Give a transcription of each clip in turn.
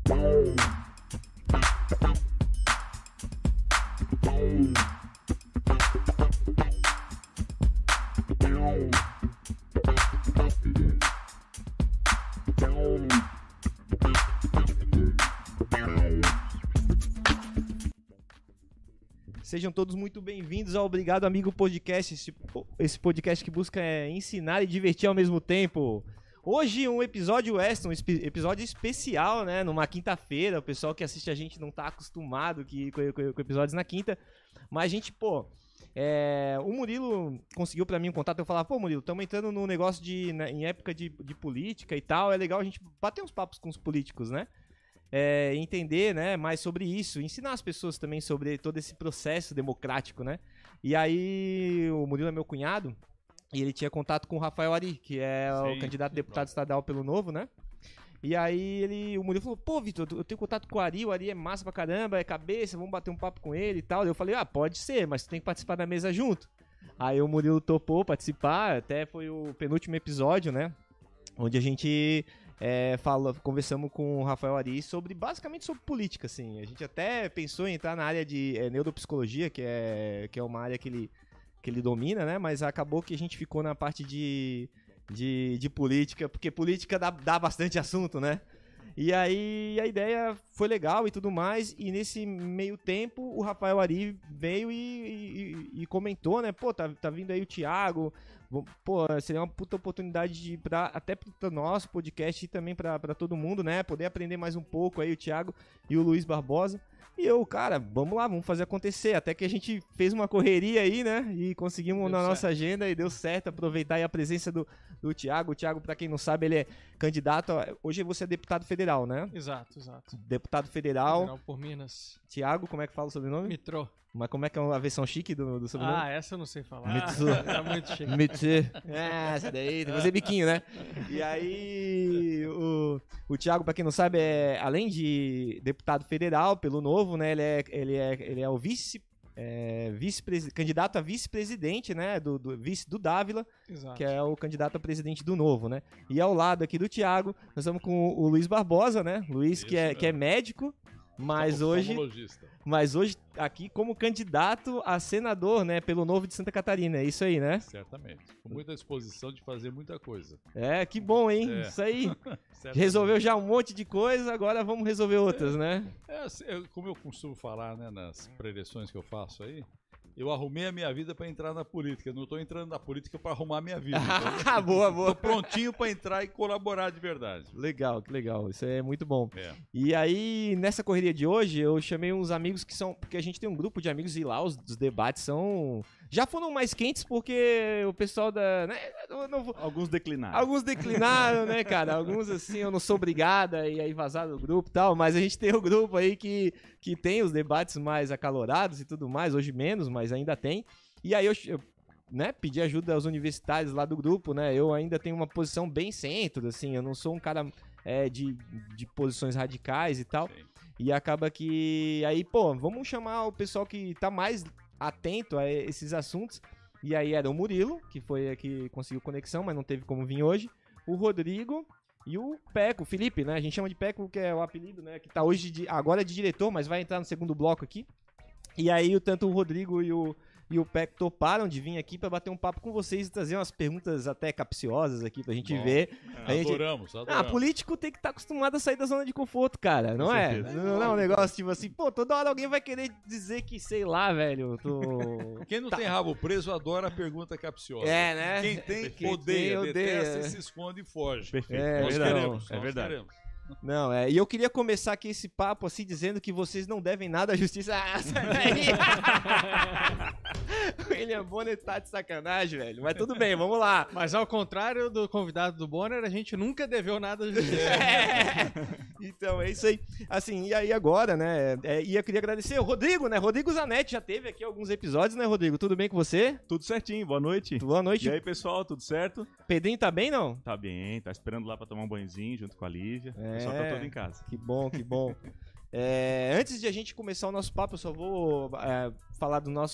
Sejam todos muito bem-vindos ao Obrigado Amigo Podcast, esse podcast que busca ensinar e divertir ao mesmo tempo. Hoje um episódio extra, um episódio especial, né? Numa quinta-feira, o pessoal que assiste a gente não tá acostumado com episódios na quinta, mas a gente, o Murilo conseguiu pra mim um contato, eu falava, Murilo, estamos entrando num negócio em época de política e tal, é legal a gente bater uns papos com os políticos, né? Entender, né, mais sobre isso, ensinar as pessoas também sobre todo esse processo democrático, né? E aí o Murilo é meu cunhado e ele tinha contato com o Rafael Ari, que é o candidato a deputado estadual pelo Novo, né? E aí o Murilo falou, Vitor, eu tenho contato com o Ari é massa pra caramba, é cabeça, vamos bater um papo com ele e tal. Eu falei, pode ser, mas tu tem que participar da mesa junto. Aí o Murilo topou participar, até foi o penúltimo episódio, né? Onde a gente conversamos com o Rafael Ari basicamente sobre política, assim. A gente até pensou em entrar na área de neuropsicologia, que é uma área que ele domina, né? Mas acabou que a gente ficou na parte de política, porque política dá bastante assunto, né? E aí a ideia foi legal e tudo mais, e nesse meio tempo o Rafael Ari veio e comentou, né? Tá vindo aí o Thiago, seria uma puta oportunidade até pro nosso podcast e também pra todo mundo, né? Poder aprender mais um pouco aí o Thiago e o Luiz Barbosa. E eu, cara, vamos lá, vamos fazer acontecer. Até que a gente fez uma correria aí, né? E conseguimos nossa agenda e deu certo aproveitar aí a presença do Thiago. O Thiago, pra quem não sabe, ele é candidato. Hoje você é deputado federal, né? Exato. Deputado federal. Federal por Minas. Thiago, como é que fala o sobrenome? Mitrô. Mas como é que é a versão chique do sobrenome? Essa eu não sei falar. Mitsu. É muito chique. Mitsu. Essa daí, tem que fazer biquinho, né? E aí, o Thiago, pra quem não sabe, além de deputado federal pelo Novo, né? Ele é o candidato a vice-presidente, né? Do vice do Dávila, Exato. Que é o candidato a presidente do Novo, né? E ao lado aqui do Thiago, nós estamos com o Luiz Barbosa, né? Luiz, que é médico. Mas hoje aqui como candidato a senador, né, pelo Novo de Santa Catarina, é isso aí, né? Certamente, com muita disposição de fazer muita coisa. Que bom, hein? Isso aí. Resolveu já um monte de coisa, agora vamos resolver outras, né? Como eu costumo falar, né, nas preleções que eu faço aí, eu arrumei a minha vida para entrar na política. Eu não estou entrando na política para arrumar a minha vida. Então, boa. Tô prontinho para entrar e colaborar de verdade. Legal, que legal. Isso é muito bom. E aí, nessa correria de hoje, eu chamei uns amigos porque a gente tem um grupo de amigos e lá os debates já foram mais quentes porque o pessoal né, Alguns declinaram. Alguns declinaram, né, cara? Alguns, assim, eu não sou obrigada e aí vazaram do grupo e tal, mas a gente tem um grupo aí que tem os debates mais acalorados e tudo mais, hoje menos, mas ainda tem. E aí eu né, pedi ajuda aos universitários lá do grupo, né? Eu ainda tenho uma posição bem centro, assim, eu não sou um cara de posições radicais e tal. Sim. E acaba que aí, vamos chamar o pessoal que tá mais atento a esses assuntos. E aí era o Murilo, que foi que conseguiu conexão, mas não teve como vir hoje. O Rodrigo e o Peco, o Felipe, né? A gente chama de Peco, que é o apelido, né? Que tá hoje agora de diretor, mas vai entrar no segundo bloco aqui. E aí, tanto o Rodrigo e o Peco toparam de vir aqui para bater um papo com vocês e trazer umas perguntas até capciosas aqui pra gente ver. Adoramos. Político tem que estar acostumado a sair da zona de conforto, cara, não é? Não é um negócio tipo assim, toda hora alguém vai querer dizer que, sei lá, velho, Quem não tem rabo preso adora a pergunta capciosa. Né? Quem tem, odeia, detesta e se esconde e foge. Perfeito. Nós queremos. Verdade. Não, e eu queria começar aqui esse papo assim, dizendo que vocês não devem nada à justiça. Sai daí! O William Bonner tá de sacanagem, velho. Mas tudo bem, vamos lá. Mas ao contrário do convidado do Bonner, a gente nunca deveu nada à justiça. Então, é isso aí. Assim, e aí agora, né? E eu queria agradecer o Rodrigo, né? Rodrigo Zanetti já teve aqui alguns episódios, né, Rodrigo? Tudo bem com você? Tudo certinho, boa noite. Boa noite. E aí, pessoal, tudo certo? Pedrinho tá bem, não? Tá bem, tá esperando lá pra tomar um banhozinho junto com a Lívia. O pessoal tá todo em casa. Que bom. Antes de a gente começar o nosso papo, eu só vou falar dos nossos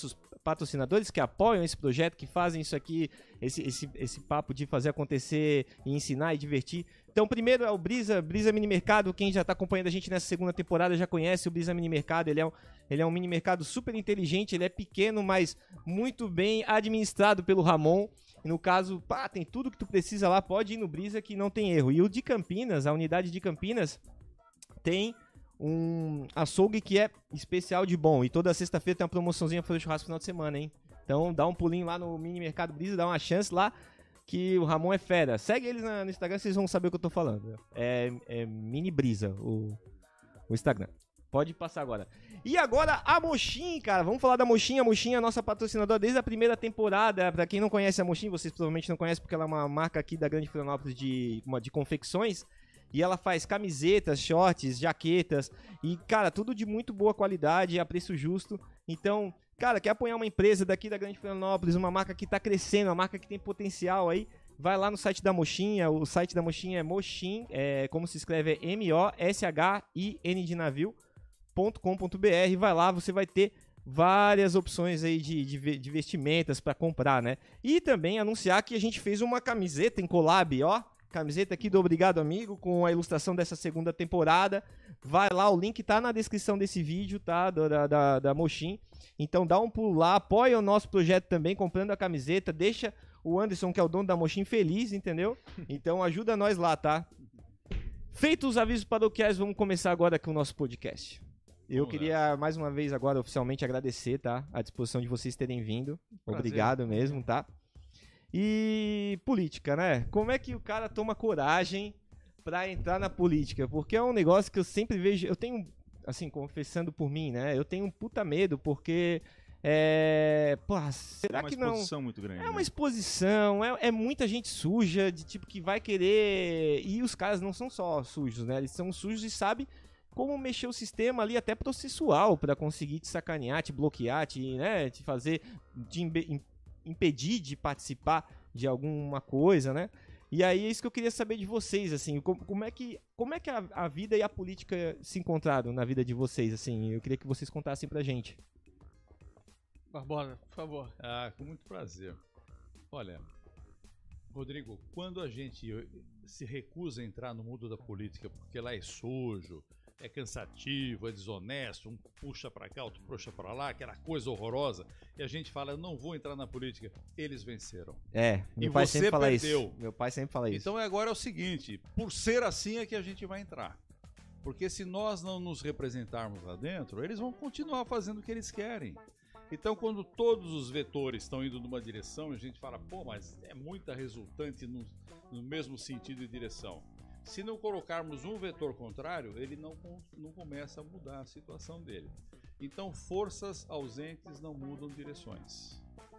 patrocinadores que apoiam esse projeto, que fazem isso aqui, esse papo de fazer acontecer e ensinar e divertir. Então, primeiro é o Brisa Mini Mercado. Quem já está acompanhando a gente nessa segunda temporada já conhece o Brisa Mini Mercado. Ele é um mini mercado super inteligente, ele é pequeno, mas muito bem administrado pelo Ramon. E no caso, tem tudo que tu precisa lá, pode ir no Brisa que não tem erro. E o de Campinas, a unidade de Campinas, tem um açougue que é especial de bom. E toda sexta-feira tem uma promoçãozinha para fazer churrasco no final de semana, hein? Então dá um pulinho lá no Mini Mercado Brisa, dá uma chance lá, que o Ramon é fera. Segue eles no Instagram, vocês vão saber o que eu tô falando. É Mini Brisa, o Instagram. Pode passar agora. E agora a Moxin, cara. Vamos falar da Moxin. A Moxin é a nossa patrocinadora desde a primeira temporada. Pra quem não conhece a Moxin, vocês provavelmente não conhecem porque ela é uma marca aqui da Grande Florianópolis de confecções. E ela faz camisetas, shorts, jaquetas. E, cara, tudo de muito boa qualidade, a preço justo. Então, cara, quer apoiar uma empresa daqui da Grande Florianópolis, uma marca que tá crescendo, uma marca que tem potencial aí, vai lá no site da Moxin. O site da Moxin é Moxin, como se escreve, é MOSHIN de navio. .com.br, vai lá, você vai ter várias opções aí de vestimentas para comprar, né? E também anunciar que a gente fez uma camiseta em collab, ó, camiseta aqui do Obrigado Amigo, com a ilustração dessa segunda temporada. Vai lá, o link tá na descrição desse vídeo, tá? Da Moxin. Então dá um pulo lá, apoia o nosso projeto também, comprando a camiseta, deixa o Anderson, que é o dono da Moxin, feliz, entendeu? Então ajuda nós lá, tá? Feitos os avisos paroquiais, vamos começar agora com o nosso podcast. Eu queria, mais uma vez, agora, oficialmente agradecer, tá? A disposição de vocês terem vindo. Prazer. Obrigado mesmo, tá? E política, né? Como é que o cara toma coragem pra entrar na política? Porque é um negócio que eu sempre vejo... Eu tenho, assim, confessando por mim, né? Eu tenho um puta medo, porque... será que não... É uma exposição muito grande. É uma exposição, é muita gente suja, de tipo que vai querer... E os caras não são só sujos, né? Eles são sujos e sabem como mexer o sistema ali até processual para conseguir te sacanear, te bloquear, te fazer, te impedir de participar de alguma coisa, né? E aí é isso que eu queria saber de vocês, assim, como é que a vida e a política se encontraram na vida de vocês, assim? Eu queria que vocês contassem pra gente. Barbosa, por favor. Com muito prazer. Olha, Rodrigo, quando a gente se recusa a entrar no mundo da política porque lá é sujo, é cansativo, é desonesto, um puxa pra cá, outro puxa pra lá, aquela coisa horrorosa, e a gente fala, eu não vou entrar na política, eles venceram. Meu pai sempre fala isso. Meu pai sempre fala isso. Então agora é o seguinte, por ser assim é que a gente vai entrar. Porque se nós não nos representarmos lá dentro, eles vão continuar fazendo o que eles querem. Então quando todos os vetores estão indo numa direção, a gente fala, mas é muita resultante no mesmo sentido e direção. Se não colocarmos um vetor contrário, ele não começa a mudar a situação dele. Então, forças ausentes não mudam direções.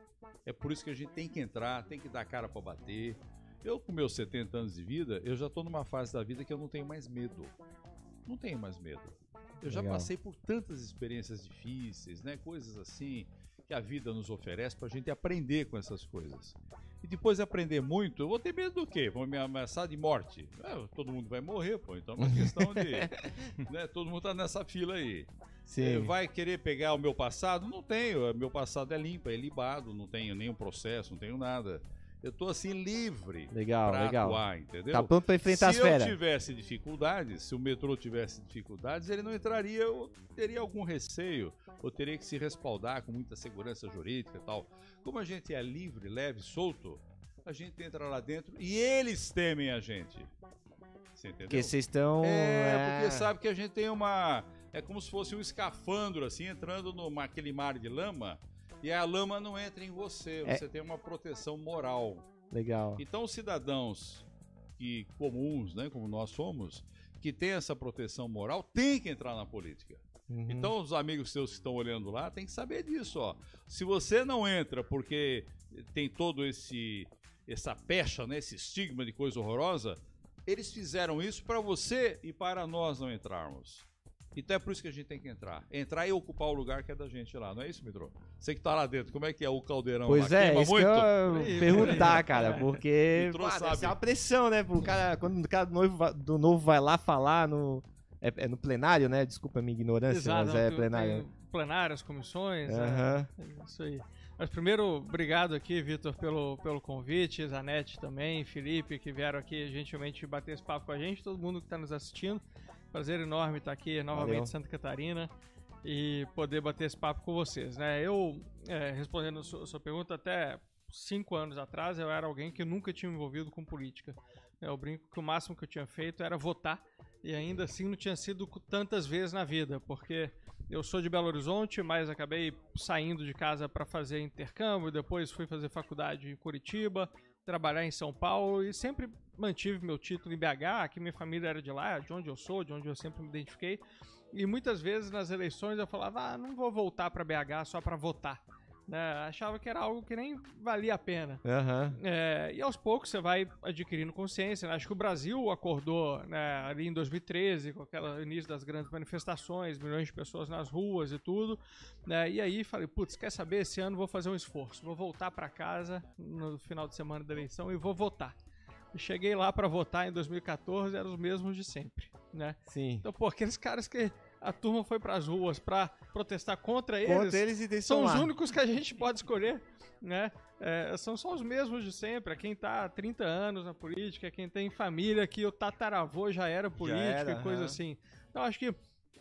É por isso que a gente tem que entrar, tem que dar cara para bater. Eu, com meus 70 anos de vida, eu já estou numa fase da vida que eu não tenho mais medo. Não tenho mais medo. Eu já passei por tantas experiências difíceis, né? Coisas assim que a vida nos oferece para a gente aprender com essas coisas. E depois de aprender muito, eu vou ter medo do quê? Vão me ameaçar de morte? Todo mundo vai morrer, pô. Então é uma questão de... né, todo mundo tá nessa fila aí. Sim. Vai querer pegar o meu passado? Não tenho. Meu passado é limpo, é libado. Não tenho nenhum processo, não tenho nada. Eu tô assim livre pra atuar, entendeu? Tá pronto pra enfrentar as feras. Se eu tivesse dificuldades, se o metrô tivesse dificuldades, ele não entraria, eu teria algum receio, ou teria que se respaldar com muita segurança jurídica e tal. Como a gente é livre, leve, solto, a gente entra lá dentro e eles temem a gente. Você entendeu? Porque vocês estão... porque sabe que a gente tem uma... É como se fosse um escafandro, assim, entrando naquele mar de lama... E a lama não entra em você, você tem uma proteção moral. Legal. Então os cidadãos comuns, né, como nós somos, que tem essa proteção moral, tem que entrar na política. Uhum. Então os amigos seus que estão olhando lá, tem que saber disso, ó. Se você não entra porque tem todo essa pecha, né, esse estigma de coisa horrorosa, eles fizeram isso para você e para nós não entrarmos. Então é por isso que a gente tem que entrar. Entrar e ocupar o lugar que é da gente lá. Não é isso, Mitro? Você que tá lá dentro, como é que é o caldeirão pois lá? Isso muito? Que eu ia perguntar, cara. Porque sabe. É uma pressão, né? Pro cara, quando o cara do novo vai lá falar É no plenário, né? Desculpa a minha ignorância, Exato, mas é plenário. tem plenárias, comissões, Aham. isso aí. Mas primeiro, obrigado aqui, Vitor, pelo convite, Zanetti também, Felipe, que vieram aqui gentilmente bater esse papo com a gente, todo mundo que está nos assistindo. Prazer enorme estar aqui novamente em Santa Catarina e poder bater esse papo com vocês, né? Eu, respondendo a sua pergunta, até 5 anos atrás eu era alguém que nunca tinha me envolvido com política. Eu brinco que o máximo que eu tinha feito era votar e ainda assim não tinha sido tantas vezes na vida, porque eu sou de Belo Horizonte, mas acabei saindo de casa para fazer intercâmbio, depois fui fazer faculdade em Curitiba, trabalhar em São Paulo e sempre mantive meu título em BH, que minha família era de lá, de onde eu sou, de onde eu sempre me identifiquei. E muitas vezes nas eleições eu falava, não vou voltar para BH só para votar. Né? Achava que era algo que nem valia a pena. Aham. E aos poucos você vai adquirindo consciência, né? Acho que o Brasil acordou, né, ali em 2013, com aquele início das grandes manifestações, milhões de pessoas nas ruas e tudo, né? E aí falei, putz, quer saber, esse ano vou fazer um esforço, vou voltar para casa no final de semana da eleição e vou votar. E cheguei lá para votar em 2014, eram os mesmos de sempre, né? Sim. Então, pô, aqueles caras que a turma foi pras ruas pra protestar contra eles e são os lá. únicos que a gente pode escolher, né? São só os mesmos de sempre. É quem tá há 30 anos na política, é quem tem família que o tataravô já era político e coisa assim. Então, acho que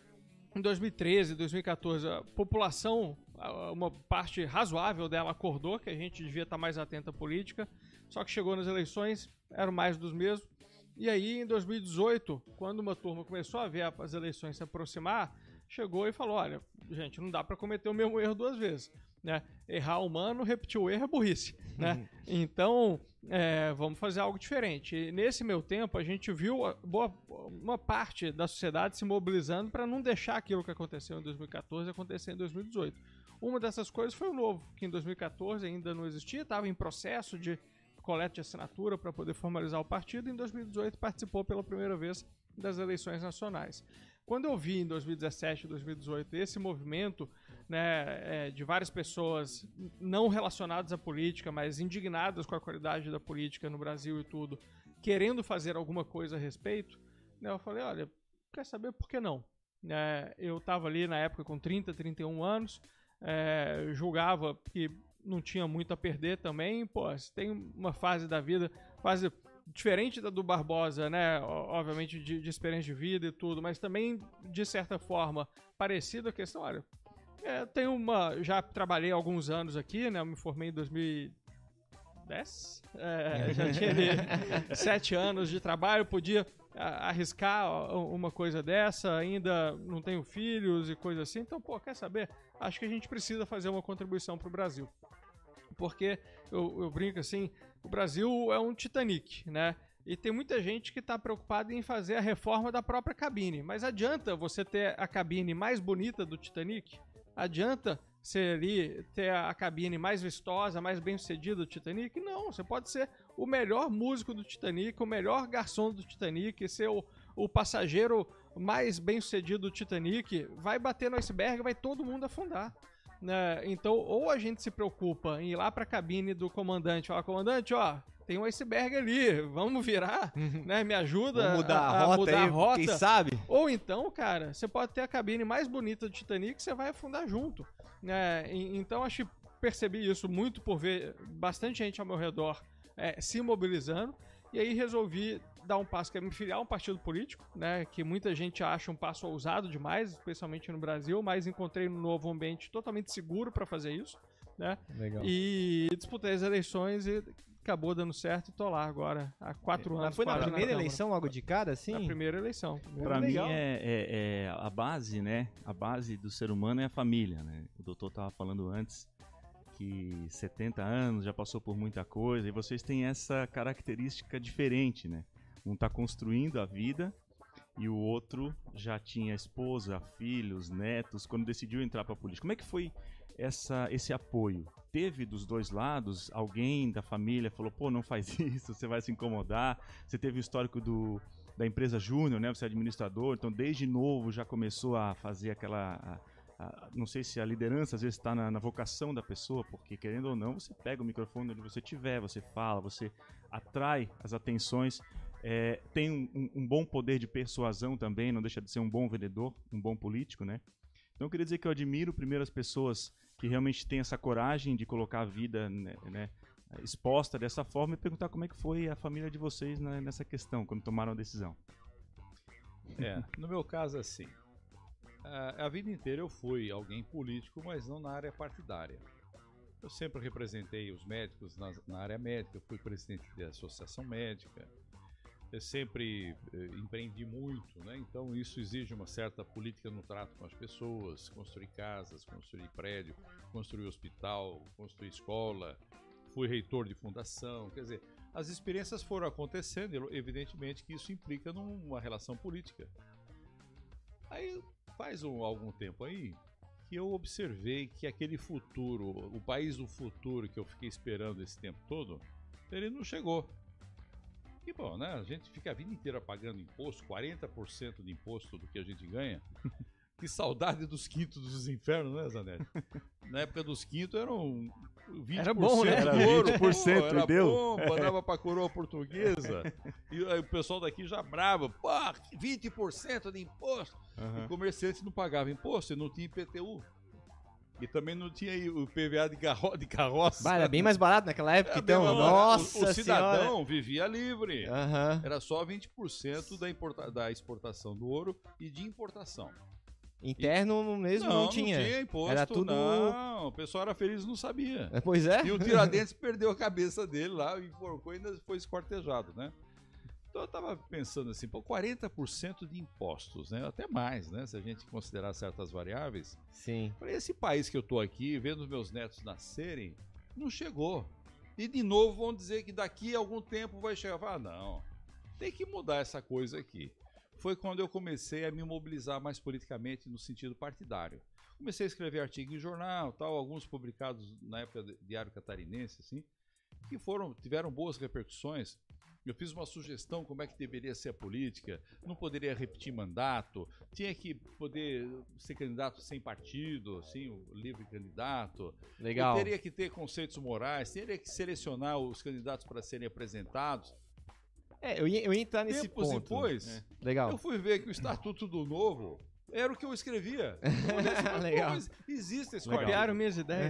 em 2013, 2014, a população, uma parte razoável dela acordou que a gente devia estar mais atento à política, só que chegou nas eleições, eram mais dos mesmos. E aí, em 2018, quando uma turma começou a ver as eleições se aproximar, chegou e falou, olha, gente, não dá para cometer o mesmo erro 2 vezes, né? Errar humano, repetir o erro é burrice, né? Então, vamos fazer algo diferente. E nesse meio tempo, a gente viu uma parte da sociedade se mobilizando para não deixar aquilo que aconteceu em 2014 acontecer em 2018. Uma dessas coisas foi o Novo, que em 2014 ainda não existia, estava em processo de coleta de assinatura para poder formalizar o partido, e em 2018 participou pela primeira vez das eleições nacionais. Quando eu vi em 2017 e 2018 esse movimento, né, de várias pessoas não relacionadas à política, mas indignadas com a qualidade da política no Brasil e tudo, querendo fazer alguma coisa a respeito, né, eu falei, olha, quer saber por que não? Eu estava ali na época com 30, 31 anos, julgava que não tinha muito a perder também, pô, você tem uma fase da vida, fase diferente da do Barbosa, né, obviamente de experiência de vida e tudo, mas também, de certa forma, parecida a questão, olha, já trabalhei alguns anos aqui, né, eu me formei em 2010, já tinha ali 7 anos de trabalho, podia arriscar uma coisa dessa, ainda não tenho filhos e coisa assim, então, pô, quer saber? Acho que a gente precisa fazer uma contribuição para o Brasil. Porque eu brinco assim, o Brasil é um Titanic, né? E tem muita gente que está preocupada em fazer a reforma da própria cabine. Mas adianta você ter a cabine mais bonita do Titanic? Adianta você ali ter a cabine mais vistosa, mais bem-sucedida do Titanic? Não, você pode ser o melhor músico do Titanic, o melhor garçom do Titanic, ser o passageiro mais bem-sucedido do Titanic, vai bater no iceberg, vai todo mundo afundar. Então, ou a gente se preocupa em ir lá para a cabine do comandante, falar, comandante, ó, tem um iceberg ali, vamos virar, né? Me ajuda vamos mudar a rota, quem sabe? Ou então, cara, você pode ter a cabine mais bonita do Titanic, você vai afundar junto. Então, acho que percebi isso muito por ver bastante gente ao meu redor se mobilizando, e aí resolvi dar um passo, que é me filiar a um partido político, né, que muita gente acha um passo ousado demais, especialmente no Brasil, mas encontrei no Novo um ambiente totalmente seguro para fazer isso, né? Legal. E disputei as eleições e acabou dando certo e tô lá agora, há 4 anos. Mas foi na primeira eleição, logo de cara, assim? Na primeira eleição. Para mim é a base, né? A base do ser humano é a família, né? O doutor tava falando antes que 70 anos já passou por muita coisa e vocês têm essa característica diferente, né? Um está construindo a vida e o outro já tinha esposa, filhos, netos, quando decidiu entrar para a política. Como é que foi esse apoio? Teve dos dois lados? Alguém da família falou, pô, não faz isso, você vai se incomodar? Você teve o histórico da empresa Júnior, né? Você é administrador, então desde novo já começou a fazer aquela... não sei se a liderança às vezes está na vocação da pessoa, porque querendo ou não, você pega o microfone onde você estiver, você fala, você atrai as atenções. tem um bom poder de persuasão também, não deixa de ser um bom vendedor, um bom político, né? Então eu queria dizer que eu admiro primeiro as pessoas que realmente têm essa coragem de colocar a vida, né, exposta dessa forma e perguntar como é que foi a família de vocês nessa questão, quando tomaram a decisão. No meu caso, assim, a vida inteira eu fui alguém político, mas não na área partidária. Eu sempre representei os médicos na área médica, fui presidente da associação médica, eu sempre empreendi muito, né? Então isso exige uma certa política no trato com as pessoas, construir casas, construir prédio, construir hospital, construir escola, fui reitor de fundação, quer dizer, as experiências foram acontecendo, evidentemente que isso implica numa relação política. Aí faz algum tempo aí que eu observei que aquele futuro, o país do futuro que eu fiquei esperando esse tempo todo, ele não chegou. E bom, né? A gente fica a vida inteira pagando imposto, 40% de imposto do que a gente ganha. Que saudade dos quintos dos infernos, né, Zanetti? Na época dos quintos eram 20% era bom, né? de ouro. Era 20%, era deu? bom, mandava pra coroa portuguesa. E aí o pessoal daqui já bravo. Pô, 20% de imposto. Uhum. O comerciante não pagava imposto e não tinha IPTU. E também não tinha o PVA de carroça. Era bem mais barato naquela época, então. Não, Nossa o cidadão senhora. vivia livre. Aham. Era só 20% da exportação do ouro e de importação. Interno mesmo não tinha. Não tinha imposto, Era tudo... não. O pessoal era feliz e não sabia. Pois é. E o Tiradentes perdeu a cabeça dele lá, enforcou e ainda foi esquartejado, né? Então eu tava pensando assim, pô, 40% de impostos, né? Até mais, né? Se a gente considerar certas variáveis. Sim. Para esse país que eu tô aqui, vendo os meus netos nascerem, não chegou. E de novo vão dizer que daqui a algum tempo vai chegar. Ah, não, tem que mudar essa coisa aqui. Foi quando eu comecei a me mobilizar mais politicamente no sentido partidário. Comecei a escrever artigos em jornal, tal, alguns publicados na época do Diário Catarinense, assim, que tiveram boas repercussões. Eu fiz uma sugestão como é que deveria ser a política, não poderia repetir mandato, tinha que poder ser candidato sem partido, assim, o livre candidato. Legal. Teria que ter conceitos morais, teria que selecionar os candidatos para serem apresentados. Eu ia entrar nesse Tempos ponto. depois, Legal. eu fui ver que o Estatuto do Novo era o que eu escrevia. Legal. Mas existe esse Copiaram minhas ideias.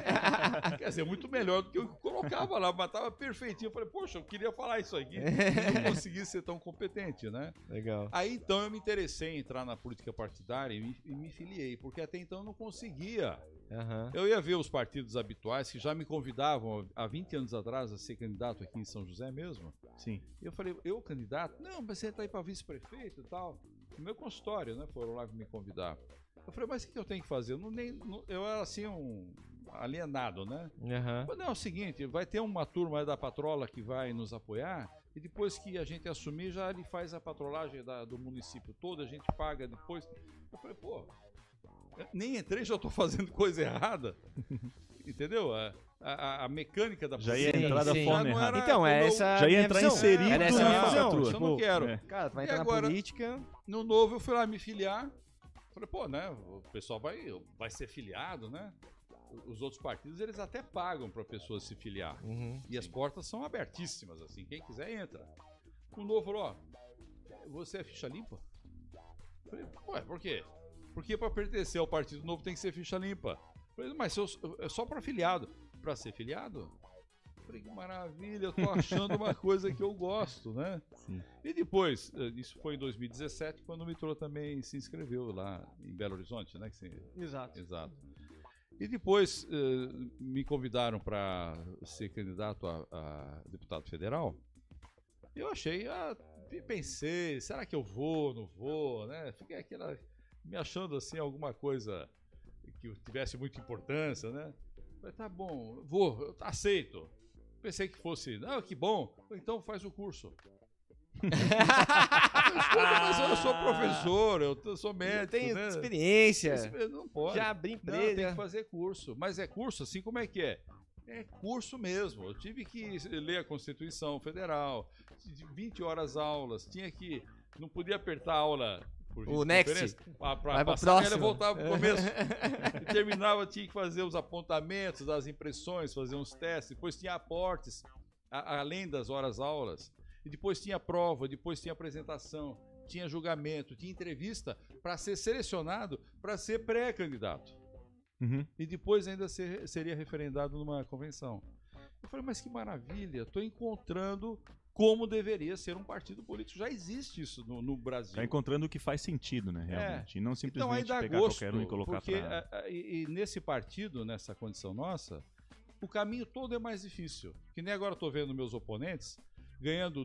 Quer dizer, muito melhor do que eu colocava lá, mas estava perfeitinho. Eu falei, poxa, eu queria falar isso aqui e não consegui ser tão competente, né? Legal. Aí então eu me interessei em entrar na política partidária e me filiei, porque até então eu não conseguia. Uhum. Eu ia ver os partidos habituais que já me convidavam há 20 anos atrás a ser candidato aqui em São José mesmo. Sim. E eu falei, eu candidato? Não, mas você tá aí para vice-prefeito e tal. No meu consultório, né? Foram lá me convidar. Eu falei, mas o que eu tenho que fazer? Eu era assim um alienado, né? Uhum. Mas não, é o seguinte, vai ter uma turma da patrola que vai nos apoiar e depois que a gente assumir, já ele faz a patrolagem do município todo, a gente paga depois. Eu falei, pô, nem entrei, já tô fazendo coisa errada. Entendeu? A mecânica da já ia sim, entrar da sim. forma errada. Então, essa já ia minha entrar visão. inserido Era essa a minha na visão. patroa. Isso eu não quero. É. Cara, tu vai E entrar agora- na política. No Novo eu fui lá me filiar. Falei, pô, né? O pessoal vai ser filiado, né? Os outros partidos, eles até pagam para a pessoa se filiar. Uhum. E as portas são abertíssimas, assim. Quem quiser, entra. O Novo falou, ó, você é ficha limpa? Falei, ué, por quê? Porque para pertencer ao Partido Novo tem que ser ficha limpa. Falei, mas é só para filiado. Para ser filiado? Falei, que maravilha, eu tô achando uma coisa que eu gosto, né? Sim. E depois, isso foi em 2017, quando o Mitrô também se inscreveu lá em Belo Horizonte, né? Exato. Exato. E depois me convidaram para ser candidato a deputado federal. Eu achei, pensei, será que eu vou, não vou, né? Fiquei me achando assim alguma coisa que tivesse muita importância, né? Falei, tá bom, vou, eu aceito. Pensei que fosse, não, que bom, então faz o curso. Mas eu sou professor, eu sou médico, Eu tenho né? experiência. Não pode. Já abri Não, empresa. tem que fazer curso. Mas é curso assim, como é que é? É curso mesmo. Eu tive que ler a Constituição Federal, 20 horas aulas, não podia apertar a aula por O next. Para Vai pro passar, ela próximo. voltava pro começo. E terminava, tinha que fazer os apontamentos das impressões, fazer uns testes, depois tinha aportes, além das horas aulas. e depois tinha prova, depois tinha apresentação, tinha julgamento, tinha entrevista para ser selecionado para ser pré-candidato. E depois ainda seria referendado numa convenção. Eu falei, mas que maravilha, estou encontrando como deveria ser um partido político. Já existe isso no Brasil. Está encontrando o que faz sentido, né, realmente. E não simplesmente então, pegar qualquer um e colocar para... E nesse partido, nessa condição nossa, o caminho todo é mais difícil. Que nem agora estou vendo meus oponentes ganhando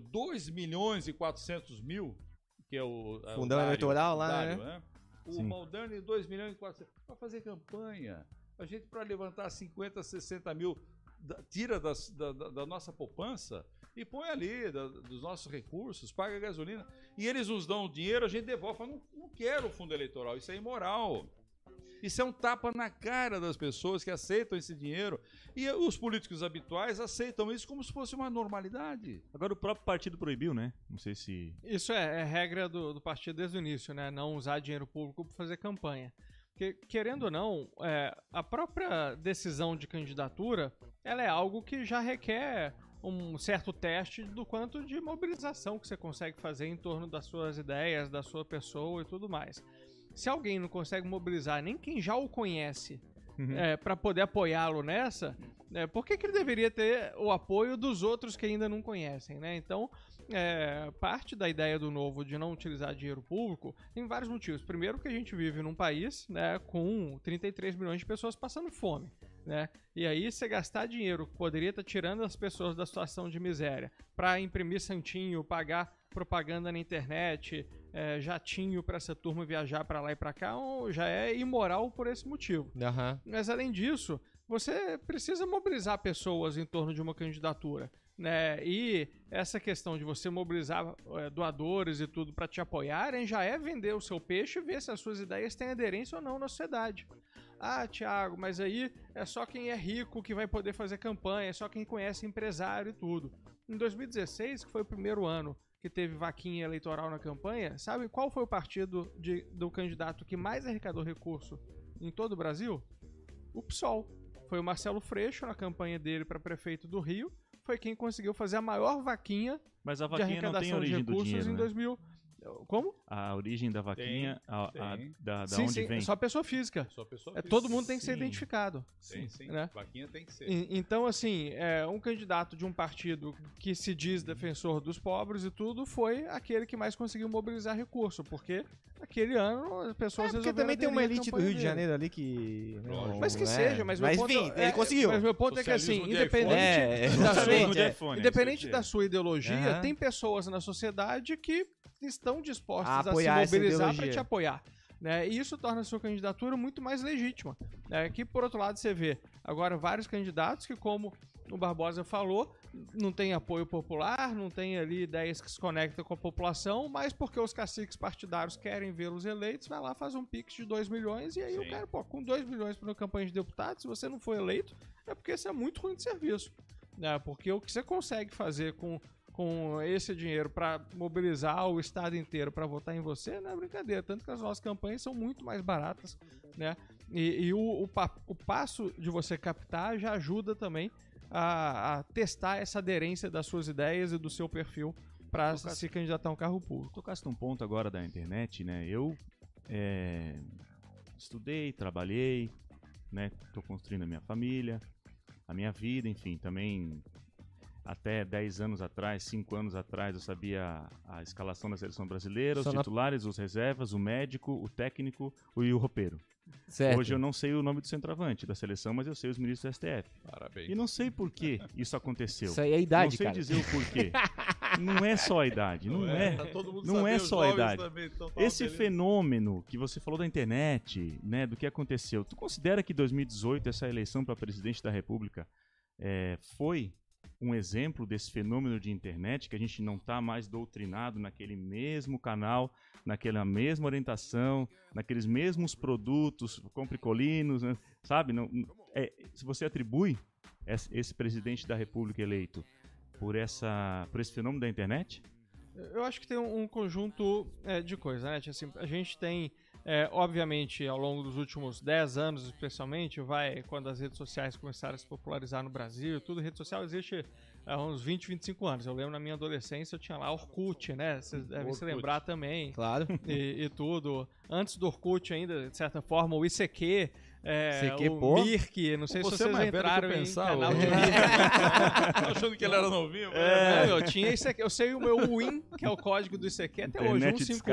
2.400.000, que é o fundão eleitoral lá, né? O Maldani, 2.400.000, para fazer campanha. A gente, para levantar 50, 60 mil, tira da nossa poupança e põe ali, dos nossos recursos, paga a gasolina. E eles nos dão o dinheiro, a gente devolve. Fala, não quero o fundo eleitoral, isso é imoral. Isso é um tapa na cara das pessoas que aceitam esse dinheiro. E os políticos habituais aceitam isso como se fosse uma normalidade. Agora o próprio partido proibiu, né? Não sei se... Isso é regra do partido desde o início, né? Não usar dinheiro público para fazer campanha. Porque, querendo ou não, a própria decisão de candidatura, ela é algo que já requer um certo teste do quanto de mobilização que você consegue fazer em torno das suas ideias, da sua pessoa e tudo mais. Se alguém não consegue mobilizar nem quem já o conhece para poder apoiá-lo nessa, por que ele deveria ter o apoio dos outros que ainda não conhecem, né? Então, parte da ideia do Novo de não utilizar dinheiro público tem vários motivos. Primeiro, que a gente vive num país, né, com 33 milhões de pessoas passando fome, né? E aí você gastar dinheiro que poderia estar tirando as pessoas da situação de miséria para imprimir santinho, pagar propaganda na internet, jatinho para essa turma viajar para lá e para cá, já é imoral por esse motivo. Mas além disso, você precisa mobilizar pessoas em torno de uma candidatura, né? E essa questão de você mobilizar doadores e tudo para te apoiarem já é vender o seu peixe e ver se as suas ideias têm aderência ou não na sociedade. Ah, Thiago, mas aí é só quem é rico que vai poder fazer campanha, é só quem conhece empresário e tudo. Em 2016, que foi o primeiro ano que teve vaquinha eleitoral na campanha, sabe qual foi o partido do candidato que mais arrecadou recurso em todo o Brasil? O PSOL. Foi o Marcelo Freixo, na campanha dele para prefeito do Rio, foi quem conseguiu fazer a maior vaquinha, mas a vaquinha de arrecadação não tem origem de recursos do dinheiro, em 2000. Como? A origem da vaquinha, da sim, onde vem? É só pessoa física. Todo mundo tem que ser identificado. Sim. Né? Vaquinha tem que ser. Então, assim, um candidato de um partido que se diz defensor dos pobres e tudo foi aquele que mais conseguiu mobilizar recurso, porque aquele ano as pessoas resolveram... Porque também tem uma elite do Rio de Janeiro ali que... Mas que seja, mas meu ponto... enfim, ele conseguiu. Mas meu ponto é que, assim, independente da sua ideologia, tem pessoas na sociedade que estão dispostos a se mobilizar para te apoiar, né? E isso torna a sua candidatura muito mais legítima, né? Que, por outro lado, você vê agora vários candidatos que, como o Barbosa falou, não tem apoio popular, não tem ali ideias que se conectam com a população, mas porque os caciques partidários querem vê-los eleitos, vai lá, faz um pix de 2 milhões e aí o cara, com 2 milhões para uma campanha de deputado, se você não for eleito, é porque você é muito ruim de serviço, né? Porque o que você consegue fazer com esse dinheiro para mobilizar o estado inteiro para votar em você, não é brincadeira. Tanto que as nossas campanhas são muito mais baratas, né? E o passo de você captar já ajuda também a testar essa aderência das suas ideias e do seu perfil para se candidatar a um carro público. Tocaste num ponto agora da internet, né? Eu estudei, trabalhei, né? Estou construindo a minha família, a minha vida, enfim, também... Até 10 anos atrás, 5 anos atrás, eu sabia a escalação da seleção brasileira, os titulares, os reservas, o médico, o técnico e o roupeiro. Certo. Hoje eu não sei o nome do centroavante da seleção, mas eu sei os ministros do STF. Parabéns. E não sei por que isso aconteceu. Isso aí é a idade, cara. Não sei dizer o porquê. Não é só a idade, não é só a idade. Esse fenômeno que você falou da internet, né, do que aconteceu, tu considera que 2018, essa eleição para presidente da República, foi um exemplo desse fenômeno de internet, que a gente não está mais doutrinado naquele mesmo canal, naquela mesma orientação, naqueles mesmos produtos comprincolinos, né? Sabe? Se você atribui esse presidente da República eleito por esse fenômeno da internet? Eu acho que tem um conjunto de coisas, né? Assim, a gente tem, obviamente, ao longo dos últimos 10 anos, especialmente, quando as redes sociais começaram a se popularizar no Brasil, tudo, rede social existe há uns 20, 25 anos. Eu lembro na minha adolescência eu tinha lá Orkut, né? Vocês devem se lembrar também. Claro. E tudo. Antes do Orkut ainda, de certa forma, o ICQ, o Mirk, não sei se vocês entraram em canal de Mirk. Achando que ele era novinho. Eu tinha ICQ, eu sei o meu WIN, que é o código do ICQ até hoje,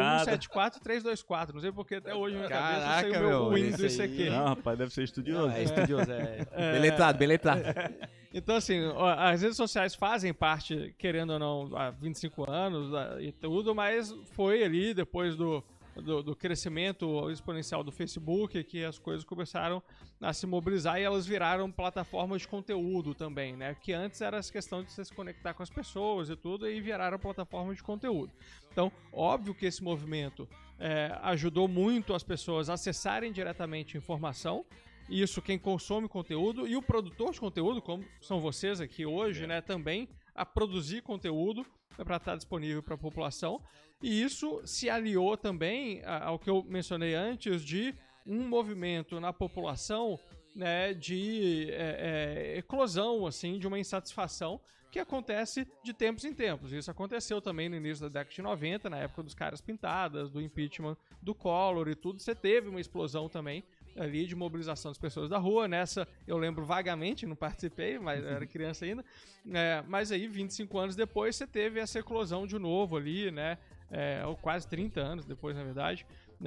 15174-324. Não sei porque até hoje na minha cabeça eu sei o meu WIN do ICQ. Não, rapaz, deve ser estudioso. É estudioso, bem letrado. Então, assim, as redes sociais fazem parte, querendo ou não, há 25 anos e tudo, mas foi ali depois do crescimento exponencial do Facebook que as coisas começaram a se mobilizar e elas viraram plataformas de conteúdo também, né? Que antes era essa questão de você se conectar com as pessoas e tudo, e viraram plataformas de conteúdo. Então, óbvio que esse movimento ajudou muito as pessoas a acessarem diretamente informação. Isso quem consome conteúdo e o produtor de conteúdo, como são vocês aqui hoje, né, também a produzir conteúdo para estar disponível para a população. E isso se aliou também ao que eu mencionei antes de um movimento na população, né, de eclosão assim, de uma insatisfação que acontece de tempos em tempos. Isso aconteceu também no início da década de 90, na época dos caras pintadas, do impeachment do Collor e tudo. Você teve uma explosão também ali de mobilização das pessoas da rua. Nessa eu lembro vagamente, não participei, mas era criança ainda. Mas aí, 25 anos depois, você teve essa eclosão de novo ali, né? Ou quase 30 anos depois, na verdade,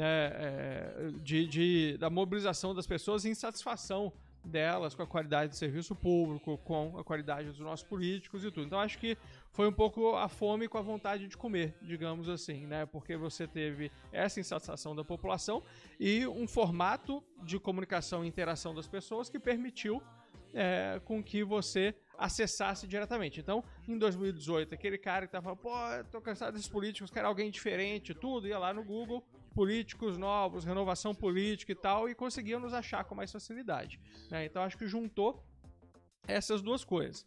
né? Da mobilização das pessoas e insatisfação delas com a qualidade do serviço público, com a qualidade dos nossos políticos e tudo. Então acho que foi um pouco a fome com a vontade de comer, digamos assim, né? Porque você teve essa insatisfação da população e um formato de comunicação e interação das pessoas que permitiu com que você acessasse diretamente. Então, em 2018, aquele cara que tava falando, pô, eu tô cansado desses políticos, quero alguém diferente, tudo, ia lá no Google, políticos novos, renovação política e tal, e conseguiam nos achar com mais facilidade, né? Então, acho que juntou essas duas coisas.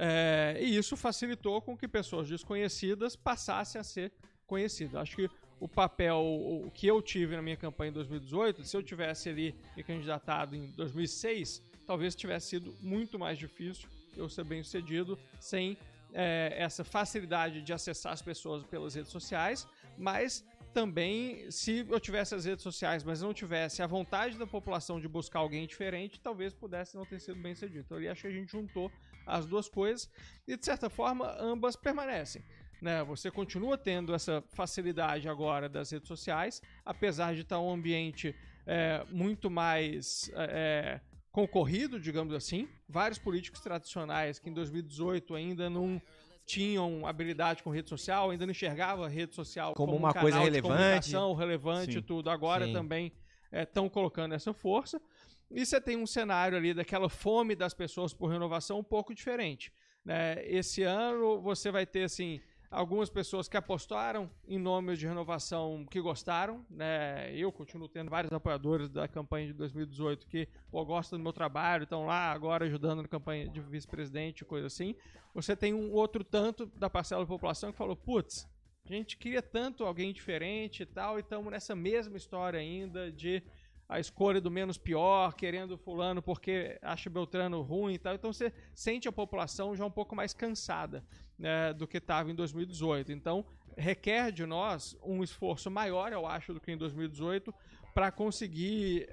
E isso facilitou com que pessoas desconhecidas passassem a ser conhecidas. Acho que o papel o que eu tive na minha campanha em 2018, se eu tivesse ali me candidatado em 2006, talvez tivesse sido muito mais difícil eu ser bem sucedido sem essa facilidade de acessar as pessoas pelas redes sociais, mas também, se eu tivesse as redes sociais, mas não tivesse a vontade da população de buscar alguém diferente, talvez pudesse não ter sido bem sucedido. Então, eu acho que a gente juntou as duas coisas e, de certa forma, ambas permanecem, né? Você continua tendo essa facilidade agora das redes sociais, apesar de estar um ambiente muito mais concorrido, digamos assim. Vários políticos tradicionais que em 2018 ainda não tinham habilidade com rede social, ainda não enxergava a rede social como uma coisa relevante e tudo. Agora também estão colocando essa força. E você tem um cenário ali daquela fome das pessoas por renovação um pouco diferente, né? Esse ano você vai ter assim algumas pessoas que apostaram em nomes de renovação que gostaram, né? Eu continuo tendo vários apoiadores da campanha de 2018 que gostam do meu trabalho, estão lá agora ajudando na campanha de vice-presidente, coisa assim. Você tem um outro tanto da parcela da população que falou, putz, a gente queria tanto alguém diferente e tal, e estamos nessa mesma história ainda de a escolha do menos pior, querendo fulano porque acha Beltrano ruim e tal. Então você sente a população já um pouco mais cansada, né, do que estava em 2018. Então requer de nós um esforço maior, eu acho, do que em 2018 para conseguir,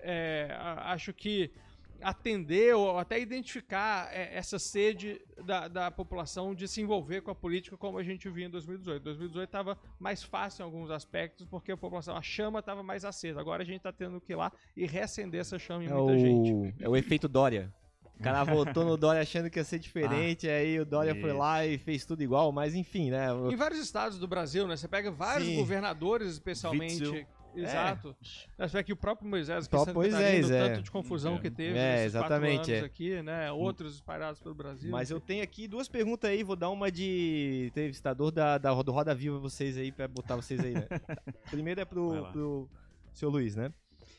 acho que atender ou até identificar essa sede da população de se envolver com a política como a gente via em 2018. 2018 estava mais fácil em alguns aspectos porque a chama estava mais acesa. Agora a gente está tendo que ir lá e reacender essa chama em muita gente. É o efeito Dória. O cara votou no Dória achando que ia ser diferente, aí o Dória foi lá e fez tudo igual, mas enfim, né? Em vários estados do Brasil, né? Você pega vários governadores, especialmente... Witzel. Exato. Você vê que o próprio Moisés, que tanto de confusão que teve nesses exatamente, 4 anos aqui, né? Outros espalhados pelo Brasil. Mas eu tenho aqui duas perguntas aí, vou dar uma de entrevistador do Roda Viva vocês aí, pra botar vocês aí, né? Primeiro é pro seu Luiz, né?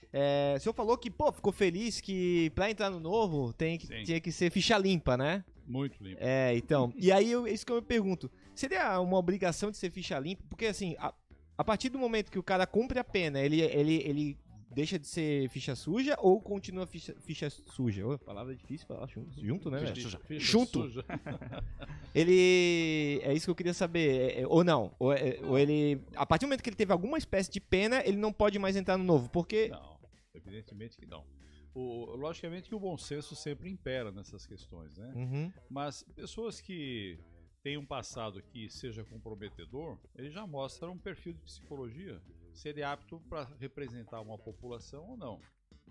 O senhor falou que, ficou feliz que pra entrar no novo tinha que ser ficha limpa, né? Muito limpa. Então. E aí, isso que eu me pergunto, seria uma obrigação de ser ficha limpa? Porque, assim, a partir do momento que o cara cumpre a pena, ele deixa de ser ficha suja ou continua ficha suja? Oh, palavra difícil falar junto, né? Ficha junto. suja. Ele... É isso que eu queria saber. Ou não. Ou ele... A partir do momento que ele teve alguma espécie de pena, ele não pode mais entrar no novo. Porque... Não, evidentemente que não. Logicamente que o bom senso sempre impera nessas questões, né? Uhum. Mas pessoas que têm um passado que seja comprometedor, ele já mostra um perfil de psicologia. Se ele é apto para representar uma população ou não.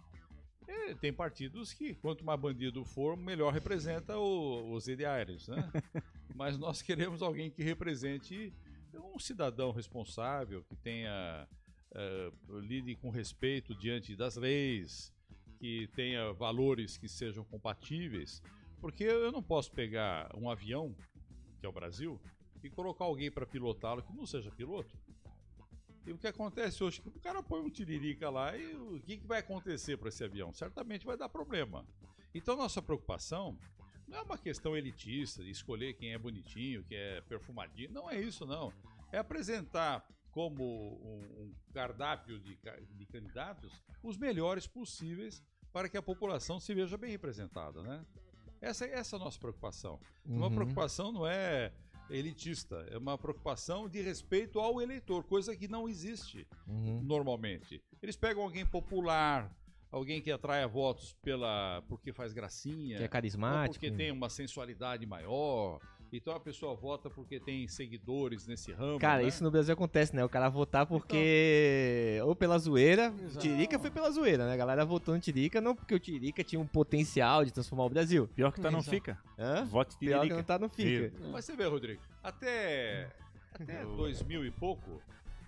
Tem partidos que, quanto mais bandido for, melhor representa os ideários, né? Mas nós queremos alguém que represente um cidadão responsável, que tenha lide com respeito diante das leis, que tenha valores que sejam compatíveis. Porque eu não posso pegar um avião, que é o Brasil, e colocar alguém para pilotá-lo que não seja piloto. E o que acontece hoje? O cara põe um tiririca lá e o que vai acontecer para esse avião? Certamente vai dar problema. Então nossa preocupação não é uma questão elitista, de escolher quem é bonitinho, quem é perfumadinho. Não é isso, não. É apresentar como um cardápio de candidatos os melhores possíveis para que a população se veja bem representada, né? Essa é a nossa preocupação. Uma preocupação não é elitista, é uma preocupação de respeito ao eleitor, coisa que não existe normalmente. Eles pegam alguém popular, alguém que atraia votos porque faz gracinha, que é carismático, porque tem uma sensualidade maior. Então a pessoa vota porque tem seguidores nesse ramo. Cara, né? Isso no Brasil acontece, né? O cara votar porque... Ou pela zoeira. Exato. Tiririca foi pela zoeira, né? A galera votou no Tiririca não porque o Tiririca tinha um potencial de transformar o Brasil. Pior que tá, não fica. Hã? Vote Pior que Tiririca. não tá, não fica. Mas você vê, Rodrigo, até 2000 e pouco,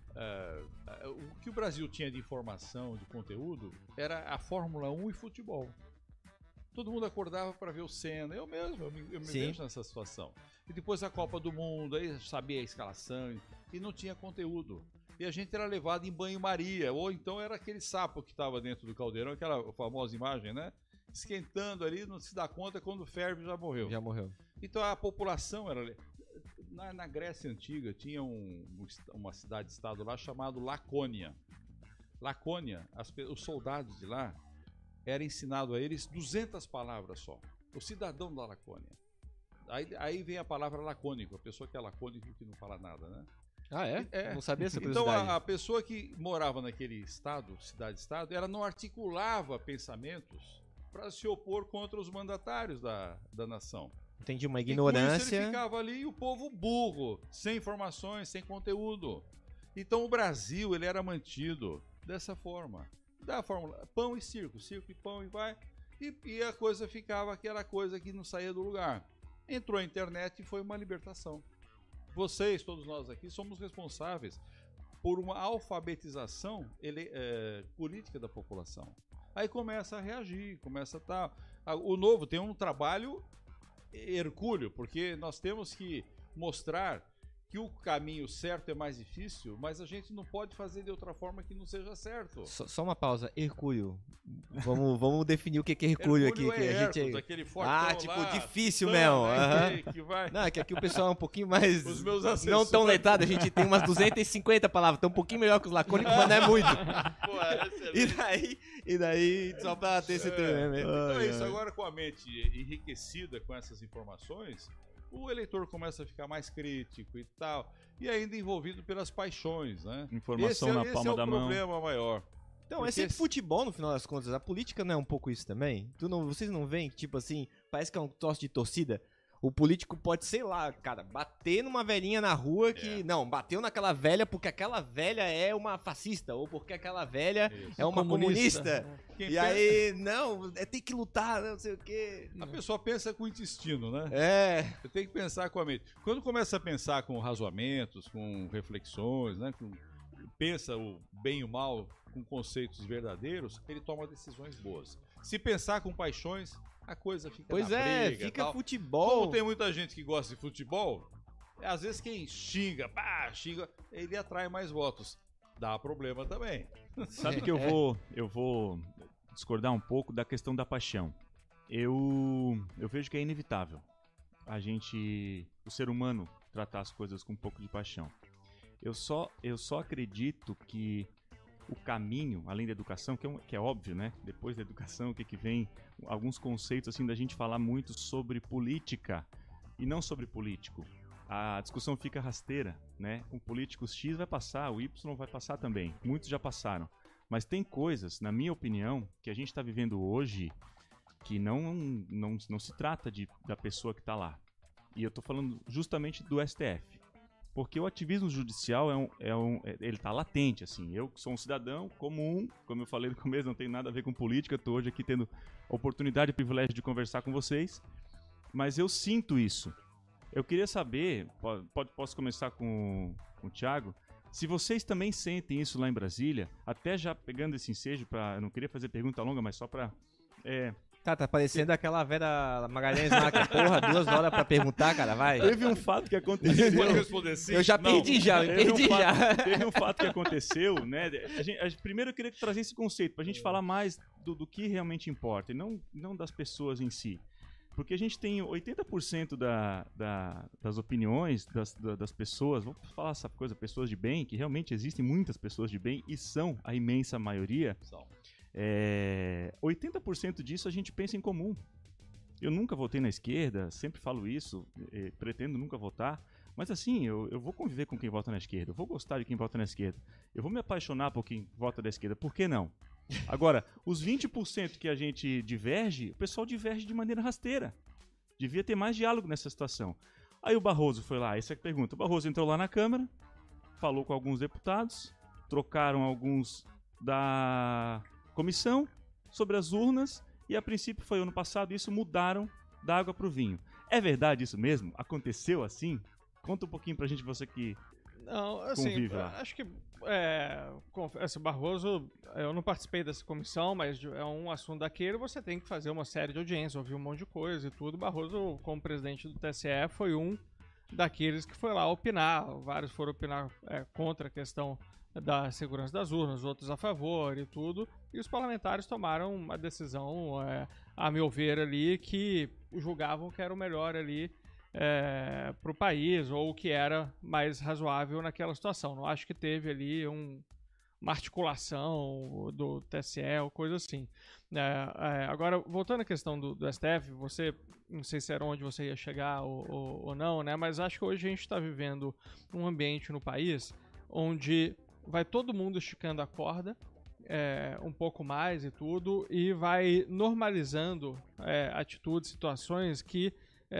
o que o Brasil tinha de informação, de conteúdo, era a Fórmula 1 e futebol. Todo mundo acordava para ver o Senna. Eu me vejo nessa situação. E depois a Copa do Mundo, aí sabia a escalação e não tinha conteúdo. E a gente era levado em banho-maria, ou então era aquele sapo que estava dentro do caldeirão, aquela famosa imagem, né? Esquentando ali, não se dá conta, quando ferve já morreu. Já morreu. Então a população era... Na Grécia Antiga tinha uma cidade-estado lá chamado Lacônia. Lacônia, os soldados de lá, era ensinado a eles 200 palavras só. O cidadão da Lacônia. Aí vem a palavra lacônico, a pessoa que é lacônico que não fala nada, né? Ah, é? Não sabia essa Então curiosidade. a pessoa que morava naquele estado, cidade-estado, ela não articulava pensamentos para se opor contra os mandatários da nação. Entendi, uma E com ignorância. isso ele ficava ali e o povo burro, sem informações, sem conteúdo. Então o Brasil ele era mantido dessa forma. Da fórmula pão e circo e pão e vai. E a coisa ficava aquela coisa que não saía do lugar. Entrou a internet e foi uma libertação. Vocês, todos nós aqui, somos responsáveis por uma alfabetização política da população. Aí começa a reagir, começa a tal. O Novo tem um trabalho hercúleo, porque nós temos que mostrar que o caminho certo é mais difícil, mas a gente não pode fazer de outra forma que não seja certo. Só uma pausa, Hercúleo. Vamos definir o que é Hercúleo aqui. Hercúleo que a gente Hércules, aquele fortão tipo, lá, difícil titã, mesmo. né, que vai... Não, é que aqui o pessoal é um pouquinho mais... Os meus assessores... Não tão letrado, a gente tem umas 250 palavras, tão um pouquinho melhor que os lacônicos, mas não é muito. E daí, só pra ter esse tema mesmo. Então é isso, agora com a mente enriquecida com essas informações, o eleitor começa a ficar mais crítico e tal, e ainda envolvido pelas paixões, né? Informação na palma da mão. Esse é o problema maior. Então, Porque é sempre futebol no final das contas. A política não é um pouco isso também? Vocês não veem, tipo assim, parece que é um troço de torcida? O político pode, sei lá, cara, bater numa velhinha na rua que... Não, bateu naquela velha porque aquela velha é uma fascista, ou porque aquela velha é uma comunista. E aí, não, tem que lutar, não sei o quê. A pessoa pensa com o intestino, né? É. Tem que pensar com a mente. Quando começa a pensar com razoamentos, com reflexões, né? Pensa o bem e o mal com conceitos verdadeiros, ele toma decisões boas. Se pensar com paixões, a coisa fica Pois na é, briga, fica tal. futebol. Como tem muita gente que gosta de futebol, às vezes quem xinga, ele atrai mais votos. Dá problema também. Sabe que eu vou discordar um pouco da questão da paixão. Eu vejo que é inevitável o ser humano, tratar as coisas com um pouco de paixão. Eu só acredito que o caminho, além da educação, que é óbvio, né? Depois da educação, o que vem? Alguns conceitos, assim, da gente falar muito sobre política e não sobre político. A discussão fica rasteira, né? O político X vai passar, o Y vai passar também. Muitos já passaram. Mas tem coisas, na minha opinião, que a gente está vivendo hoje que não se trata da pessoa que está lá. E eu estou falando justamente do STF. Porque o ativismo judicial ele está latente, assim. Eu sou um cidadão comum, como eu falei no começo, não tem nada a ver com política, estou hoje aqui tendo a oportunidade e privilégio de conversar com vocês, mas eu sinto isso. Eu queria saber, posso começar com o Thiago, se vocês também sentem isso lá em Brasília, até já pegando esse ensejo, eu não queria fazer pergunta longa, mas só para... Tá parecendo aquela Vera Magalhães lá, que porra, 2 horas pra perguntar, cara, vai. Teve um fato que aconteceu... Pode responder sim? Eu já perdi já. Teve um fato que aconteceu, né? Primeiro eu queria trazer esse conceito, pra gente falar mais do que realmente importa, e não das pessoas em si. Porque a gente tem 80% das opiniões das pessoas, vou falar essa coisa, pessoas de bem, que realmente existem muitas pessoas de bem, e são a imensa maioria. 80% disso a gente pensa em comum. Eu nunca votei na esquerda, sempre falo isso, pretendo nunca votar, mas assim, eu vou conviver com quem vota na esquerda, eu vou gostar de quem vota na esquerda, eu vou me apaixonar por quem vota da esquerda, por que não? Agora, os 20% que a gente diverge, o pessoal diverge de maneira rasteira. Devia ter mais diálogo nessa situação. Aí o Barroso foi lá, essa é a pergunta. O Barroso entrou lá na Câmara, falou com alguns deputados, trocaram alguns da comissão sobre as urnas, e a princípio foi ano passado, isso mudaram da água para o vinho. É verdade isso mesmo? Aconteceu assim? Conta um pouquinho pra gente, você que convive lá. Acho que esse Barroso, eu não participei dessa comissão, mas é um assunto daquele, você tem que fazer uma série de audiências, ouvir um monte de coisa e tudo. Barroso, como presidente do TSE, foi um daqueles que foi lá opinar. Vários foram opinar contra a questão da segurança das urnas, outros a favor e tudo, e os parlamentares tomaram uma decisão, a meu ver ali, que julgavam que era o melhor ali para o país, ou o que era mais razoável naquela situação. Não acho que teve ali uma articulação do TSE ou coisa assim. Agora, voltando à questão do STF, não sei se era onde você ia chegar ou não, né? Mas acho que hoje a gente está vivendo um ambiente no país onde vai todo mundo esticando a corda um pouco mais e tudo, e vai normalizando atitudes, situações que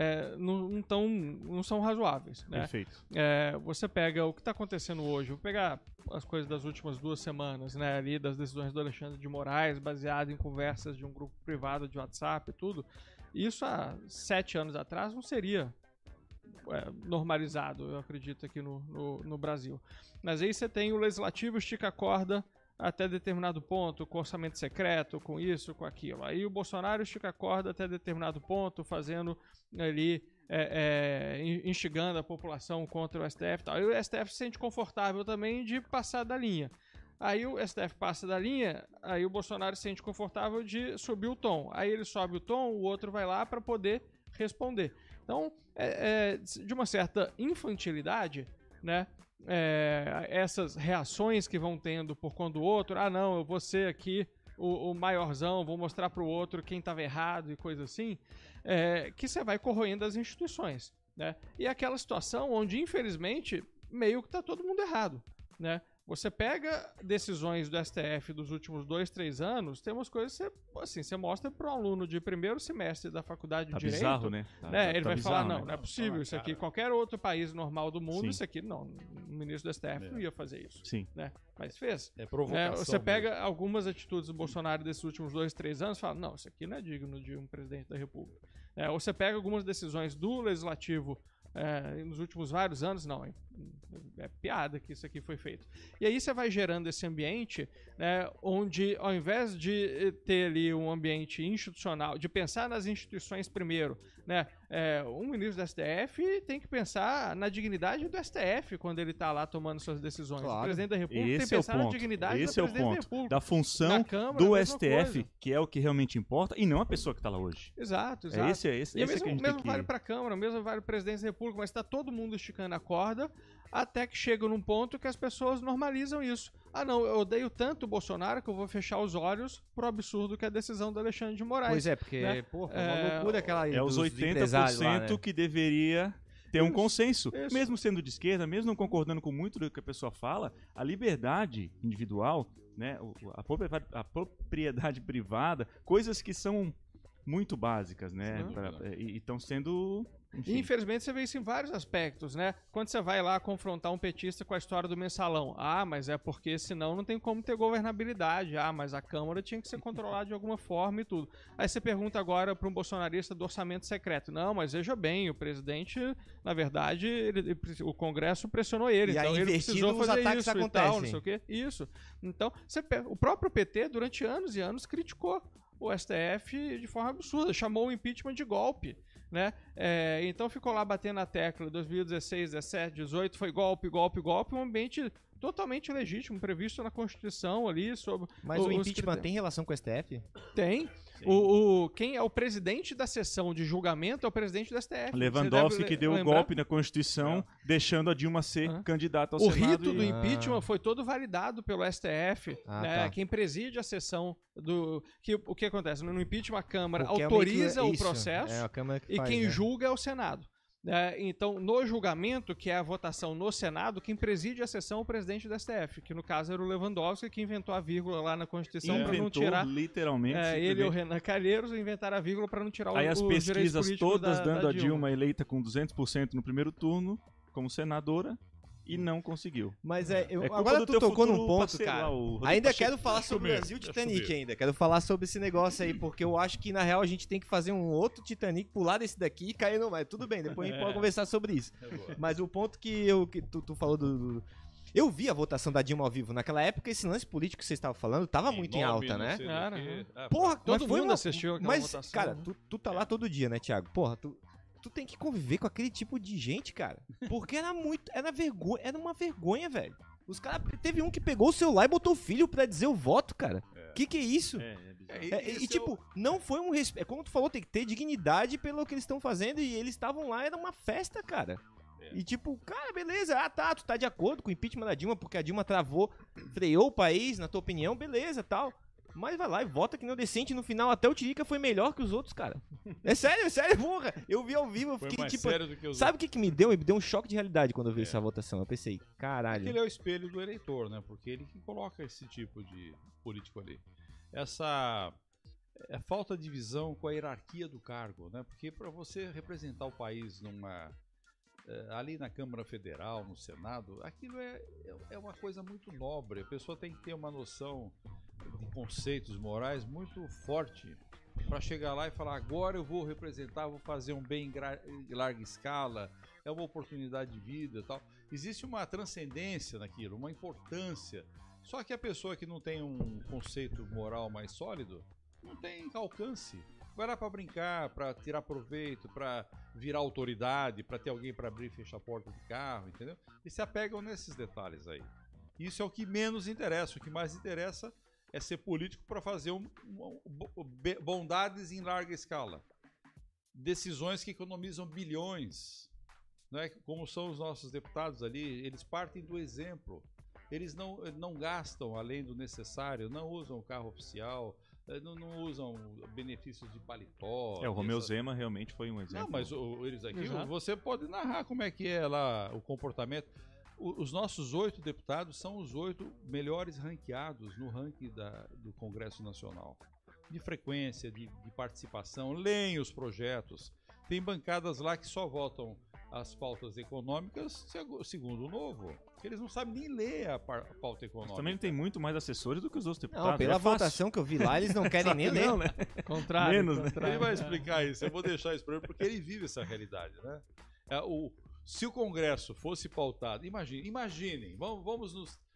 não são razoáveis, né? Perfeito. Você pega o que está acontecendo hoje, vou pegar as coisas das últimas 2 semanas, né, ali das decisões do Alexandre de Moraes, baseado em conversas de um grupo privado de WhatsApp e tudo. Isso há 7 anos atrás não seria normalizado, eu acredito, aqui no Brasil. Mas aí você tem o legislativo estica a corda até determinado ponto, com orçamento secreto, com isso, com aquilo. Aí o Bolsonaro estica a corda até determinado ponto, fazendo ali, instigando a população contra o STF e tal. Aí o STF se sente confortável também de passar da linha. Aí o STF passa da linha, aí o Bolsonaro se sente confortável de subir o tom. Aí ele sobe o tom, o outro vai lá para poder responder. Então, de uma certa infantilidade, né? Essas reações que vão tendo por conta do outro, não, eu vou ser aqui o maiorzão, vou mostrar pro outro quem estava errado e coisa assim, que você vai corroendo as instituições, né? E aquela situação onde, infelizmente, meio que tá todo mundo errado, né? Você pega decisões do STF dos últimos 2, 3 anos, tem umas coisas que você mostra para um aluno de primeiro semestre da faculdade de Direito. Bizarro, né? Ele vai bizarro, falar, né? Não é possível isso aqui. Qualquer outro país normal do mundo, Sim. Isso aqui, não. O ministro do STF não ia fazer isso. Sim. Né? Mas fez. Provocação. Você pega algumas atitudes do Bolsonaro desses últimos 2, 3 anos e fala, não, isso aqui não é digno de um presidente da República. Ou você pega algumas decisões do Legislativo nos últimos vários anos, não, é piada que isso aqui foi feito. E aí você vai gerando esse ambiente, né, onde ao invés de ter ali um ambiente institucional, de pensar nas instituições primeiro, né, um ministro do STF tem que pensar na dignidade do STF quando ele está lá tomando suas decisões. Claro. O presidente da República tem que Esse é o pensar na ponto. dignidade Esse do é o presidente da ponto República. da função Na Câmara, a do mesma STF, coisa. que é o que realmente importa, e não a pessoa que está lá hoje. Exato. Esse E é que a gente tem mesmo que... vale para a Câmara, mesmo vale para o presidente da República, mas está todo mundo esticando a corda até que chega num ponto que as pessoas normalizam isso. Ah, não, eu odeio tanto o Bolsonaro que eu vou fechar os olhos pro absurdo que é a decisão do Alexandre de Moraes. Pois é, porque, né? pô, foi uma loucura aquela aí. É os 80% lá, né? que deveria ter um consenso. Isso. Mesmo sendo de esquerda, mesmo não concordando com muito do que a pessoa fala, a liberdade individual, né, a propriedade privada, coisas que são muito básicas, né? E estão sendo... E, infelizmente você vê isso em vários aspectos, né? Quando você vai lá confrontar um petista com a história do mensalão, mas é porque senão não tem como ter governabilidade, mas a Câmara tinha que ser controlada de alguma forma e tudo. Aí você pergunta agora para um bolsonarista do orçamento secreto, não, mas veja bem, o presidente, na verdade, o Congresso pressionou ele, e então ele precisou fazer isso acontecem. e tal, não sei o quê. Isso. Então, o próprio PT, durante anos e anos, criticou o STF de forma absurda, chamou o impeachment de golpe. Né? Então ficou lá batendo na tecla 2016, 17, 18, foi golpe, um ambiente totalmente legítimo, previsto na Constituição ali sobre. Mas o impeachment tem relação com o STF? Tem. Quem é o presidente da sessão de julgamento é o presidente do STF. Lewandowski que deu o golpe na Constituição, deixando a Dilma ser candidata ao Senado. O rito do impeachment foi todo validado pelo STF. Né? Tá. Quem preside a sessão do... O que acontece? No impeachment, a Câmara Porque autoriza o processo a Câmara que e faz, quem né? julga é o Senado. Então, no julgamento, que é a votação no Senado, quem preside a sessão é o presidente do STF, que no caso era o Lewandowski, que inventou a vírgula lá na Constituição para não tirar. Literalmente. Ele e o Renan Calheiros inventaram a vírgula para não tirar Aí os as pesquisas todas dando da a Dilma eleita com 200% no primeiro turno, como senadora, e não conseguiu. Mas culpa agora do tu teu tocou num futuro ponto, parceiro cara. lá, o Rodrigo Ainda Pacheco. quero falar sobre o Brasil Titanic subir. ainda. Quero falar sobre esse negócio aí, porque eu acho que na real a gente tem que fazer um outro Titanic, pular desse daqui e cair no mar. Tudo bem, depois a gente pode conversar sobre isso. Mas o ponto que tu falou Eu vi a votação da Dilma ao vivo. Naquela época, esse lance político que vocês estavam falando tava muito em alta, né? Porra, Todo mas foi mundo assistiu aquela Mas, votação. cara, tu tá lá todo dia, né, Thiago? Porra, tu tem que conviver com aquele tipo de gente, cara. Porque era uma vergonha, velho. Os caras, teve um que pegou o celular e botou o filho pra dizer o voto, cara. Que é isso? E tipo, não foi um respeito. Como tu falou, tem que ter dignidade pelo que eles estão fazendo e eles estavam lá, era uma festa, cara. E tipo, cara, beleza, tu tá de acordo com o impeachment da Dilma porque a Dilma freou o país, na tua opinião, beleza, tal. Mas vai lá e vota que nem o decente, no final até o Tirica foi melhor que os outros, cara. É sério, porra. Eu vi ao vivo, eu fiquei mais tipo... sério do que os Sabe o que me deu? Me deu um choque de realidade quando eu vi essa votação. Eu pensei, caralho. Ele é o espelho do eleitor, né? Porque ele que coloca esse tipo de político ali. Essa falta de visão com a hierarquia do cargo, né? Porque para você representar o país ali na Câmara Federal, no Senado, aquilo é uma coisa muito nobre. A pessoa tem que ter uma noção de conceitos morais muito forte para chegar lá e falar: agora eu vou representar, vou fazer um bem em larga escala, é uma oportunidade de vida e tal. Existe uma transcendência naquilo, uma importância. Só que a pessoa que não tem um conceito moral mais sólido não tem alcance. Vai lá para brincar, para tirar proveito, para virar autoridade, para ter alguém para abrir e fechar a porta de carro, entendeu? E se apegam nesses detalhes aí. Isso é o que menos interessa. O que mais interessa é ser político para fazer bondades em larga escala. Decisões que economizam bilhões. Né? Como são os nossos deputados ali, eles partem do exemplo. Eles não gastam além do necessário, não usam o carro oficial, não usam benefícios de paletó. O Romeu Zema realmente foi um exemplo. Não, mas eles aqui, você pode narrar como é que é lá o comportamento. Os nossos 8 deputados são os 8 melhores ranqueados no ranking do Congresso Nacional. De frequência, de participação, leem os projetos. Tem bancadas lá que só votam as pautas econômicas segundo o Novo. Eles não sabem nem ler a pauta econômica. Mas também tem muito mais assessores do que os outros deputados. Não, pela votação que eu vi lá, eles não querem nem ler. Não, né? Contrário. Menos, né? Ele vai explicar isso, eu vou deixar isso para ele, porque ele vive essa realidade, né? Se o Congresso fosse pautado, imaginem, vamos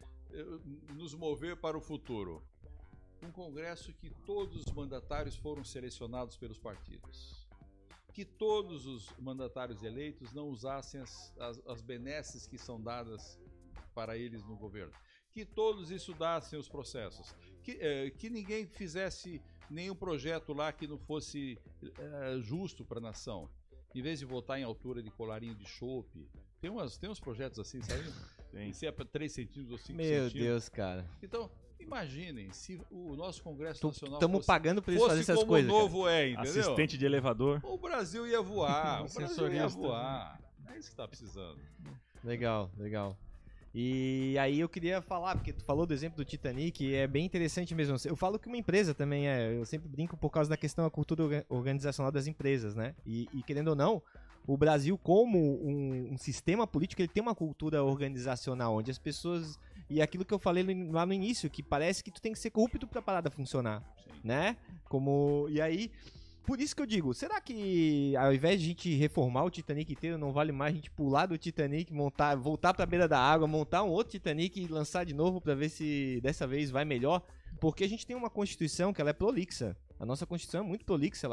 nos mover para o futuro. Um Congresso que todos os mandatários foram selecionados pelos partidos. Que todos os mandatários eleitos não usassem as benesses que são dadas para eles no governo. Que todos estudassem os processos. Que ninguém fizesse nenhum projeto lá que não fosse justo para a nação. Em vez de votar em altura de colarinho de chope, Tem uns projetos assim, sabe? Tem. Se é para 3 centímetros ou 5 Meu centímetros. Deus, cara. Então, imaginem se o nosso Congresso Nacional Estamos pagando pra eles fazer essas como coisas. o novo entendeu? Assistente de elevador. O Brasil ia voar, o Brasil ia voar. É isso que tá precisando. Legal, legal. E aí eu queria falar, porque tu falou do exemplo do Titanic, é bem interessante mesmo. Eu falo que uma empresa também eu sempre brinco por causa da questão da cultura organizacional das empresas, né? E querendo ou não, o Brasil como um sistema político, ele tem uma cultura organizacional, onde as pessoas... E aquilo que eu falei lá no início, que parece que tu tem que ser corrupto pra parada funcionar, né? E aí... Por isso que eu digo, será que ao invés de a gente reformar o Titanic inteiro, não vale mais a gente pular do Titanic, voltar pra beira da água, montar um outro Titanic e lançar de novo pra ver se dessa vez vai melhor? Porque a gente tem uma Constituição que ela é prolixa. A nossa Constituição é muito prolixa.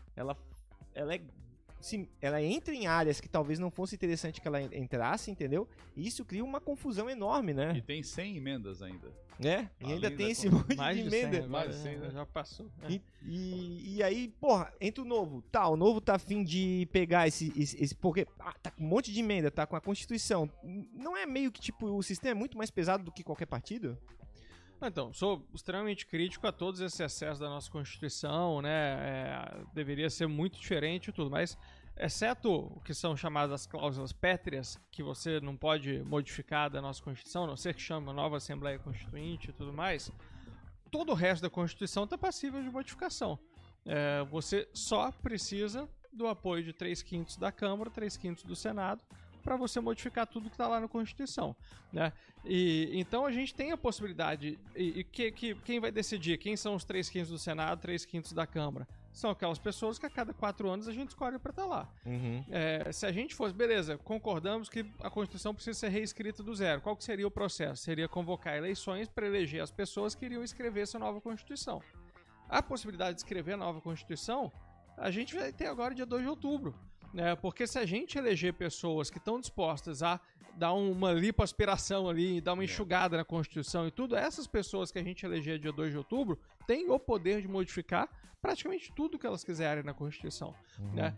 Ela entra em áreas que talvez não fosse interessante que ela entrasse, entendeu? E isso cria uma confusão enorme, né? E tem 100 emendas ainda. E ainda tem esse monte de emenda. Mais de 100, né? Já passou. E aí, porra, entra o novo. O novo tá afim de pegar esse porque tá com um monte de emenda, tá com a Constituição. Não é meio que, tipo, o sistema é muito mais pesado do que qualquer partido? Então, sou extremamente crítico a todos esses excessos da nossa Constituição, né? Deveria ser muito diferente e tudo, mas exceto o que são chamadas as cláusulas pétreas, que você não pode modificar da nossa Constituição, a não ser que chame uma nova Assembleia Constituinte e tudo mais, todo o resto da Constituição está passível de modificação. Você só precisa do apoio de 3/5 da Câmara, 3/5 do Senado, para você modificar tudo que está lá na Constituição, né? Então a gente tem a possibilidade, quem vai decidir quem são os 3/5 do Senado, 3/5 da Câmara? São aquelas pessoas que a cada 4 anos a gente escolhe para estar lá. Se a gente fosse, beleza, concordamos que a Constituição precisa ser reescrita do zero. Qual que seria o processo? Seria convocar eleições para eleger as pessoas que iriam escrever essa nova Constituição. A possibilidade de escrever a nova Constituição, a gente vai ter agora dia 2 de outubro. Porque se a gente eleger pessoas que estão dispostas a dar uma lipoaspiração ali, dar uma enxugada na Constituição e tudo, essas pessoas que a gente eleger dia 2 de outubro têm o poder de modificar praticamente tudo que elas quiserem na Constituição. Né?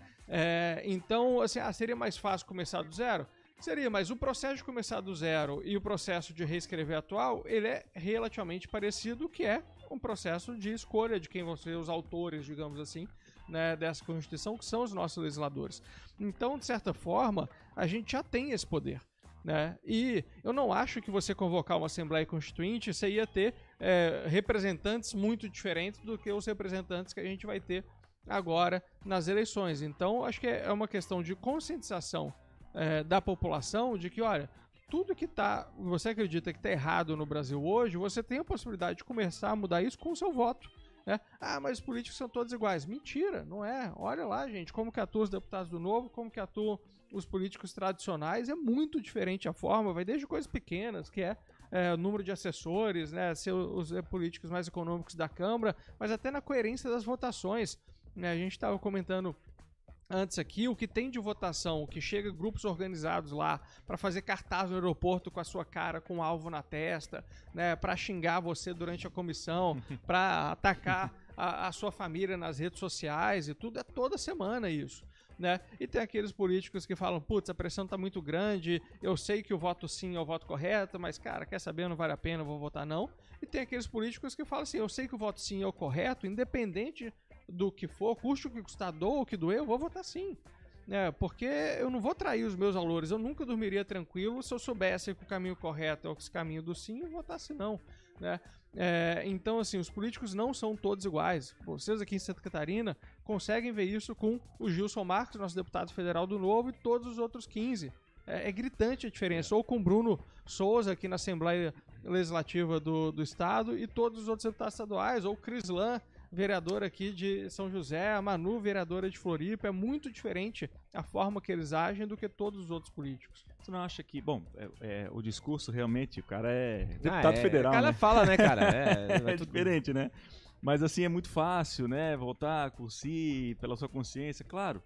Então, assim, seria mais fácil começar do zero? Seria, mas o processo de começar do zero e o processo de reescrever atual, ele é relativamente parecido, que é um processo de escolha de quem vão ser os autores, digamos assim, né, dessa Constituição, que são os nossos legisladores. Então, de certa forma, a gente já tem esse poder. Né? E eu não acho que você convocar uma Assembleia Constituinte, você ia ter representantes muito diferentes do que os representantes que a gente vai ter agora nas eleições. Então, acho que é uma questão de conscientização da população de que, olha, tudo que você acredita que está errado no Brasil hoje, você tem a possibilidade de começar a mudar isso com o seu voto. Né? Mas os políticos são todos iguais. Mentira, não é. Olha lá, gente, como que atuam os deputados do Novo, como que atuam os políticos tradicionais. É muito diferente a forma, vai desde coisas pequenas, que é o número de assessores, né, ser os políticos mais econômicos da Câmara, mas até na coerência das votações. Né? A gente estava comentando antes aqui, o que tem de votação, o que chega grupos organizados lá para fazer cartaz no aeroporto com a sua cara com um alvo na testa, né, para xingar você durante a comissão, para atacar a sua família nas redes sociais e tudo, é toda semana isso. Né? E tem aqueles políticos que falam, putz, a pressão tá muito grande, eu sei que o voto sim é o voto correto, mas cara, quer saber, não vale a pena, eu vou votar não. E tem aqueles políticos que falam assim, eu sei que o voto sim é o correto, independente do que for, custe o que custar, doa o que doer, eu vou votar sim. Porque eu não vou trair os meus valores, eu nunca dormiria tranquilo se eu soubesse que o caminho correto é o caminho do sim, eu votasse não. Né? Então, assim, os políticos não são todos iguais. Vocês aqui em Santa Catarina conseguem ver isso com o Gilson Marques, nosso deputado federal do Novo, e todos os outros 15. É gritante a diferença. Ou com o Bruno Souza aqui na Assembleia Legislativa do Estado e todos os outros deputados estaduais, ou o Crislan, vereador aqui de São José, a Manu, vereadora de Floripa. É muito diferente a forma que eles agem do que todos os outros políticos. Você não acha que, bom, o discurso realmente, o cara é deputado federal, o cara, né? Fala, né, cara? É diferente, né? Mas assim, é muito fácil, né? Votar por si, pela sua consciência, claro.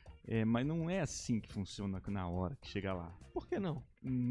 Mas não é assim que funciona na hora que chega lá. Por que não?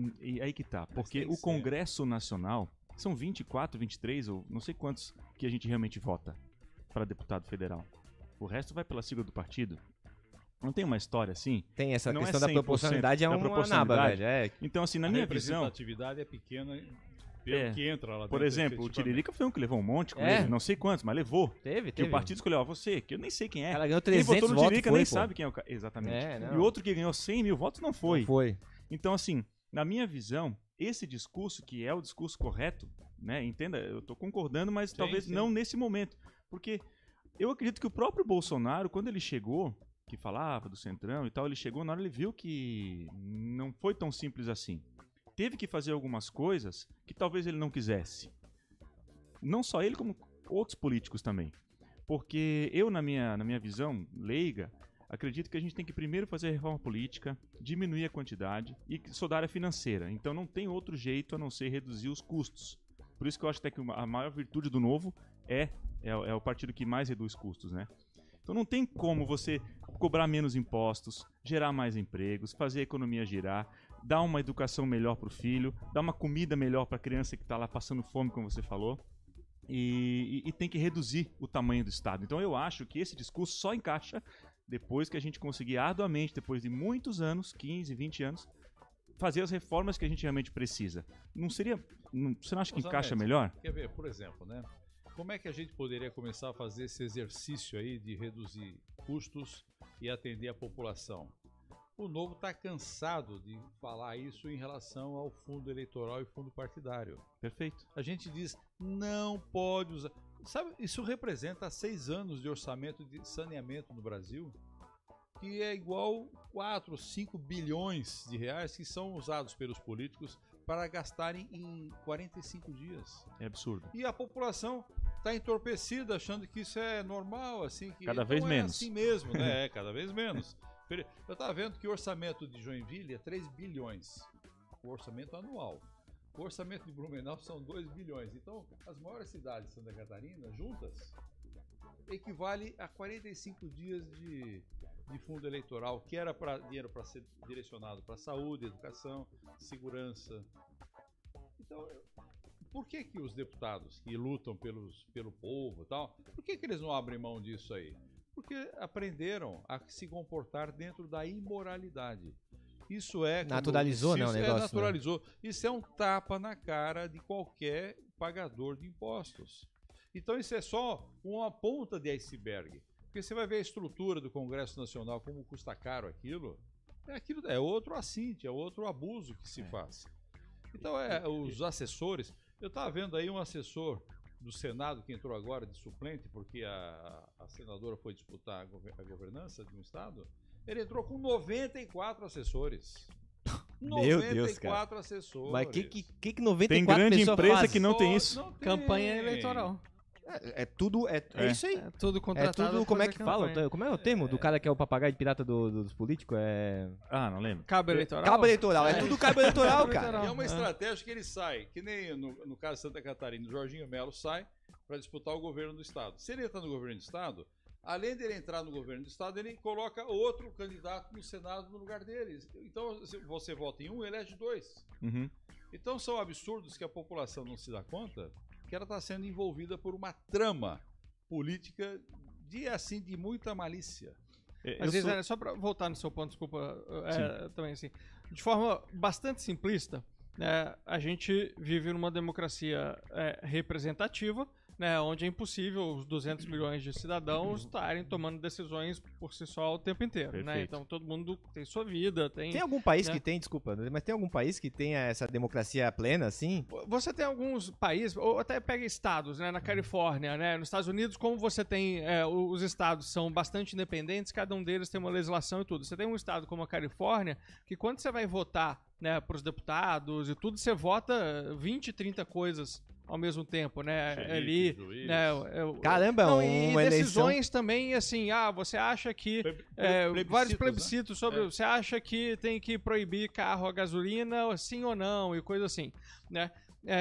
E aí que tá. Porque o Congresso Nacional, são 24, 23, ou não sei quantos que a gente realmente vota para deputado federal. O resto vai pela sigla do partido. Não tem uma história assim? Tem essa Não questão é da proporcionalidade, é da uma proporcionalidade. naba, velho. Então, assim, na A minha visão... representatividade é pequena pelo que entra lá dentro. Por exemplo, o Tiririca foi um que levou um monte com ele, não sei quantos, mas levou. Teve. Que o partido escolheu, você, que eu nem sei quem é. Ela ganhou Quem 300 votou no votos, Tiririca foi, nem pô. sabe quem é o cara. Exatamente. É, E o outro que ganhou 100 mil votos não foi. Não foi. Então, assim, na minha visão, esse discurso, que é o discurso correto, né? Entenda, eu tô concordando, mas talvez não nesse momento. Porque eu acredito que o próprio Bolsonaro, quando ele chegou, que falava do Centrão e tal, ele chegou na hora, ele viu que não foi tão simples assim. Teve que fazer algumas coisas que talvez ele não quisesse. Não só ele, como outros políticos também. Porque eu, na minha visão leiga, acredito que a gente tem que primeiro fazer a reforma política, diminuir a quantidade, e sou da área financeira. Então não tem outro jeito a não ser reduzir os custos. Por isso que eu acho até que a maior virtude do Novo é o partido que mais reduz custos, né? Então não tem como você cobrar menos impostos, gerar mais empregos, fazer a economia girar, dar uma educação melhor para o filho, dar uma comida melhor para a criança que está lá passando fome, como você falou, e tem que reduzir o tamanho do Estado. Então eu acho que esse discurso só encaixa depois que a gente conseguir arduamente, depois de muitos anos, 15, 20 anos, fazer as reformas que a gente realmente precisa. Você não acha que encaixa melhor? Quer ver, por exemplo, né? Como é que a gente poderia começar a fazer esse exercício aí de reduzir custos e atender a população? O Novo está cansado de falar isso em relação ao fundo eleitoral e fundo partidário. Perfeito. A gente diz, não pode usar... Sabe, isso representa 6 anos de orçamento de saneamento no Brasil, que é igual 4, 5 bilhões de reais que são usados pelos políticos para gastarem em 45 dias. É absurdo. E a população está entorpecida, achando que isso é normal, assim, que cada vez menos. Assim mesmo, né? Cada vez menos. Eu estava vendo que o orçamento de Joinville é 3 bilhões, o orçamento anual. O orçamento de Blumenau são 2 bilhões. Então, as maiores cidades de Santa Catarina, juntas, equivale a 45 dias de fundo eleitoral, que era dinheiro para ser direcionado para saúde, educação, segurança. Então, por que os deputados que lutam pelo povo e tal, por que eles não abrem mão disso aí? Porque aprenderam a se comportar dentro da imoralidade. Isso é... Naturalizou, né, o negócio? Naturalizou. Né? Isso é um tapa na cara de qualquer pagador de impostos. Então isso é só uma ponta de iceberg. Porque você vai ver a estrutura do Congresso Nacional, como custa caro aquilo é outro assinte, é outro abuso que se faz. Então os assessores... Eu estava vendo aí um assessor do Senado que entrou agora de suplente, porque a senadora foi disputar a governança de um estado. Ele entrou com 94 assessores. Meu Deus, cara. 94 assessores. Mas que 94 tem grande pessoas empresa fazem? que não tem isso. Não tem. Campanha eleitoral. É tudo, é isso aí. É tudo contratado. É tudo, como é que campanha. fala? Como é o termo do cara que é o papagaio de pirata dos políticos? Não lembro. Cabo eleitoral? Cabo eleitoral, é tudo cabo eleitoral, cara. E é uma estratégia que ele sai, que nem no caso de Santa Catarina, o Jorginho Melo sai para disputar o governo do estado. Se ele entrar no governo do estado, além de ele entrar no governo do estado, ele coloca outro candidato no Senado no lugar dele. Então, se você vota em um, elege 2. Uhum. Então, são absurdos que a população não se dá conta que ela está sendo envolvida por uma trama política de muita malícia. Às vezes, só para voltar no seu ponto, desculpa, também assim, de forma bastante simplista, a gente vive numa democracia representativa, né, onde é impossível os 200 milhões de cidadãos estarem tomando decisões por si só o tempo inteiro, né? Então todo mundo tem sua vida, tem algum país que tem, desculpa, mas tem algum país que tenha essa democracia plena, assim? Você tem alguns países, ou até pega estados, né, na Califórnia, né, nos Estados Unidos, como você tem, os estados são bastante independentes, cada um deles tem uma legislação e tudo. Você tem um estado como a Califórnia, que quando você vai votar, né, para os deputados e tudo, você vota 20, 30 coisas ao mesmo tempo, né? Ali, né? Caramba, e decisões eleição... também, assim, você acha que vários plebiscitos sobre, você acha que tem que proibir carro a gasolina, sim ou não, e coisa assim, né?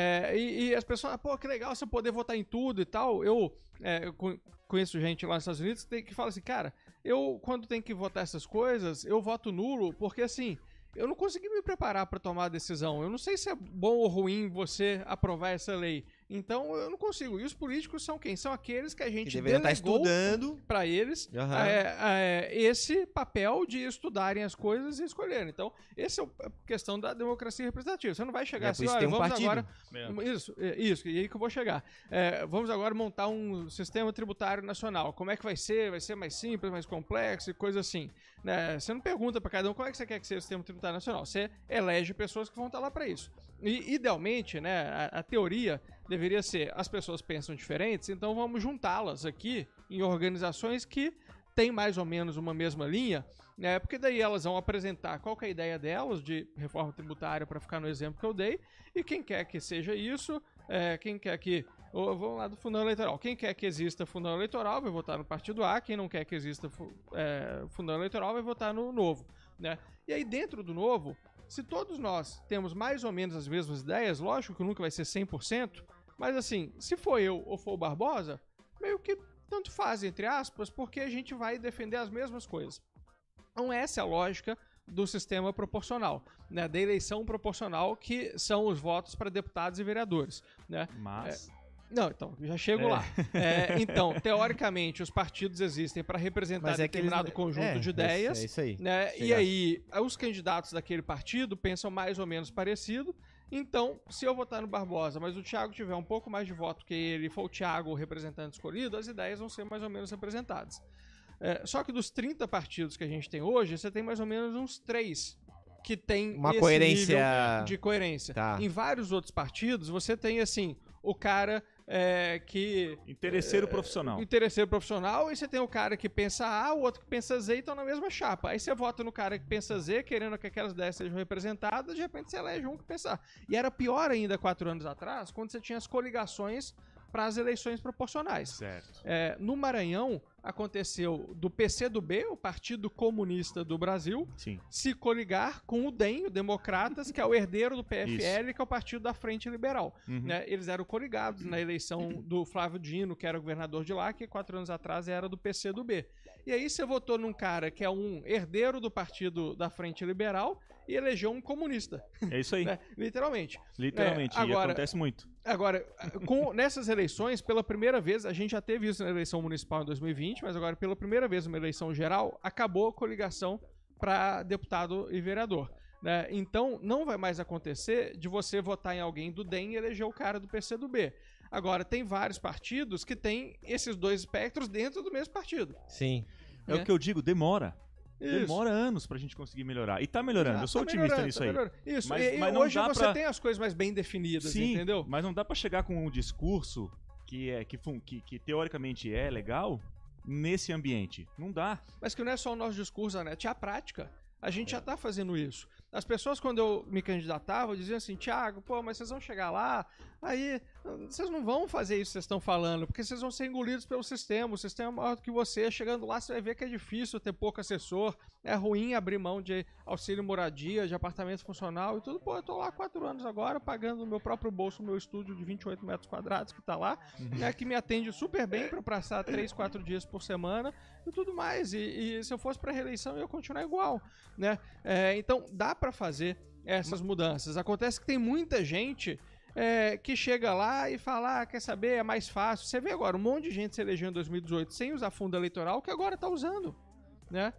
E as pessoas, pô, que legal você poder votar em tudo e tal. Eu conheço gente lá nos Estados Unidos que fala assim, cara, eu quando tem que votar essas coisas, eu voto nulo, porque assim, eu não consegui me preparar para tomar a decisão. Eu não sei se é bom ou ruim você aprovar essa lei. Então, eu não consigo. E os políticos são quem? São aqueles que a gente deveriam estar estudando para eles esse papel de estudarem as coisas e escolherem. Então, essa é a questão da democracia representativa. Você não vai chegar assim, olha, vamos agora... Isso, e aí que eu vou chegar. Vamos agora montar um sistema tributário nacional. Como é que vai ser? Vai ser mais simples, mais complexo e coisa assim. Né? Você não pergunta para cada um como é que você quer que seja o sistema tributário nacional. Você elege pessoas que vão estar lá para isso. E, idealmente, né, a teoria deveria ser, as pessoas pensam diferentes, então vamos juntá-las aqui em organizações que têm mais ou menos uma mesma linha, né, porque daí elas vão apresentar qual que é a ideia delas de reforma tributária, para ficar no exemplo que eu dei, e quem quer que seja isso, quem quer que... Vamos lá do fundão eleitoral. Quem quer que exista fundão eleitoral vai votar no partido A, quem não quer que exista fundão eleitoral vai votar no novo. Né? E aí dentro do novo, se todos nós temos mais ou menos as mesmas ideias, lógico que nunca vai ser 100%, mas assim, se for eu ou for o Barbosa, meio que tanto faz, entre aspas, porque a gente vai defender as mesmas coisas. Então essa é a lógica do sistema proporcional, né, da eleição proporcional, que são os votos para deputados e vereadores. Né? Mas... Não, então, já chego lá. Então, teoricamente, os partidos existem para representar determinado conjunto de ideias. É isso aí. Né? E aí, os candidatos daquele partido pensam mais ou menos parecido. Então, se eu votar no Barbosa, mas o Thiago tiver um pouco mais de voto que ele, for o Thiago o representante escolhido, as ideias vão ser mais ou menos representadas. Só que dos 30 partidos que a gente tem hoje, você tem mais ou menos uns 3 que tem uma esse coerência nível de coerência. Tá. Em vários outros partidos, você tem, assim, o cara... interesseiro profissional. Interesseiro profissional, e você tem o cara que pensa A, o outro que pensa Z, e estão na mesma chapa. Aí você vota no cara que pensa Z, querendo que aquelas ideias sejam representadas, de repente você elege um que pensa A. E era pior ainda 4 anos atrás, quando você tinha as coligações para as eleições proporcionais. Certo. No Maranhão, aconteceu do PCdoB, o Partido Comunista do Brasil, Sim. se coligar com o DEM, o Democratas, que é o herdeiro do PFL, que é o Partido da Frente Liberal. Uhum. Né? Eles eram coligados na eleição do Flávio Dino, que era o governador de lá, que 4 anos atrás era do PCdoB. E aí você votou num cara que é um herdeiro do Partido da Frente Liberal e elegeu um comunista. É isso aí. Né? Literalmente. Literalmente, e acontece muito. Agora, nessas eleições, pela primeira vez, a gente já teve isso na eleição municipal em 2020, mas agora pela primeira vez numa eleição geral, acabou a coligação para deputado e vereador. Né? Então, não vai mais acontecer de você votar em alguém do DEM e eleger o cara do PCdoB. Agora, tem vários partidos que têm esses dois espectros dentro do mesmo partido. Sim. É o que eu digo, demora. Isso. Demora anos pra gente conseguir melhorar. E tá melhorando, eu sou otimista nisso aí. Isso, mas não hoje dá você tem as coisas mais bem definidas, Sim, entendeu? Mas não dá pra chegar com um discurso que teoricamente é legal nesse ambiente. Não dá. Mas que não é só o nosso discurso, Anete, é a prática. A gente já tá fazendo isso. As pessoas, quando eu me candidatava, diziam assim, Thiago, mas vocês vão chegar lá, aí vocês não vão fazer isso que vocês estão falando, porque vocês vão ser engolidos pelo sistema, o sistema é maior do que você, chegando lá você vai ver que é difícil ter pouco assessor, é ruim abrir mão de auxílio moradia, de apartamento funcional e tudo. Eu tô lá há 4 anos agora, pagando no meu próprio bolso o meu estúdio de 28 metros quadrados que tá lá, né, que me atende super bem para passar 3, 4 dias por semana e tudo mais, e se eu fosse para reeleição eu ia continuar igual, né? Então dá para fazer essas mudanças. Acontece que tem muita gente que chega lá e fala, quer saber, é mais fácil. Você vê agora um monte de gente se elegeu em 2018 sem usar fundo eleitoral, que agora tá usando, né?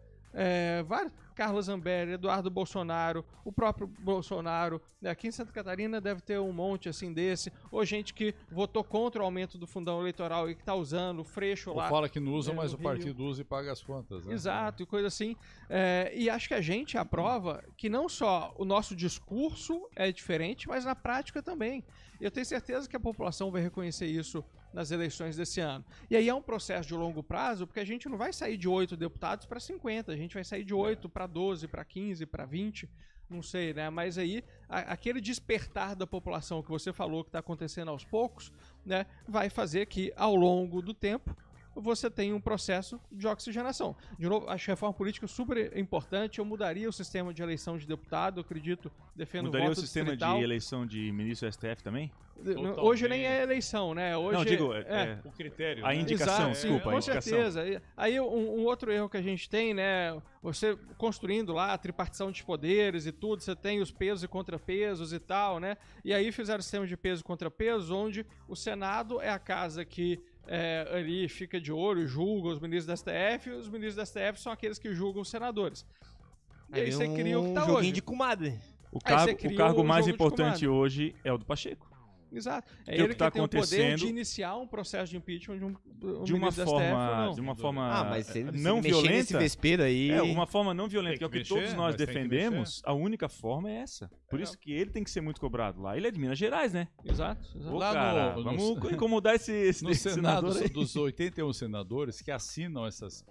Carla Zambelli, Eduardo Bolsonaro, o próprio Bolsonaro, aqui em Santa Catarina deve ter um monte assim desse, ou gente que votou contra o aumento do fundão eleitoral e que tá usando o Freixo lá. Ou fala que não usa, mas o partido usa e paga as contas. Né? Exato, e coisa assim. E acho que a gente é a prova que não só o nosso discurso é diferente, mas na prática também. Eu tenho certeza que a população vai reconhecer isso nas eleições desse ano. E aí é um processo de longo prazo, porque a gente não vai sair de 8 deputados para 50, a gente vai sair de 8 para 12, para 15, para 20, não sei, né? Mas aí, aquele despertar da população que você falou que está acontecendo aos poucos, né, vai fazer que, ao longo do tempo, você tem um processo de oxigenação. De novo, acho que a reforma política é super importante. Eu mudaria o sistema de eleição de deputado, eu acredito, defendo o voto Mudaria o sistema distrital. de eleição de ministro do STF também? Hoje nem é eleição, né? Hoje não, digo, o critério. A indicação, desculpa, a com indicação. certeza. Aí um outro erro que a gente tem, né? Você construindo lá a tripartição de poderes e tudo, você tem os pesos e contrapesos e tal, né? E aí fizeram o sistema de peso e contrapeso, onde o Senado é a casa que ali fica de olho, julga os ministros da STF, e os ministros da STF são aqueles que julgam os senadores. E aí você cria o que tá joguinho hoje. de comadre. O cargo mais importante hoje é o do Pacheco. Exato. É que ele tá que tem o poder acontecendo de iniciar um processo de impeachment de um de uma ministro forma, da STF, ou não. de uma forma Mas se ele não mexer nesse violenta. vespeiro aí... Uma forma não violenta, que é o que mexer, todos nós mas tem que defendemos. A única forma é essa. Por isso que ele tem que ser muito cobrado lá. Ele é de Minas Gerais, né? Exato. Ô, Lá cara, no- vamos incomodar esse No Senado, senador aí. dos 81 senadores que assinam essas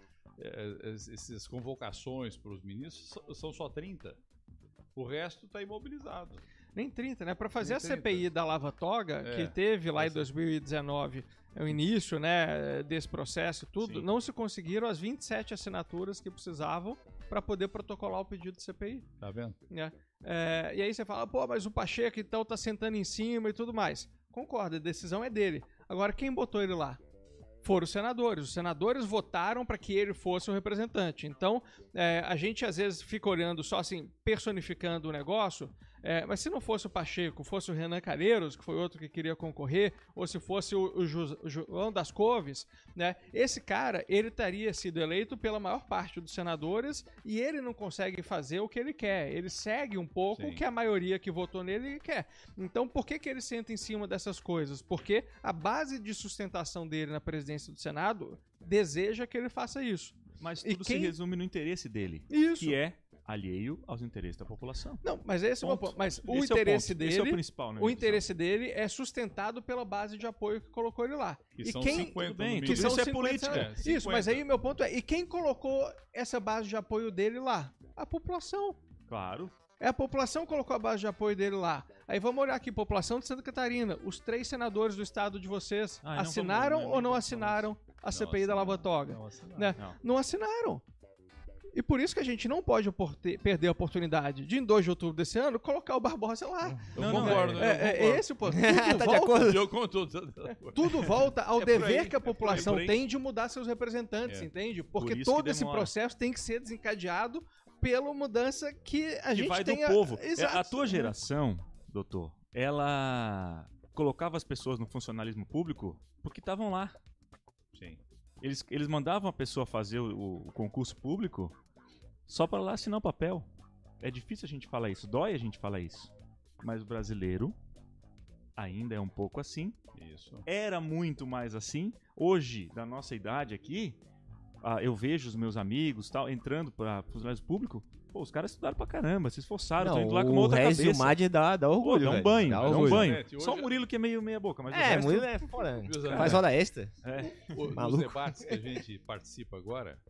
convocações para os ministros, são só 30. O resto está imobilizado. Nem 30, né? Para fazer Nem a 30. CPI da Lava Toga, que teve lá em 2019, o início, né, desse processo e tudo, Sim. não se conseguiram as 27 assinaturas que precisavam para poder protocolar o pedido de CPI. Tá vendo? Né? E aí você fala, pô, mas o Pacheco então tá sentando em cima e tudo mais. Concordo, a decisão é dele. Agora, quem botou ele lá? Foram os senadores. Os senadores votaram para que ele fosse o representante. Então, a gente às vezes fica olhando só assim, personificando o negócio, mas se não fosse o Pacheco, fosse o Renan Calheiros, que foi outro que queria concorrer, ou se fosse o João das Couves, né, esse cara, ele teria sido eleito pela maior parte dos senadores e ele não consegue fazer o que ele quer. Ele segue um pouco o que a maioria que votou nele quer. Então, por que ele senta em cima dessas coisas? Porque a base de sustentação dele na presidência do Senado deseja que ele faça isso. Mas tudo se resume no interesse dele. Isso. Que é alheio aos interesses da população. Não, mas esse é o ponto. Mas o Esse interesse é o ponto. dele, Esse é o principal, né? o interesse dele é sustentado pela base de apoio que colocou ele lá. Que E são quem 50 tudo bem, no que mínimo. são isso é 50 política. senadores. 50. Isso, mas aí o meu ponto é, e quem colocou essa base de apoio dele lá? A população. Claro. A população colocou a base de apoio dele lá. Aí vamos olhar aqui, população de Santa Catarina. Os 3 senadores do estado de vocês não assinaram vamos, ou não vamos assinaram a CPI da Lava Toga? Não assinaram. Né? Não assinaram. E por isso que a gente não pode perder a oportunidade de, em 2 de outubro desse ano, colocar o Barbosa lá. Eu concordo. Esse o ponto. Tudo Tá de volta, acordo? Eu conto. tudo volta ao por dever aí, que a população por aí. tem de mudar seus representantes, entende? Porque isso que todo esse demora. processo tem que ser desencadeado pela mudança que a Que gente vai tem do povo. Exato. A tua geração, doutor, ela colocava as pessoas no funcionalismo público porque estavam lá. Sim. Eles mandavam a pessoa fazer o concurso público só para lá assinar o papel. É difícil a gente falar isso, dói a gente falar isso. Mas o brasileiro ainda é um pouco assim. Isso. Era muito mais assim. Hoje, da nossa idade aqui, eu vejo os meus amigos tal, entrando para funcionários públicos. Pô, os caras estudaram pra caramba, se esforçaram, estão indo lá com uma outra Rez e cabeça. o Mad dá orgulho, Dá um velho. banho, Dá dá um orgulho. banho. Hoje- Só o Murilo que é meio meia boca, mas o É, resto... Murilo é fora. Meus amigos. Faz hora extra. Nos Maluco. debates que a gente participa agora,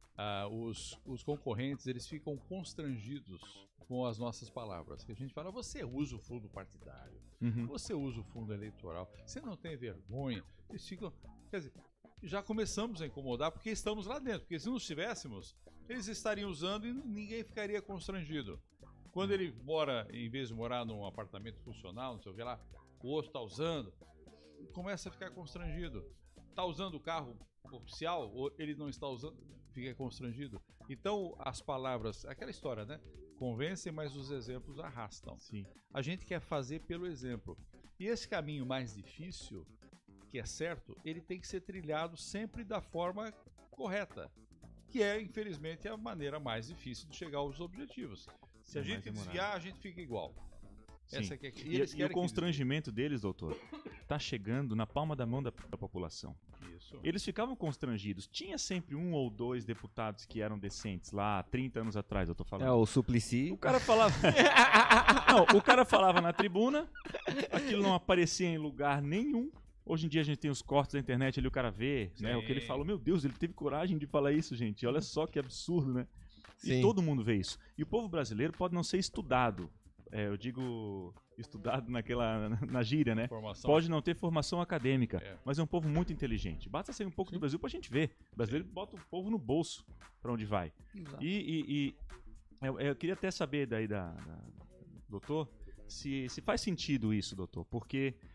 os concorrentes eles ficam constrangidos com as nossas palavras. Que a gente fala, você usa o fundo partidário, Uhum. você usa o fundo eleitoral, você não tem vergonha. Eles ficam, quer dizer, já começamos a incomodar porque estamos lá dentro. Porque se não estivéssemos, eles estariam usando e ninguém ficaria constrangido. Quando ele mora, em vez de morar num apartamento funcional, não sei o que lá, o outro está usando, começa a ficar constrangido. Está usando o carro oficial ou ele não está usando, fica constrangido. Então, as palavras, aquela história, né? Convencem, mas os exemplos arrastam. Sim. A gente quer fazer pelo exemplo. E esse caminho mais difícil, que é certo, ele tem que ser trilhado sempre da forma correta. Que é, infelizmente, a maneira mais difícil de chegar aos objetivos. Se a É mais gente demorado. desviar, a gente fica igual. Sim. Essa aqui é, E, eles e querem o que constrangimento deles, doutor, tá chegando na palma da mão da população. Isso. Eles ficavam constrangidos. Tinha sempre 1 ou 2 deputados que eram decentes lá, 30 anos atrás, eu tô falando. É o Suplicy. O cara falava. Não, o cara falava na tribuna, aquilo não aparecia em lugar nenhum. Hoje em dia a gente tem os cortes da internet ali, o cara vê, né? O que ele falou, meu Deus, ele teve coragem de falar isso, gente. Olha só que absurdo, né? Sim. E todo mundo vê isso. E o povo brasileiro pode não ser estudado. Eu digo estudado na gíria, né? Formação. Pode não ter formação acadêmica, É. mas é um povo muito inteligente. Basta sair um pouco do Brasil pra gente ver. O brasileiro bota o povo no bolso pra onde vai. Exato. E eu queria até saber daí doutor, se faz sentido isso, doutor, porque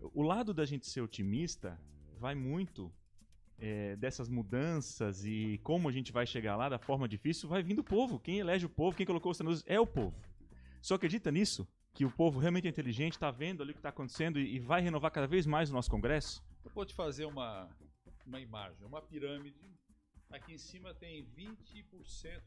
o lado da gente ser otimista vai muito dessas mudanças e como a gente vai chegar lá da forma difícil, vai vir do povo. Quem elege o povo, quem colocou os senadores é o povo. Só acredita nisso? Que o povo realmente é inteligente, está vendo ali o que está acontecendo e vai renovar cada vez mais o nosso Congresso? Eu vou te fazer uma imagem, uma pirâmide. Aqui em cima tem 20%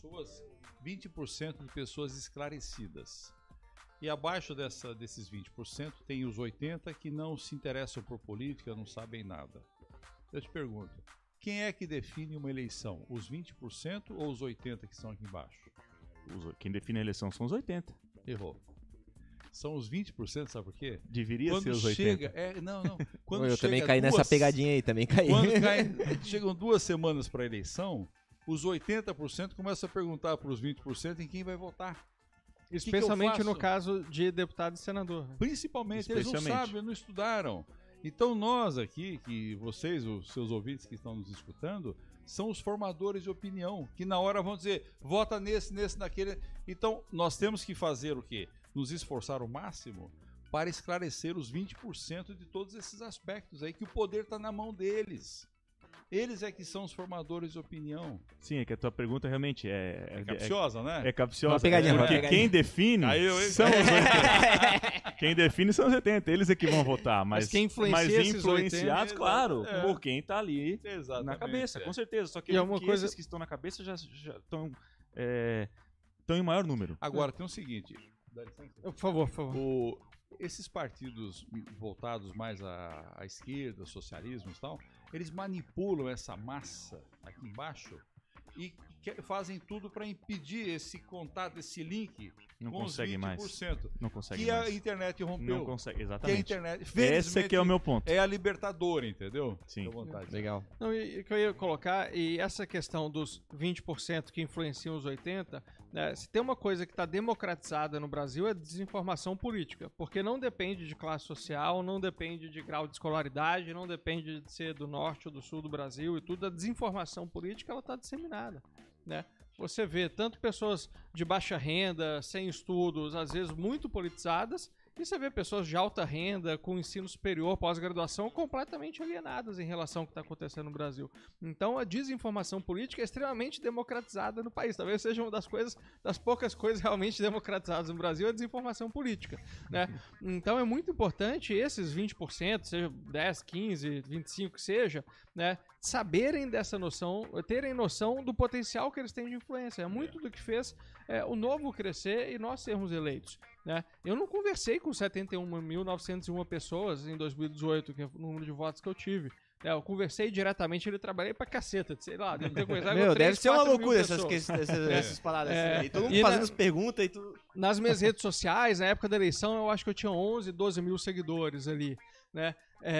de pessoas esclarecidas. E abaixo desses 20% tem os 80% que não se interessam por política, não sabem nada. Eu te pergunto, quem é que define uma eleição? Os 20% ou os 80% que estão aqui embaixo? Quem define a eleição são os 80%. Errou. São os 20%, sabe por quê? Deveria ser os 80%. Não. Quando eu também caí nessa pegadinha aí, também caí. Quando chegam 2 semanas para a eleição, os 80% começam a perguntar para os 20% em quem vai votar. Especialmente no caso de deputado e senador. Principalmente, eles não sabem, não estudaram. Então nós aqui, que vocês, os seus ouvintes que estão nos escutando, são os formadores de opinião, que na hora vão dizer, vota nesse, naquele. Então nós temos que fazer o quê? Nos esforçar ao máximo para esclarecer os 20% de todos esses aspectos aí, que o poder está na mão deles. Eles é que são os formadores de opinião. Sim, é que a tua pergunta realmente é capciosa, né? É capciosa. Uma pegadinha, porque quem define são os 80. Quem define são os 80. Eles é que vão votar. Mas quem influencia influenciados, 80, claro, por quem está ali na cabeça, com certeza. Só que, esses que estão na cabeça já estão em maior número. Agora, tem o seguinte... Por favor. Esses partidos voltados mais à esquerda, socialismo e tal, eles manipulam essa massa aqui embaixo e fazem tudo para impedir esse contato, esse link não com consegue os 20%. Mais. Não consegue que mais. A internet rompeu. Não consegue, exatamente. Que a internet, esse aqui é o meu ponto. É a libertadora, entendeu? Sim. Legal. Não, e que eu ia colocar, e essa questão dos 20% que influenciam os 80%, né, se tem uma coisa que está democratizada no Brasil é a desinformação política, porque não depende de classe social, não depende de grau de escolaridade, não depende de ser do norte ou do sul do Brasil e tudo, a desinformação política ela está disseminada, né? Você vê tanto pessoas de baixa renda, sem estudos, às vezes muito politizadas, e você vê pessoas de alta renda, com ensino superior, pós-graduação, completamente alienadas em relação ao que está acontecendo no Brasil. Então, a desinformação política é extremamente democratizada no país. Talvez seja uma das poucas coisas realmente democratizadas no Brasil, a desinformação política, né? Então, é muito importante esses 20%, seja 10, 15, 25 que seja, né, saberem dessa noção, terem noção do potencial que eles têm de influência. É muito do que fez o Novo crescer e nós sermos eleitos, né? Eu não conversei com 71.901 pessoas em 2018, que é o número de votos que eu tive. Eu conversei diretamente, ele trabalhei pra caceta, sei lá, deve ter conversado com 3, deve ser uma loucura essas paradas assim. Todo mundo fazendo as perguntas e tudo. Nas minhas redes sociais, na época da eleição, eu acho que eu tinha 11, 12 mil seguidores ali, né?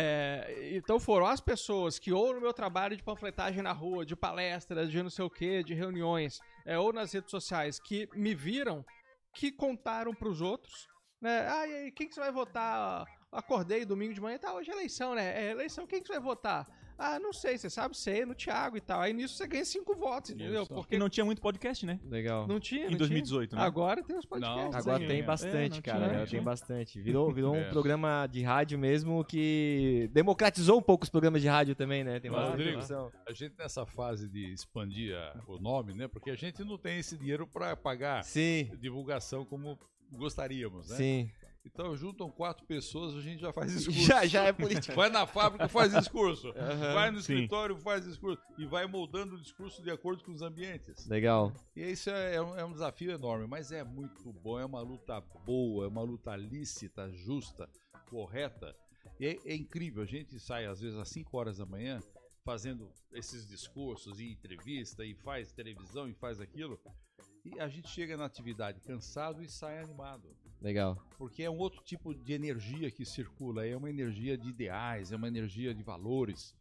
Então foram as pessoas que ou no meu trabalho de panfletagem na rua, de palestras, de não sei o que, de reuniões, ou nas redes sociais, que me viram, que contaram pros outros, né? E aí, quem que você vai votar? Acordei domingo de manhã, tá, hoje é eleição, né? Eleição, quem que você vai votar? Não sei, você sabe, sei, no Thiago e tal. Aí nisso você ganha 5 votos, entendeu? Porque não tinha muito podcast, né? Legal. Não tinha. Em 2018, né? Agora tem os podcasts. Não, agora tem bastante, cara. Agora tem bastante. Virou um programa de rádio mesmo que democratizou um pouco os programas de rádio também, né? Tem Rodrigo, a gente nessa fase de expandir o nome, né? Porque a gente não tem esse dinheiro para pagar divulgação como gostaríamos, né? Sim. Então juntam 4 pessoas, a gente já faz discurso. Já é político. Vai na fábrica, faz discurso. Vai no escritório, faz discurso. E vai moldando o discurso de acordo com os ambientes. Legal. E isso é um desafio enorme, mas é muito bom, é uma luta boa, é uma luta lícita, justa, correta. E é incrível, a gente sai às vezes às 5 horas da manhã fazendo esses discursos e entrevista e faz televisão e faz aquilo. E a gente chega na atividade cansado e sai animado. Legal. Porque é um outro tipo de energia que circula, é uma energia de ideais, é uma energia de valores.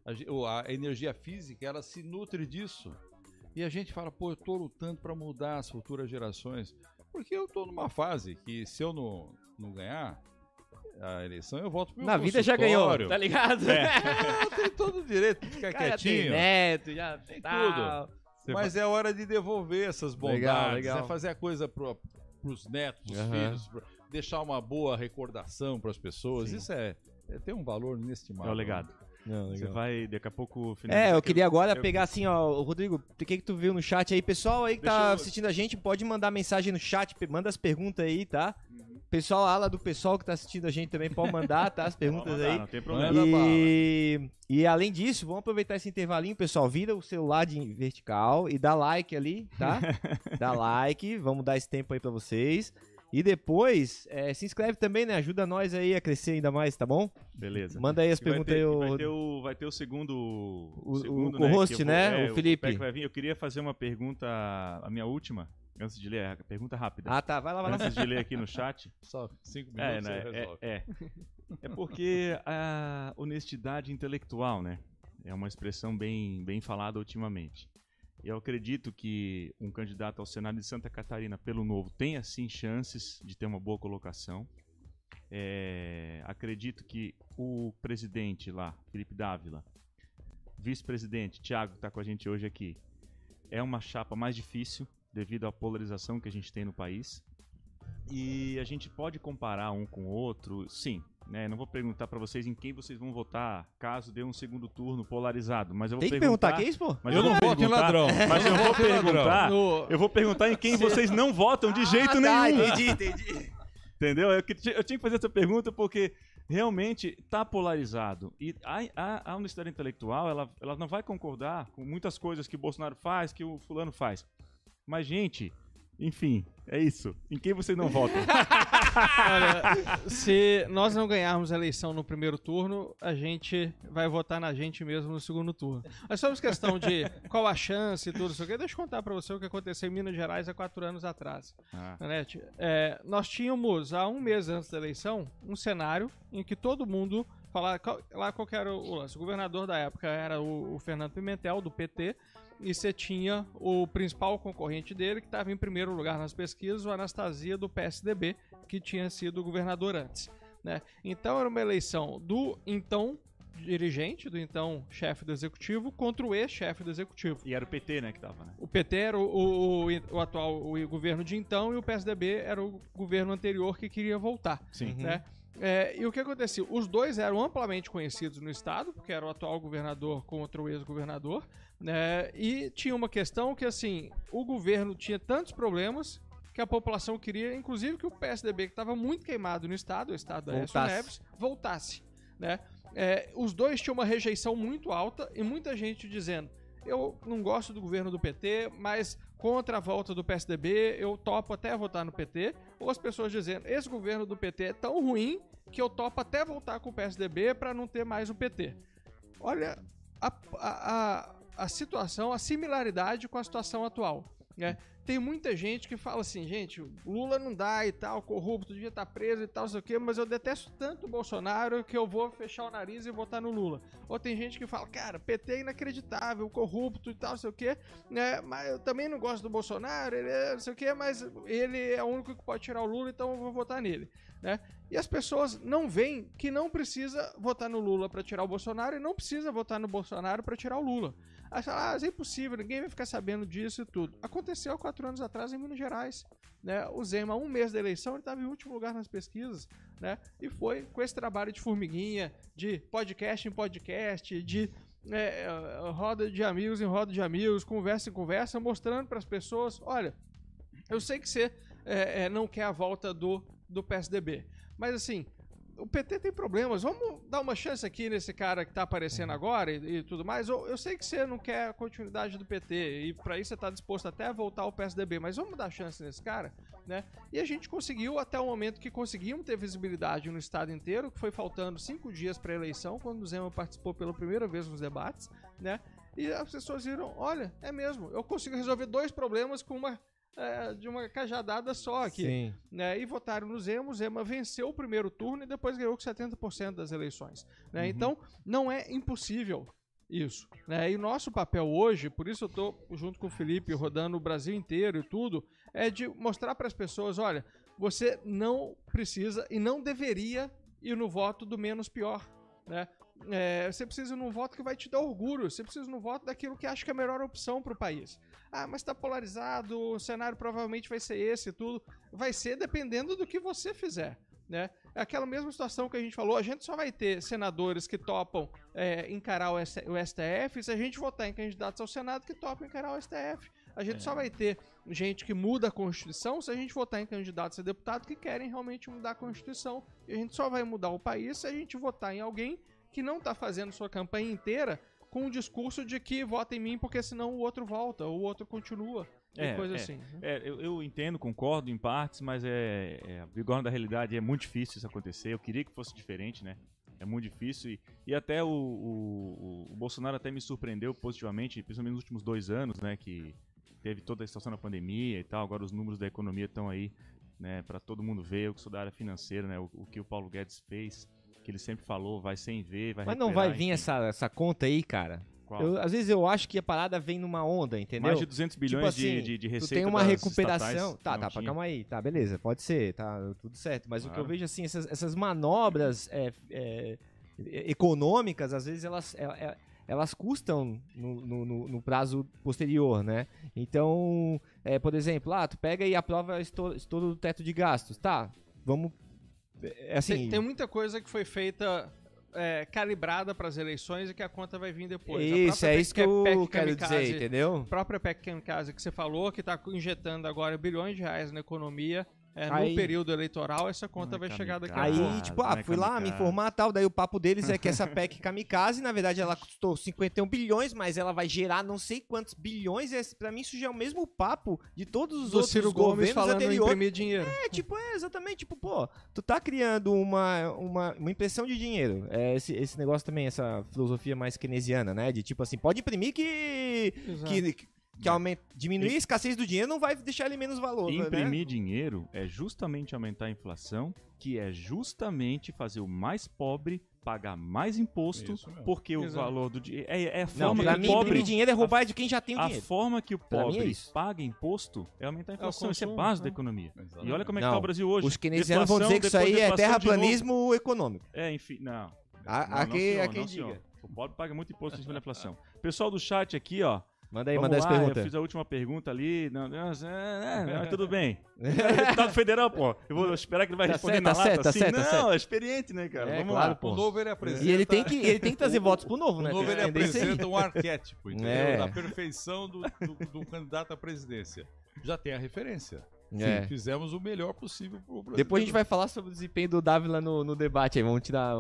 A energia física, ela se nutre disso. E a gente fala, pô, eu tô lutando para mudar as futuras gerações. Porque eu tô numa fase que se eu não ganhar a eleição, eu volto pro meu Na vida já ganhou, tá ligado? Tem todo o direito de ficar quietinho. Tem neto, já tem tudo. Mas é hora de devolver essas bondades, legal. É fazer a coisa pros netos, pros filhos, deixar uma boa recordação para as pessoas. Sim. Isso tem um valor inestimável. É o legado. Você vai daqui a pouco... Eu queria agora pegar assim, ó, Rodrigo, o que tu viu no chat aí? Pessoal aí que tá assistindo a gente, pode mandar mensagem no chat, manda as perguntas aí, tá? Pessoal, a ala do pessoal que tá assistindo a gente também pode mandar, tá? As perguntas aí. Não tem problema. E além disso, vamos aproveitar esse intervalinho, pessoal. Vira o celular de vertical e dá like ali, tá? Dá like, vamos dar esse tempo aí pra vocês. E depois, se inscreve também, né? Ajuda nós aí a crescer ainda mais, tá bom? Beleza. Manda aí as perguntas aí. Vai ter o segundo... O co-host, né? O Felipe. O vai vir. Eu queria fazer uma pergunta, a minha última, antes de ler, a pergunta rápida. Ah, tá. Vai lá. Antes de ler aqui no chat. Só 5 minutos você resolve. É porque a honestidade intelectual, né? É uma expressão bem falada ultimamente. Eu acredito que um candidato ao Senado de Santa Catarina pelo Novo tenha sim chances de ter uma boa colocação. Acredito que o presidente lá, Felipe Dávila, vice-presidente Thiago, que está com a gente hoje aqui, é uma chapa mais difícil devido à polarização que a gente tem no país. E a gente pode comparar um com o outro, sim. Né? Não vou perguntar para vocês em quem vocês vão votar caso dê um segundo turno polarizado, mas eu vou Tem que perguntar quem é isso, pô? Mas eu não voto em ladrão. Mas eu vou perguntar em quem vocês não votam de jeito nenhum. Entendi. Entendeu? Eu tinha que fazer essa pergunta porque realmente está polarizado. E a honestidade intelectual, ela não vai concordar com muitas coisas que o Bolsonaro faz, que o fulano faz. Mas, gente, enfim, é isso. Em quem vocês não votam? Olha, se nós não ganharmos a eleição no primeiro turno, a gente vai votar na gente mesmo no segundo turno. Mas sobre essa questão de qual a chance e tudo isso aqui, deixa eu contar para você o que aconteceu em Minas Gerais há 4 anos atrás. Nós tínhamos, há um mês antes da eleição, um cenário em que todo mundo falava, qual que era o lance? O governador da época era o Fernando Pimentel, do PT, e você tinha o principal concorrente dele, que estava em primeiro lugar nas pesquisas, o Anastasia, do PSDB, que tinha sido governador antes. Né? Então era uma eleição do então dirigente, do então chefe do executivo, contra o ex-chefe do executivo. E era o PT, né, que tava, né? O PT era o atual governo de então e o PSDB era o governo anterior que queria voltar. Sim. Né? E o que acontecia? Os dois eram amplamente conhecidos no estado, porque era o atual governador contra o ex-governador, né? E tinha uma questão que, assim, o governo tinha tantos problemas que a população queria, inclusive, que o PSDB, que estava muito queimado no estado, o estado da Aécio Neves, voltasse. Né? Os dois tinham uma rejeição muito alta e muita gente dizendo: eu não gosto do governo do PT, mas contra a volta do PSDB, eu topo até votar no PT. Ou as pessoas dizendo: esse governo do PT é tão ruim que eu topo até voltar com o PSDB para não ter mais o PT. Olha a situação, a similaridade com a situação atual. Né? Tem muita gente que fala assim: gente, Lula não dá e tal, corrupto, devia estar preso e tal, sei o quê, mas eu detesto tanto o Bolsonaro que eu vou fechar o nariz e votar no Lula. Ou tem gente que fala: cara, PT é inacreditável, corrupto e tal, sei o quê, né? Mas eu também não gosto do Bolsonaro, ele é não sei o quê, mas ele é o único que pode tirar o Lula, então eu vou votar nele. Né? E as pessoas não veem que não precisa votar no Lula para tirar o Bolsonaro e não precisa votar no Bolsonaro para tirar o Lula. Aí fala: é impossível, ninguém vai ficar sabendo disso e tudo. Aconteceu 4 anos atrás em Minas Gerais. Né? O Zema, 1 mês da eleição, ele estava em último lugar nas pesquisas. Né? E foi com esse trabalho de formiguinha, de podcast em podcast, de roda de amigos em roda de amigos, conversa em conversa, mostrando para as pessoas: olha, eu sei que você não quer a volta do PSDB, mas assim, o PT tem problemas, vamos dar uma chance aqui nesse cara que tá aparecendo agora e tudo mais. Eu sei que você não quer a continuidade do PT e para isso você tá disposto até a voltar ao PSDB, mas vamos dar chance nesse cara, né? E a gente conseguiu, até o momento que conseguimos ter visibilidade no estado inteiro, que foi faltando 5 dias para a eleição, quando o Zema participou pela primeira vez nos debates, né? E as pessoas viram: olha, é mesmo, eu consigo resolver 2 problemas com de uma cajadada só aqui. Sim. Né? E votaram no Zema. O Zema venceu o primeiro turno e depois ganhou com 70% das eleições. Né? Então, não é impossível isso. Né? E o nosso papel hoje, por isso eu estou junto com o Felipe rodando o Brasil inteiro e tudo, é de mostrar para as pessoas: olha, você não precisa e não deveria ir no voto do menos pior. Né? você precisa ir num voto que vai te dar orgulho, você precisa ir num voto daquilo que acha que é a melhor opção pro país. Ah, mas tá polarizado, o cenário provavelmente vai ser esse e tudo. Vai ser dependendo do que você fizer, né? É aquela mesma situação que a gente falou, a gente só vai ter senadores que topam encarar o STF se a gente votar em candidatos ao Senado que topam encarar o STF. A gente só vai ter gente que muda a Constituição se a gente votar em candidatos a deputado que querem realmente mudar a Constituição. E a gente só vai mudar o país se a gente votar em alguém que não tá fazendo sua campanha inteira com o discurso de que vota em mim porque senão o outro volta, ou o outro continua. Coisa assim. Eu entendo, concordo em partes, mas a bigorna da realidade é muito difícil isso acontecer. Eu queria que fosse diferente, né? É muito difícil e até o Bolsonaro até me surpreendeu positivamente, principalmente nos últimos 2 anos, né? Que teve toda a situação da pandemia e tal, agora os números da economia estão aí, né? Para todo mundo ver, eu que sou da área financeira, né? O que o Paulo Guedes fez, que ele sempre falou, vai sem ver, vai Mas não vai vir essa conta aí, cara? Às vezes eu acho que a parada vem numa onda, entendeu? Mais de 200 bilhões tipo assim, de receita. Tu tem uma recuperação. Tá, tinha. calma aí. Tá, beleza. Pode ser, tá tudo certo. Mas o que eu vejo assim, essas manobras econômicas, às vezes elas custam no prazo posterior, né? Então, por exemplo, tu pega e aprova estouro do teto de gastos. Tá, vamos... Assim, tem muita coisa que foi feita... calibrada para as eleições e que a conta vai vir depois. Isso, é isso que eu quero dizer, entendeu? A própria PEC Kamikaze que você falou, que está injetando agora bilhões de reais na economia, no período eleitoral, essa conta vai chegar daqui a pouco. Aí, tipo, fui lá me informar e tal, daí o papo deles é que essa PEC Kamikaze, na verdade, ela custou 51 bilhões, mas ela vai gerar não sei quantos bilhões, pra mim isso já é o mesmo papo de todos os outros Ciro governos falando anteriores. Imprimir dinheiro. Exatamente, tipo, pô, tu tá criando uma impressão de dinheiro, esse negócio também, essa filosofia mais keynesiana, né, de tipo assim, pode imprimir que diminuir a escassez do dinheiro não vai deixar ele menos valor. Imprimir dinheiro é justamente aumentar a inflação, que é justamente fazer o mais pobre pagar mais imposto, porque o valor do dinheiro... É a forma que o pobre... imprimir dinheiro é roubar de quem já tem o dinheiro. A forma que o pobre paga imposto é aumentar a inflação. Isso é base da economia. Exatamente. E olha como é que tá o Brasil hoje. Os keynesianos vão dizer que isso aí é terraplanismo econômico. Enfim, não. Quem diga. O pobre paga muito imposto em cima da inflação. Pessoal do chat aqui, ó. Manda as perguntas. Eu fiz a última pergunta ali. Tudo bem. Deputado federal, pô. Eu vou esperar que ele vai responder na lata assim. É experiente, né, cara? Vamos claro, lá. Pô. O Novo ele apresenta... E ele tem que trazer votos pro Novo, né? O Novo ele apresenta um arquétipo, entendeu? Da perfeição do candidato à presidência. Já tem a referência. Sim, fizemos o melhor possível pro Brasil. Depois a gente vai falar sobre o desempenho do Dávila no debate aí. Vamos tirar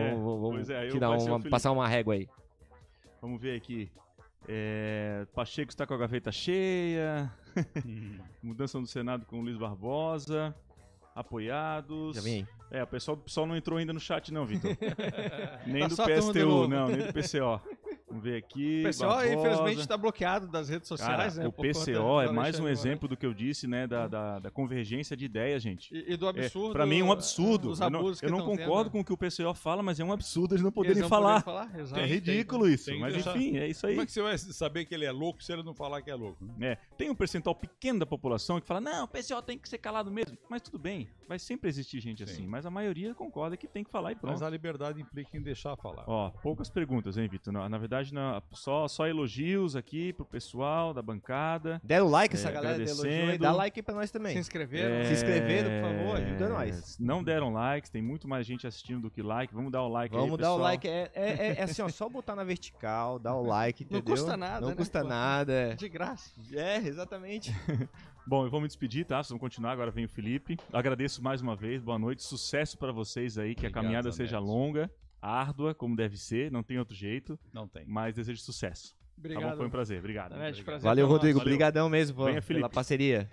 passar uma régua aí. Vamos ver aqui. Pacheco está com a gaveta cheia. Mudança no Senado com o Luiz Barbosa. Apoiados. Já vem aí. O pessoal não entrou ainda no chat não, Vitor. Nem do PSTU, não, nem do PCO. Vamos ver aqui. O PCO, infelizmente, está bloqueado das redes sociais. Cara, o PCO é mais um exemplo do que eu disse, né? Da convergência de ideias, gente. E do absurdo. Pra mim é um absurdo. Eu não concordo com o que o PCO fala, mas é um absurdo eles não poderem falar. É ridículo isso. Mas enfim, é isso aí. Como é que você vai saber que ele é louco se ele não falar que é louco? Né? Tem um percentual pequeno da população que fala, não, o PCO tem que ser calado mesmo. Mas tudo bem, vai sempre existir gente assim. Mas a maioria concorda que tem que falar e pronto. Mas a liberdade implica em deixar falar. Poucas perguntas, hein, Vitor? Na verdade, só elogios aqui pro pessoal da bancada. Deram like essa galera, elogiou, dá like aí pra nós também. Se inscreveram? Se inscreveram, por favor, ajuda nós. Não deram likes, tem muito mais gente assistindo do que like. Vamos dar o like aí, pessoal. Vamos dar o like, assim, só botar na vertical, dar o like, entendeu? Não custa nada, Não custa nada. De graça. Exatamente. Bom, eu vou me despedir, tá? Vamos continuar, agora vem o Felipe. Agradeço mais uma vez, boa noite, sucesso pra vocês aí, que a caminhada seja longa, árdua, como deve ser, não tem outro jeito. Não tem. Mas desejo sucesso. Obrigado. Tá bom? Foi um prazer, obrigado. Prazer. Valeu, Rodrigo, obrigadão mesmo pela parceria.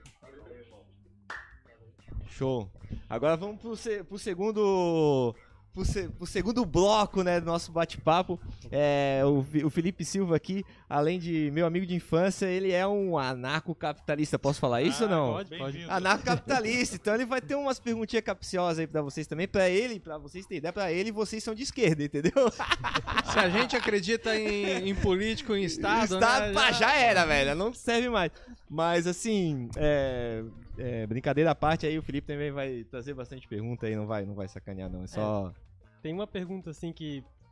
Show. Agora vamos pro segundo bloco, né, do nosso bate-papo. O Felipe Silva aqui, além de meu amigo de infância, ele é um anarcocapitalista. Posso falar isso ou não? Pode. Anarcocapitalista. Então ele vai ter umas perguntinhas capciosas aí pra vocês também. Pra vocês terem ideia, pra ele, vocês são de esquerda, entendeu? Se a gente acredita em político, em Estado, né, já era, velho. Não serve mais. Mas assim, brincadeira à parte aí, o Felipe também vai trazer bastante pergunta aí. Não vai sacanear, não. É só... Tem uma pergunta assim que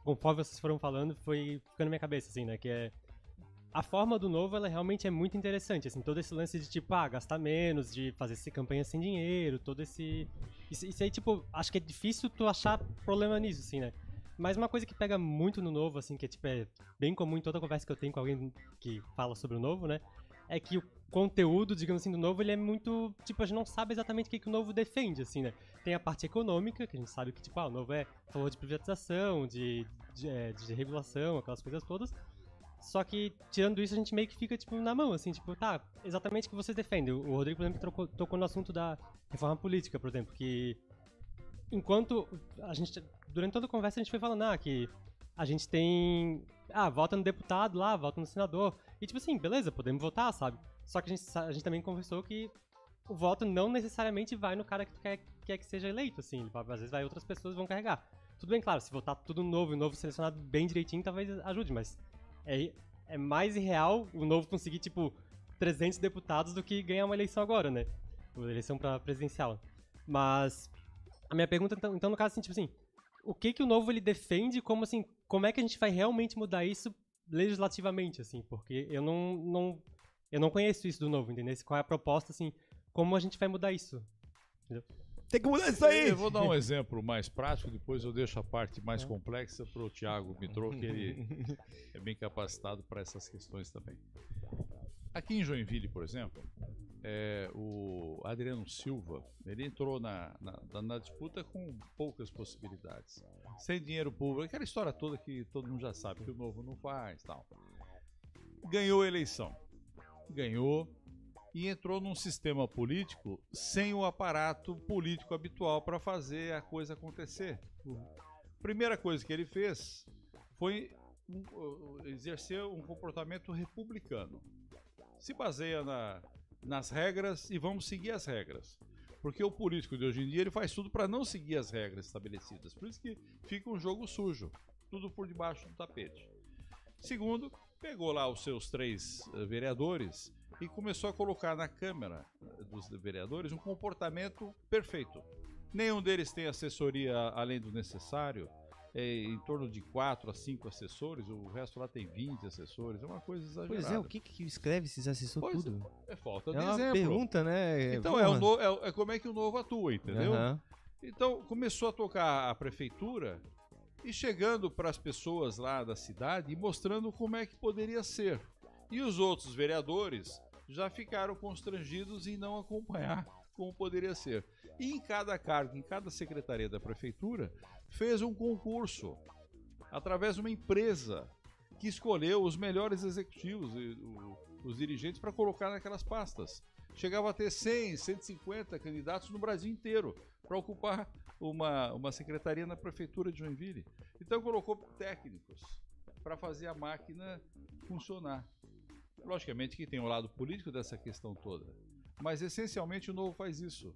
conforme vocês foram falando, foi ficando na minha cabeça, assim, né? Que é... A forma do Novo, ela realmente é muito interessante, assim, todo esse lance de, tipo, gastar menos, de fazer campanha sem dinheiro, todo esse... Isso aí, tipo, acho que é difícil tu achar problema nisso, assim, né? Mas uma coisa que pega muito no Novo, assim, que é, tipo, é bem comum em toda conversa que eu tenho com alguém que fala sobre o Novo, né? É que o conteúdo, digamos assim, do Novo, ele é muito... Tipo, a gente não sabe exatamente o que o Novo defende, assim, né? Tem a parte econômica, que a gente sabe que, tipo, o Novo é a favor de privatização, de regulação, aquelas coisas todas. Só que, tirando isso, a gente meio que fica, tipo, na mão, assim, tipo, tá, exatamente o que vocês defendem. O Rodrigo, por exemplo, tocou no assunto da reforma política, por exemplo, que enquanto a gente, durante toda a conversa, a gente foi falando, que a gente tem, vota no deputado lá, vota no senador, e tipo assim, beleza, podemos votar, sabe? Só que a gente também conversou que o voto não necessariamente vai no cara que tu quer que seja eleito, assim, às vezes vai outras pessoas vão carregar. Tudo bem, claro, se votar tudo novo selecionado bem direitinho, talvez ajude, mas é mais irreal o Novo conseguir, tipo, 300 deputados do que ganhar uma eleição agora, né? Uma eleição pra presidencial. Mas a minha pergunta, então, no caso, assim, tipo assim, o que o Novo ele defende, como é que a gente vai realmente mudar isso legislativamente, assim? Porque eu não conheço isso do Novo, entendeu? Qual é a proposta, assim, como a gente vai mudar isso? Entendeu? Tem que mudar isso aí! Eu vou dar um exemplo mais prático, depois eu deixo a parte mais complexa para o Thiago Mitrô, que ele é bem capacitado para essas questões também. Aqui em Joinville, por exemplo, o Adriano Silva, ele entrou na disputa com poucas possibilidades. Sem dinheiro público, aquela história toda que todo mundo já sabe, que o Novo não faz, tal. Ganhou a eleição. Ganhou. E entrou num sistema político sem o aparato político habitual para fazer a coisa acontecer. A primeira coisa que ele fez foi exercer um comportamento republicano. Se baseia nas regras e vamos seguir as regras. Porque o político de hoje em dia ele faz tudo para não seguir as regras estabelecidas. Por isso que fica um jogo sujo, tudo por debaixo do tapete. Segundo, pegou lá os seus 3 vereadores e começou a colocar na Câmara dos vereadores um comportamento perfeito. Nenhum deles tem assessoria além do necessário, em torno de 4 a 5 assessores, o resto lá tem 20 assessores, é uma coisa exagerada. Pois é, o que escreve esses assessores tudo? É falta de uma exemplo. Pergunta, né? Então, é como é que o Novo atua, entendeu? Uhum. Então, começou a tocar a prefeitura e chegando para as pessoas lá da cidade e mostrando como é que poderia ser. E os outros vereadores já ficaram constrangidos em não acompanhar como poderia ser. E em cada cargo, em cada secretaria da prefeitura, fez um concurso através de uma empresa que escolheu os melhores executivos, os dirigentes, para colocar naquelas pastas. Chegava a ter 100, 150 candidatos no Brasil inteiro para ocupar uma secretaria na prefeitura de Joinville. Então colocou técnicos para fazer a máquina funcionar. Logicamente que tem o lado político dessa questão toda, mas essencialmente o Novo faz isso.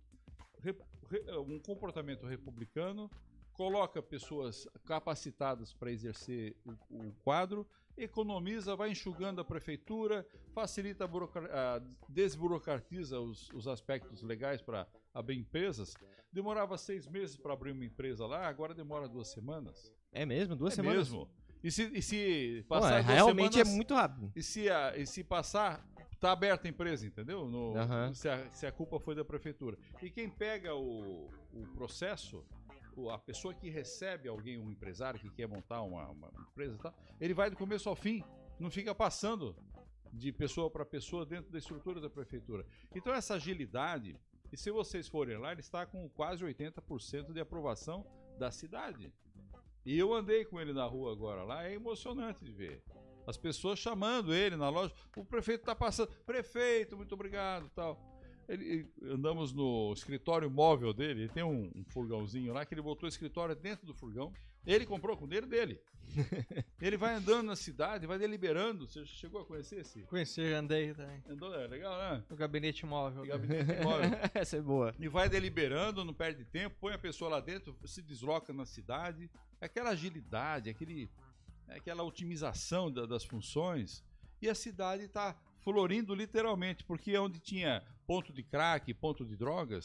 Um comportamento republicano, coloca pessoas capacitadas para exercer o quadro, economiza, vai enxugando a prefeitura, facilita, desburocratiza os aspectos legais para abrir empresas. Demorava 6 meses para abrir uma empresa lá, agora demora 2 semanas. É mesmo? 2 semanas? É mesmo. E se passar 2 realmente semanas, é muito rápido. E se passar, tá aberta a empresa, entendeu? Se a culpa foi da prefeitura. E quem pega o processo, a pessoa que recebe alguém, um empresário que quer montar uma empresa e tal, ele vai do começo ao fim, não fica passando de pessoa para pessoa dentro da estrutura da prefeitura. Então essa agilidade, e se vocês forem lá, ele está com quase 80% de aprovação da cidade. E eu andei com ele na rua agora lá, é emocionante de ver. As pessoas chamando ele na loja, o prefeito está passando, prefeito, muito obrigado, tal. Andamos no escritório móvel dele, ele tem um furgãozinho lá, que ele botou o escritório dentro do furgão. Ele comprou com o dinheiro dele. Ele vai andando na cidade, vai deliberando. Você chegou a conhecer esse? Conheci, andei também. Andou, é legal, né? O gabinete móvel. Essa é boa. E vai deliberando, não perde tempo, põe a pessoa lá dentro, se desloca na cidade. Aquela agilidade, aquela otimização das funções. E a cidade está florindo literalmente, porque onde tinha ponto de crack, ponto de drogas,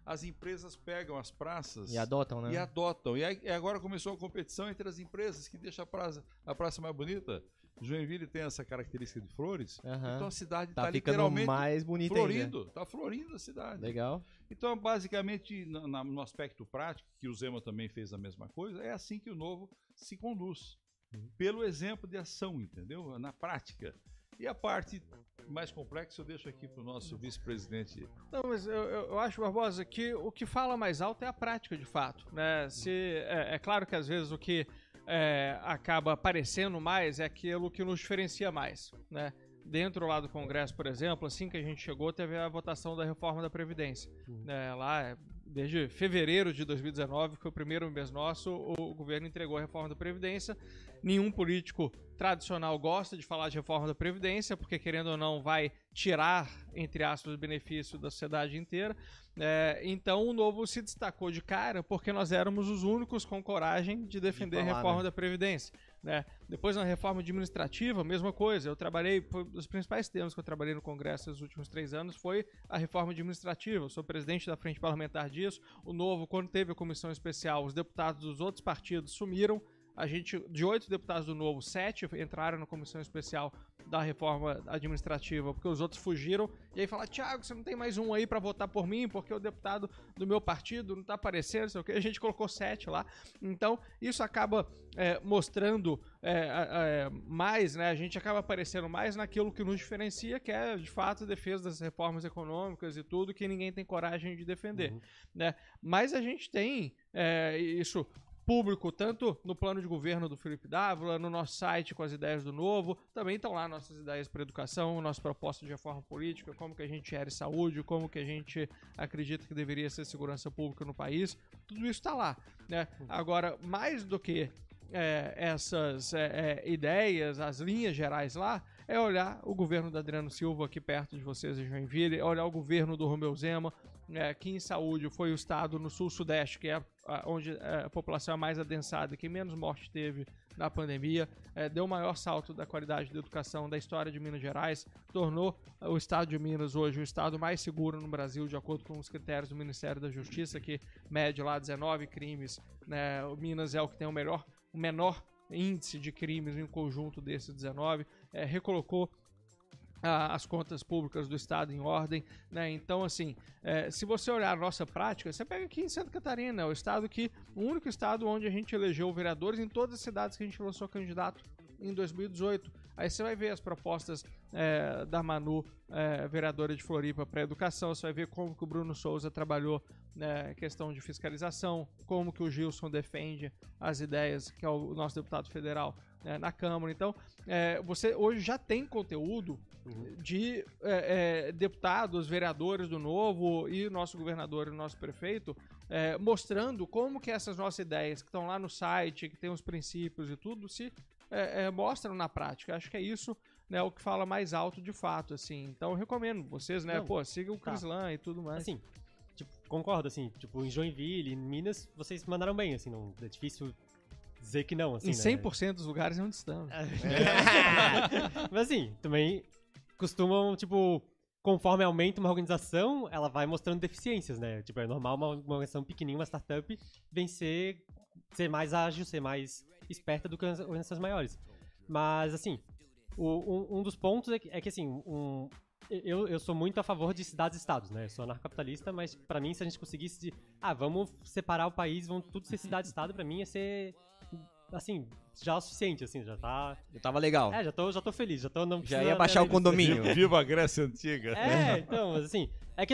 as empresas pegam as praças E adotam, né? E aí, agora começou a competição entre as empresas que deixam a praça mais bonita. Joinville tem essa característica de flores, então a cidade tá está ficando literalmente mais bonita florindo. Está florindo a cidade. Legal. Então, basicamente, no aspecto prático, que o Zema também fez a mesma coisa, é assim que o Novo se conduz. Pelo exemplo de ação, entendeu? Na prática. E a parte mais complexa eu deixo aqui para o nosso vice-presidente. Não, mas eu acho, Barbosa, que o que fala mais alto é a prática, de fato, né? É claro que às vezes o que acaba aparecendo mais é aquilo que nos diferencia mais, né? Dentro lá do Congresso, por exemplo, assim que a gente chegou, teve a votação da reforma da Previdência. Lá, desde fevereiro de 2019, que foi o primeiro mês nosso, o governo entregou a reforma da Previdência. Nenhum político tradicional gosta de falar de reforma da Previdência, porque, querendo ou não, vai tirar, entre aspas, o benefício da sociedade inteira. Então, o Novo se destacou de cara porque nós éramos os únicos com coragem de defender a reforma da Previdência. Depois, na reforma administrativa, mesma coisa. Eu trabalhei, foi um dos principais temas que eu trabalhei no Congresso nos últimos 3 anos foi a reforma administrativa. Eu sou presidente da Frente Parlamentar disso. O Novo, quando teve a comissão especial, os deputados dos outros partidos sumiram. A gente, de 8 deputados do Novo, 7 entraram na comissão especial da reforma administrativa, porque os outros fugiram. E aí falaram, Thiago, você não tem mais um aí pra votar por mim, porque o deputado do meu partido não tá aparecendo, não sei o quê. A gente colocou 7 lá. Então, isso acaba mostrando mais, né? A gente acaba aparecendo mais naquilo que nos diferencia, que é, de fato, a defesa das reformas econômicas e tudo, que ninguém tem coragem de defender. Né? Mas a gente tem isso público, tanto no plano de governo do Felipe Dávila, no nosso site com as ideias do Novo, também estão lá nossas ideias para educação, nossa proposta de reforma política, como que a gente gere saúde, como que a gente acredita que deveria ser segurança pública no país, tudo isso está lá, né? Agora, mais do que essas ideias, as linhas gerais lá, é olhar o governo da Adriano Silva aqui perto de vocês em Joinville, é olhar o governo do Romeu Zema, que em saúde foi o estado no sul-sudeste, que é onde a população é mais adensada e que menos morte teve na pandemia, deu o maior salto da qualidade da educação da história de Minas Gerais, tornou o estado de Minas hoje o estado mais seguro no Brasil, de acordo com os critérios do Ministério da Justiça, que mede lá 19 crimes, né? O Minas é o que tem o menor índice de crimes em conjunto desses 19, recolocou as contas públicas do estado em ordem, né? Então, assim, se você olhar a nossa prática, você pega aqui em Santa Catarina, o único estado onde a gente elegeu vereadores em todas as cidades que a gente lançou candidato em 2018. Aí você vai ver as propostas da Manu, vereadora de Floripa, para educação, você vai ver como que o Bruno Souza trabalhou questão de fiscalização, como que o Gilson defende as ideias, que é o nosso deputado federal, na Câmara. Então, você hoje já tem conteúdo de deputados, vereadores do Novo e o nosso governador e o nosso prefeito mostrando como que essas nossas ideias que estão lá no site, que tem os princípios e tudo, se mostram na prática. Acho que é isso, né, o que fala mais alto de fato, assim. Então eu recomendo vocês, né, sigam o Crislan e tudo mais. Assim, concordo, assim, em Joinville, em Minas, vocês mandaram bem, assim, não é difícil dizer que não, assim, em 100% dos lugares onde estamos. Mas assim, também costumam, conforme aumenta uma organização, ela vai mostrando deficiências, né? É normal uma organização pequenininha, uma startup, ser mais ágil, ser mais esperta do que as organizações maiores. Mas, assim, um dos pontos é que assim, eu sou muito a favor de cidades-estados, né? Eu sou anarcocapitalista, mas pra mim, se a gente conseguisse vamos separar o país, vamos tudo ser cidade-estado, pra mim ia ser, assim, já o suficiente, assim, já tá... Já tava legal. Já tô feliz, não já ia baixar o condomínio. Viva a Grécia Antiga. Então, mas assim,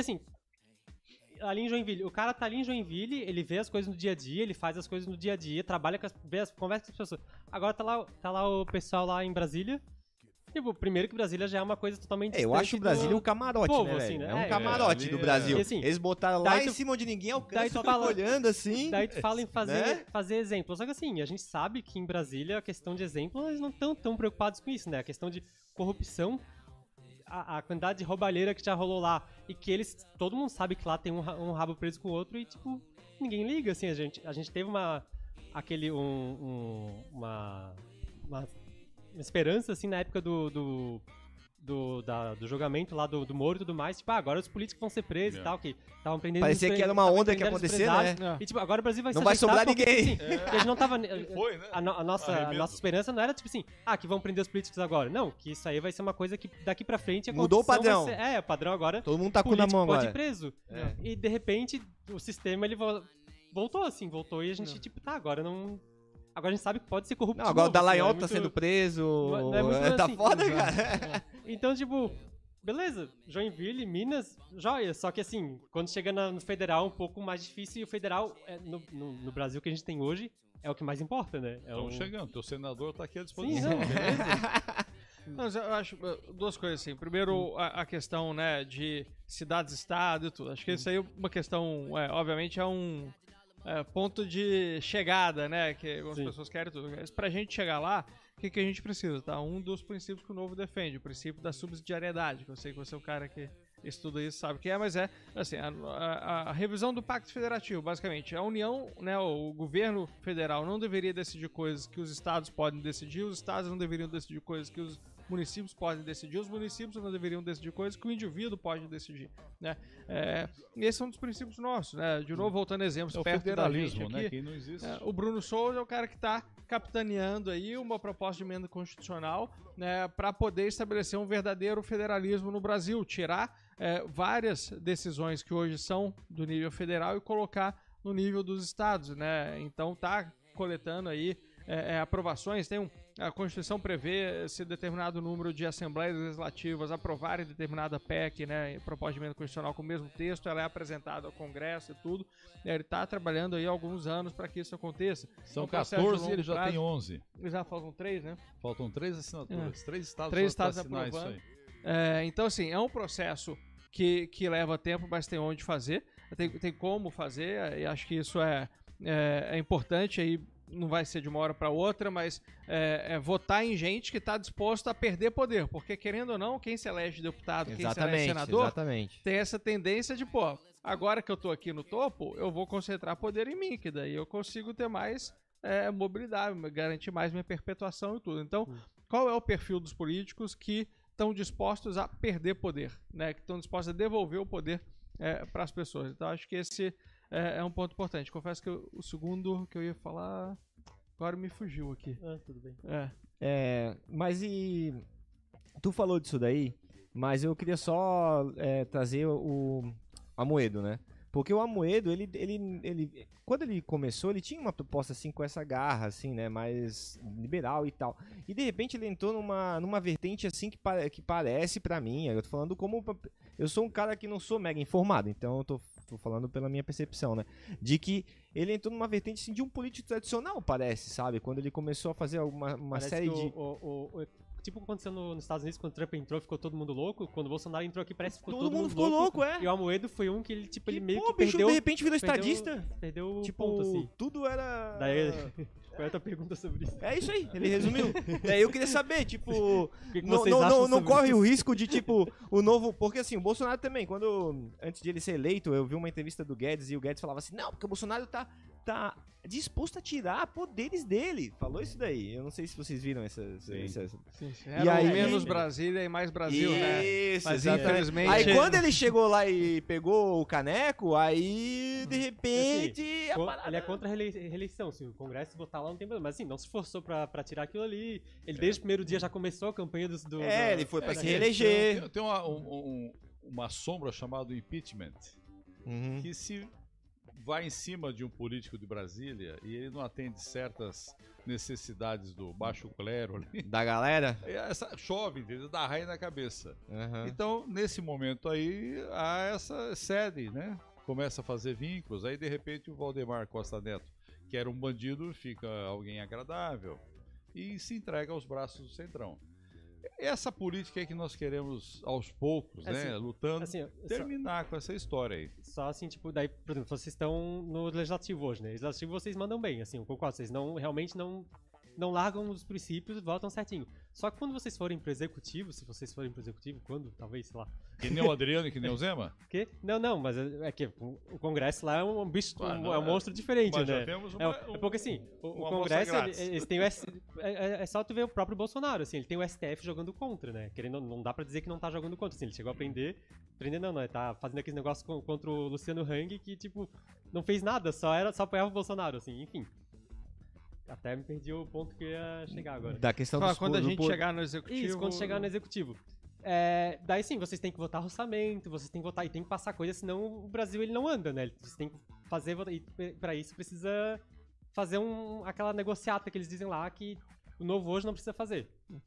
ali em Joinville, o cara tá ali em Joinville, ele vê as coisas no dia a dia, ele faz as coisas no dia a dia, trabalha conversa com as pessoas. Agora tá lá o pessoal lá em Brasília. Primeiro que Brasília já é uma coisa totalmente distante. Eu acho o Brasília um camarote, povo, né, assim, velho? né? É um camarote do Brasil. Assim, eles botaram lá em cima onde ninguém alcança, só fica olhando assim. Daí tu fala em fazer exemplo. Só que assim, a gente sabe que em Brasília a questão de exemplo, eles não estão tão preocupados com isso, né? A questão de corrupção, a quantidade de roubalheira que já rolou lá, e que todo mundo sabe que lá tem um rabo preso com o outro e, ninguém liga, assim, a gente teve uma esperança, assim, na época do julgamento lá do Moro e tudo mais, tipo, agora os políticos vão ser presos e tal, que estavam prendendo... Parecia que era uma onda que ia acontecer, né? E tipo, agora o Brasil vai não vai sobrar ninguém. A gente não tava... Foi, né? A nossa esperança não era tipo assim, que vão prender os políticos agora. Não, que isso aí vai ser uma coisa que daqui pra frente... Mudou o padrão. O padrão agora... Todo mundo tá com na mão agora. Pode ir preso. E de repente, o sistema, ele voltou e a gente, tipo, agora não... Agora a gente sabe que pode ser corrupto. Não, agora o Dallagnol assim, tá sendo preso. Não é muito tá assim. foda, cara. Então, tipo, beleza, Joinville, Minas, joia. Só que assim, quando chega no federal é um pouco mais difícil, e o federal, no Brasil que a gente tem hoje, é o que mais importa, né? Estamos chegando, teu senador tá aqui à disposição. Sim, não, beleza. Mas eu acho duas coisas assim. Primeiro, a questão, né, de cidades-estado e tudo. Acho que isso aí é uma questão, obviamente, é um ponto de chegada, né, que algumas pessoas querem tudo. Mas pra gente chegar lá, o que a gente precisa, tá? Um dos princípios que o Novo defende, o princípio da subsidiariedade, que eu sei que você é o cara que estuda isso, sabe o que é, mas assim, a revisão do Pacto Federativo, basicamente, a União, né, o governo federal não deveria decidir coisas que os estados podem decidir, os estados não deveriam decidir coisas que os municípios podem decidir, os municípios não deveriam decidir coisas que o indivíduo pode decidir, né? E esse é um dos princípios nossos, né? De novo, voltando a exemplos o perto federalismo, da gente aqui, né? Que não existe. O Bruno Souza é o cara que está capitaneando aí uma proposta de emenda constitucional, né, para poder estabelecer um verdadeiro federalismo no Brasil, tirar várias decisões que hoje são do nível federal e colocar no nível dos estados, né? Então tá coletando aí aprovações, a Constituição prevê se determinado número de assembleias legislativas aprovarem determinada PEC, né, proposta de emenda constitucional com o mesmo texto, ela é apresentada ao Congresso e tudo. Ele está trabalhando aí há alguns anos para que isso aconteça. São 14 e ele já tem 11. Já faltam 3, né? Faltam 3 assinaturas, 3 estados, 3 estados assinar aprovando. isso aí. Então, assim, é um processo que leva tempo, mas tem onde fazer, tem como fazer, e acho que isso é importante aí. Não vai ser de uma hora para outra, mas votar em gente que está disposto a perder poder. Porque, querendo ou não, quem se elege deputado, quem se elege senador, tem essa tendência de, agora que eu tô aqui no topo, eu vou concentrar poder em mim, que daí eu consigo ter mais mobilidade, garantir mais minha perpetuação e tudo. Então, qual é o perfil dos políticos que estão dispostos a perder poder, né? Que estão dispostos a devolver o poder para as pessoas? Então, acho que esse é um ponto importante. Confesso que o segundo que eu ia falar agora me fugiu aqui. Tudo bem. Mas e... Tu falou disso daí, mas eu queria só trazer o Amoedo, né? Porque o Amoedo, ele quando ele começou, ele tinha uma proposta assim com essa garra, assim, né, mais liberal e tal. E de repente ele entrou numa vertente assim que parece pra mim, eu tô falando como... Eu sou um cara que não sou mega informado, então eu tô falando pela minha percepção, né? De que ele entrou numa vertente assim, de um político tradicional, parece, sabe? Quando ele começou a fazer uma série de... Tipo o que aconteceu nos Estados Unidos, quando o Trump entrou, ficou todo mundo louco. Quando o Bolsonaro entrou aqui, parece que ficou todo mundo ficou louco. E o Amoedo foi um que ele, tipo, ele meio que bicho, perdeu... de repente virou estadista. Perdeu tipo, ponto, assim. Tudo era... Daí, qual é a tua pergunta sobre isso? É isso aí, ele resumiu. Eu queria saber, tipo... vocês acham não sobre corre isso? o risco de, tipo, o novo... Porque, assim, o Bolsonaro também, antes de ele ser eleito, eu vi uma entrevista do Guedes e o Guedes falava assim, não, porque o Bolsonaro tá disposto a tirar poderes dele. Falou isso daí. Eu não sei se vocês viram essa... Sim. E aí, menos Brasília e mais Brasil, né? Isso, Mas exatamente. infelizmente... Aí quando ele chegou lá e pegou o caneco, aí de repente... Ele é contra a reeleição. Se o Congresso votar lá, não tem problema. Mas assim, não se esforçou pra tirar aquilo ali. Ele desde o primeiro dia já começou a campanha ele foi pra se reeleger. Tem uma sombra chamada impeachment, que se vai em cima de um político de Brasília e ele não atende certas necessidades do baixo clero ali, da galera, chove, entendeu? Dá raio na cabeça. Então, nesse momento aí, há essa sede, né? Começa a fazer vínculos, aí de repente o Valdemar Costa Neto, que era um bandido, fica alguém agradável e se entrega aos braços do Centrão. Essa política é que nós queremos, aos poucos, né, lutando, terminar com essa história aí. Só assim, tipo, daí, por exemplo, vocês estão no Legislativo hoje, né? Legislativo vocês mandam bem, assim, eu concordo, vocês realmente não não largam os princípios e votam certinho. Só que quando vocês forem pro executivo, se vocês forem pro executivo, quando? Talvez, sei lá. Que nem o Adriano e que nem o Zema? Que? Não, mas é que o Congresso lá é um bicho, é um monstro diferente, mas né? já temos É porque assim, o Congresso, eles têm é só tu ver o próprio Bolsonaro, assim, ele tem o STF jogando contra, né? Querendo, não dá pra dizer que não tá jogando contra, assim, ele chegou a prender não, né? Tá fazendo aqueles negócios contra o Luciano Hang que, tipo, não fez nada, só apoiava o Bolsonaro, assim, enfim. Até me perdi o ponto que eu ia chegar agora. Da questão quando a gente chegar no executivo... Isso, quando chegar no executivo. Daí sim, vocês têm que votar orçamento, vocês têm que votar e tem que passar coisa, senão o Brasil ele não anda, né? Vocês têm que fazer, e pra isso precisa fazer aquela negociata que eles dizem lá que o novo hoje não precisa fazer.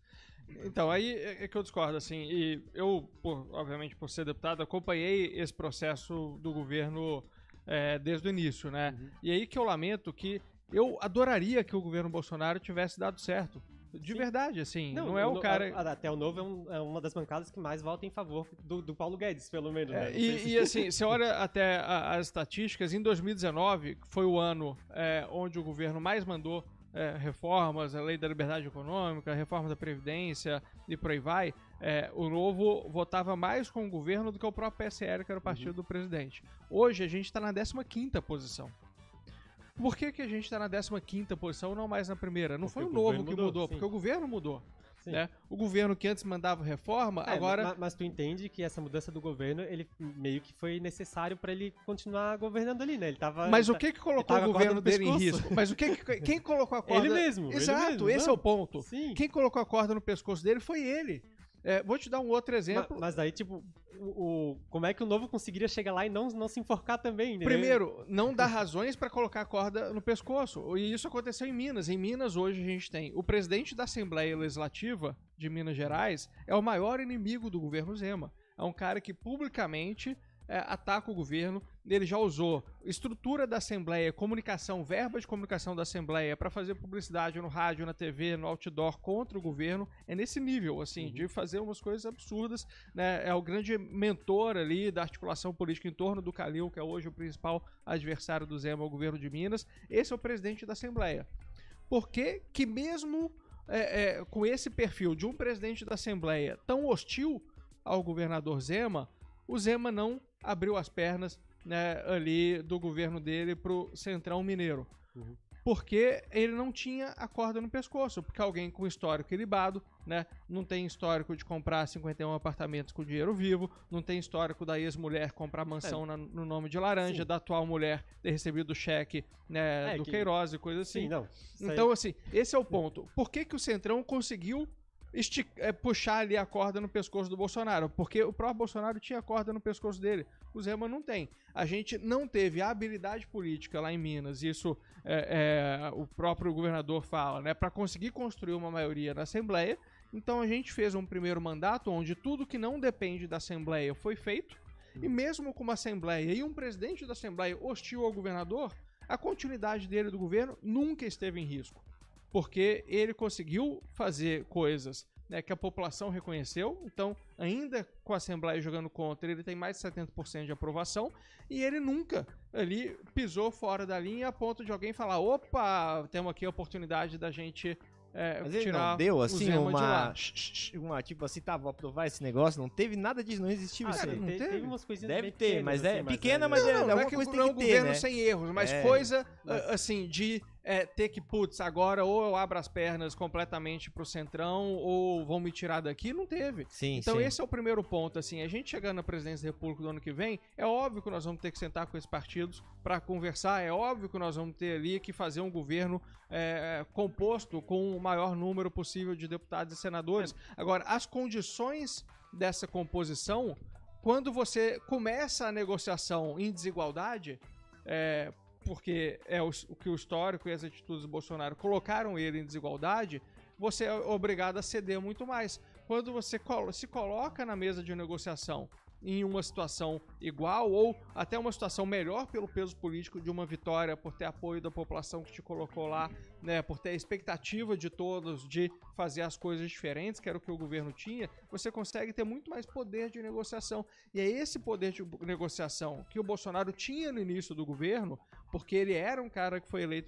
Então, aí é que eu discordo, assim, e eu, obviamente, por ser deputado, acompanhei esse processo do governo desde o início, né? Uhum. E aí que eu lamento que eu adoraria que o governo Bolsonaro tivesse dado certo. De verdade, assim, não é o cara... Até o Novo é uma das bancadas que mais vota em favor do Paulo Guedes, pelo menos. Né? Assim, você olha até as estatísticas, em 2019, que foi o ano onde o governo mais mandou reformas, a lei da liberdade econômica, a reforma da Previdência e por aí vai, o Novo votava mais com o governo do que o próprio PSL, que era o partido do presidente. Hoje a gente está na 15ª posição. Por que a gente está na 15ª posição e não mais na primeira? Não foi o Novo que mudou, porque o governo mudou. Né? O governo que antes mandava reforma, agora... Mas tu entende que essa mudança do governo, ele meio que foi necessário para ele continuar governando ali, né? Mas o que colocou o governo dele em risco? Mas quem colocou a corda... Ele mesmo. Exato, esse é o ponto. Sim. Quem colocou a corda no pescoço dele foi ele. Vou te dar um outro exemplo. Mas daí, tipo, como é que o Novo conseguiria chegar lá e não se enforcar também? Né? Primeiro, não dá razões para colocar a corda no pescoço. E isso aconteceu em Minas. Em Minas, hoje, a gente tem o presidente da Assembleia Legislativa de Minas Gerais é o maior inimigo do governo Zema. É um cara que publicamente ataca o governo. Ele já usou estrutura da Assembleia, comunicação, verba de comunicação da Assembleia para fazer publicidade no rádio, na TV, no outdoor contra o governo. É nesse nível, assim, de fazer umas coisas absurdas, né? É o grande mentor ali da articulação política em torno do Calil, que é hoje o principal adversário do Zema, o governo de Minas. Esse é o presidente da Assembleia. Por que mesmo com esse perfil de um presidente da Assembleia tão hostil ao governador Zema, o Zema não abriu as pernas, né, ali do governo dele pro Centrão Mineiro? Porque ele não tinha a corda no pescoço, porque alguém com histórico ilibado, né, não tem histórico de comprar 51 apartamentos com dinheiro vivo, não tem histórico da ex-mulher comprar mansão no nome de laranja, da atual mulher ter recebido cheque, né, do Queiroz e coisa assim. Sim, não. Então, assim, esse é o ponto. Por que o Centrão conseguiu puxar ali a corda no pescoço do Bolsonaro? Porque o próprio Bolsonaro tinha a corda no pescoço dele. O Zema não tem. A gente não teve a habilidade política lá em Minas, isso o próprio governador fala, né, para conseguir construir uma maioria na Assembleia. Então a gente fez um primeiro mandato onde tudo que não depende da Assembleia foi feito, e mesmo com uma Assembleia e um presidente da Assembleia hostil ao governador, a continuidade dele do governo nunca esteve em risco. Porque ele conseguiu fazer coisas, né, que a população reconheceu. Então, ainda com a Assembleia jogando contra, ele tem mais de 70% de aprovação, e ele nunca ali pisou fora da linha a ponto de alguém falar: opa, temos aqui a oportunidade da gente mas ele tirar não deu assim uma tipo assim, tá, vou aprovar esse negócio. Não teve nada disso, não existiu isso aí. Não teve umas coisinhas deve ter, pequenas, mas assim, pequena, mas é alguma coisa tem que ter, governo né? sem erros, mas coisa assim de ter que, putz, agora ou eu abro as pernas completamente pro Centrão ou vão me tirar daqui, não teve. Sim, então sim. Esse é o primeiro ponto, assim, a gente chegando na presidência da República do ano que vem, é óbvio que nós vamos ter que sentar com esses partidos para conversar, é óbvio que nós vamos ter ali que fazer um governo composto com o maior número possível de deputados e senadores. Agora, as condições dessa composição, quando você começa a negociação em desigualdade, porque o que o histórico e as atitudes do Bolsonaro colocaram ele em desigualdade, você é obrigado a ceder muito mais. Quando você se coloca na mesa de negociação em uma situação igual ou até uma situação melhor pelo peso político de uma vitória, por ter apoio da população que te colocou lá, né, por ter a expectativa de todos de fazer as coisas diferentes, que era o que o governo tinha, você consegue ter muito mais poder de negociação. E é esse poder de negociação que o Bolsonaro tinha no início do governo, porque ele era um cara que foi eleito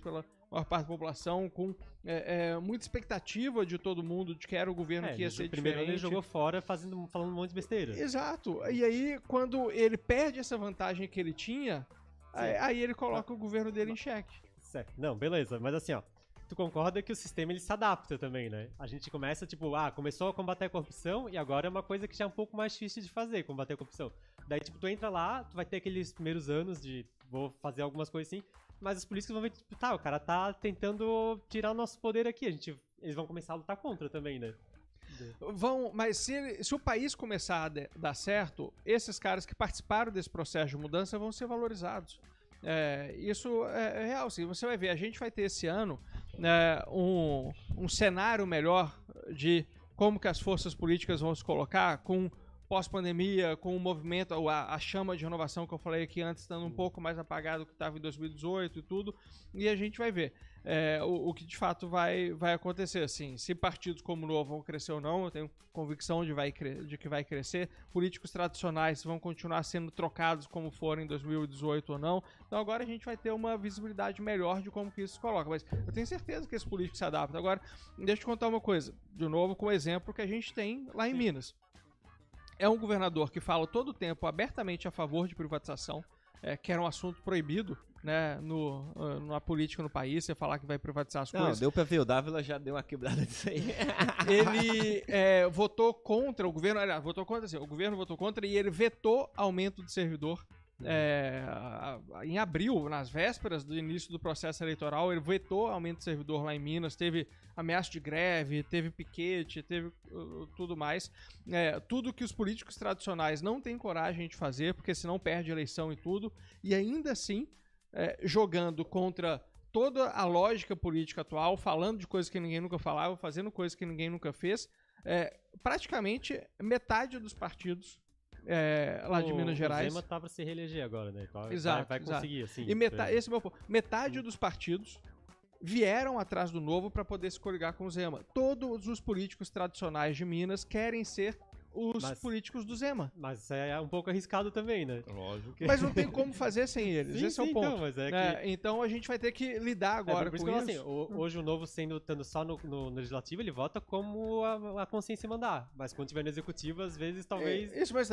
maior parte da população, com muita expectativa de todo mundo de que era o governo que ia ser primeiro diferente. Ele jogou fora falando um monte de besteira. Exato. E aí, quando ele perde essa vantagem que ele tinha, aí ele coloca o governo dele em xeque. Certo. Não, beleza. Mas assim, ó, tu concorda que o sistema ele se adapta também, né? A gente começa, tipo, começou a combater a corrupção e agora é uma coisa que já é um pouco mais difícil de fazer, combater a corrupção. Daí, tipo, tu entra lá, tu vai ter aqueles primeiros anos de vou fazer algumas coisas assim, mas os políticos vão ver, tipo, o cara tá tentando tirar o nosso poder aqui, eles vão começar a lutar contra também, né? Mas se o país começar a dar certo, esses caras que participaram desse processo de mudança vão ser valorizados. Isso é real. Assim, você vai ver, a gente vai ter esse ano um cenário melhor de como que as forças políticas vão se colocar com pós-pandemia, com o movimento, a chama de renovação que eu falei aqui antes, estando um pouco mais apagado do que estava em 2018 e tudo, e a gente vai ver o que de fato vai acontecer. Assim, se partidos como o Novo vão crescer ou não, eu tenho convicção de que vai crescer. Políticos tradicionais vão continuar sendo trocados como foram em 2018 ou não. Então agora a gente vai ter uma visibilidade melhor de como que isso se coloca. Mas eu tenho certeza que esses políticos se adaptam. Agora, deixa eu te contar uma coisa, de novo com o exemplo que a gente tem lá em Minas. É um governador que fala todo o tempo abertamente a favor de privatização, que era um assunto proibido, né, na política no país, você falar que vai privatizar as coisas. Não, deu pra ver, o Dávila já deu uma quebrada disso aí. Ele votou contra, o governo votou contra e ele vetou aumento de servidor. Em abril, nas vésperas do início do processo eleitoral, ele vetou aumento de servidor lá em Minas, teve ameaça de greve, teve piquete, teve tudo mais. Tudo que os políticos tradicionais não têm coragem de fazer, porque senão perde a eleição e tudo, e ainda assim, jogando contra toda a lógica política atual, falando de coisas que ninguém nunca falava, fazendo coisas que ninguém nunca fez. Praticamente metade dos partidos lá de Minas Gerais. O Zema tá pra se reeleger agora, né? Então Exato, vai conseguir, assim. E esse é o meu ponto. Metade dos partidos vieram atrás do Novo para poder se coligar com o Zema. Todos os políticos tradicionais de Minas querem ser os políticos do Zema. Mas é um pouco arriscado também, né? Lógico. Mas não tem como fazer sem eles. Esse é o ponto. Então, mas então a gente vai ter que lidar agora com isso. Assim, hoje o Novo estando só no legislativo, ele vota como a consciência mandar. Mas quando tiver no executivo, às vezes, talvez...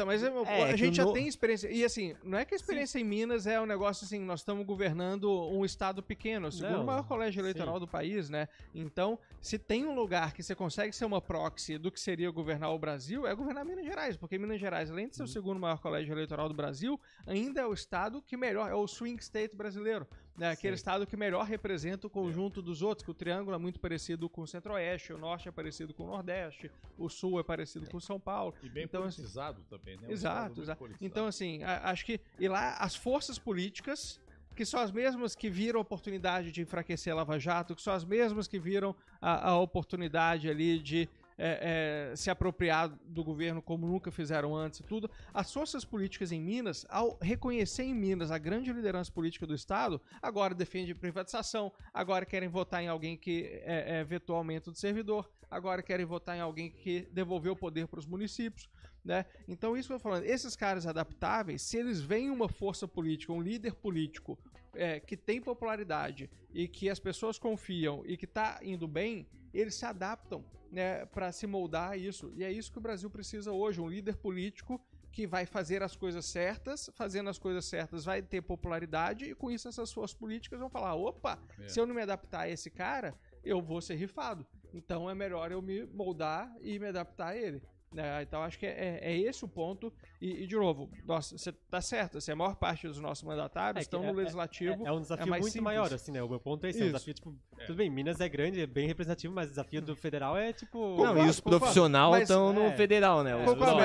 A gente já tem experiência. E assim, não é que a experiência em Minas é um negócio assim, nós estamos governando um estado pequeno, o segundo maior colégio eleitoral do país, né? Então, se tem um lugar que você consegue ser uma proxy do que seria governar o Brasil, é governar Minas Gerais, porque Minas Gerais, além de ser o segundo maior colégio eleitoral do Brasil, ainda é o estado que melhor, é o swing state brasileiro, né? Aquele estado que melhor representa o conjunto dos outros, que o Triângulo é muito parecido com o Centro-Oeste, o Norte é parecido com o Nordeste, o Sul é parecido com São Paulo. E bem politizado também, né? Exato. Então, assim, acho que e lá as forças políticas, que são as mesmas que viram a oportunidade de enfraquecer a Lava Jato, que são as mesmas que viram a oportunidade ali de se apropriar do governo como nunca fizeram antes e tudo. As forças políticas em Minas, ao reconhecer em Minas a grande liderança política do Estado, agora defendem privatização, agora querem votar em alguém que vetou aumento de servidor, agora querem votar em alguém que devolveu o poder para os municípios, né? Então isso que eu tô falando, esses caras adaptáveis, se eles veem uma força política, um líder político que tem popularidade e que as pessoas confiam e que está indo bem, eles se adaptam, né, para se moldar a isso. E é isso que o Brasil precisa hoje, um líder político que vai fazer as coisas certas, fazendo as coisas certas vai ter popularidade e com isso essas forças políticas vão falar, opa, se eu não me adaptar a esse cara, eu vou ser rifado. Então é melhor eu me moldar e me adaptar a ele. Então acho que é esse o ponto. E de novo, nossa, você tá certo, assim, a maior parte dos nossos mandatários estão no legislativo. É um desafio mais muito simples. maior, assim, né? O meu ponto é esse. É um desafio, tipo, tudo bem, Minas é grande, é bem representativo, mas o desafio do federal é tipo. Não, e os profissionais estão no federal, né?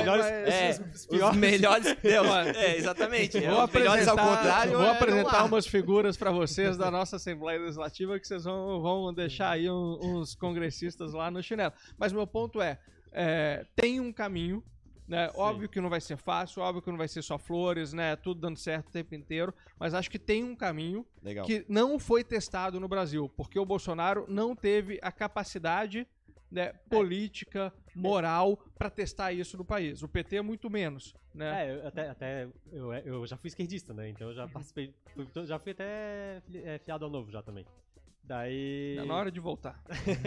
Os melhores. Exatamente. Os melhores ao contrário. Vou apresentar umas figuras para vocês da nossa Assembleia Legislativa que vocês vão deixar aí uns congressistas lá no chinelo. Mas meu ponto tem um caminho, né? Óbvio que não vai ser fácil, óbvio que não vai ser só flores, né? Tudo dando certo o tempo inteiro, mas acho que tem um caminho que não foi testado no Brasil, porque o Bolsonaro não teve a capacidade, né, política, moral para testar isso no país. O PT é muito menos, né? Eu já fui esquerdista, né? Então eu já participei, já fui até fiado ao Novo já também. Daí... Tá na hora de voltar.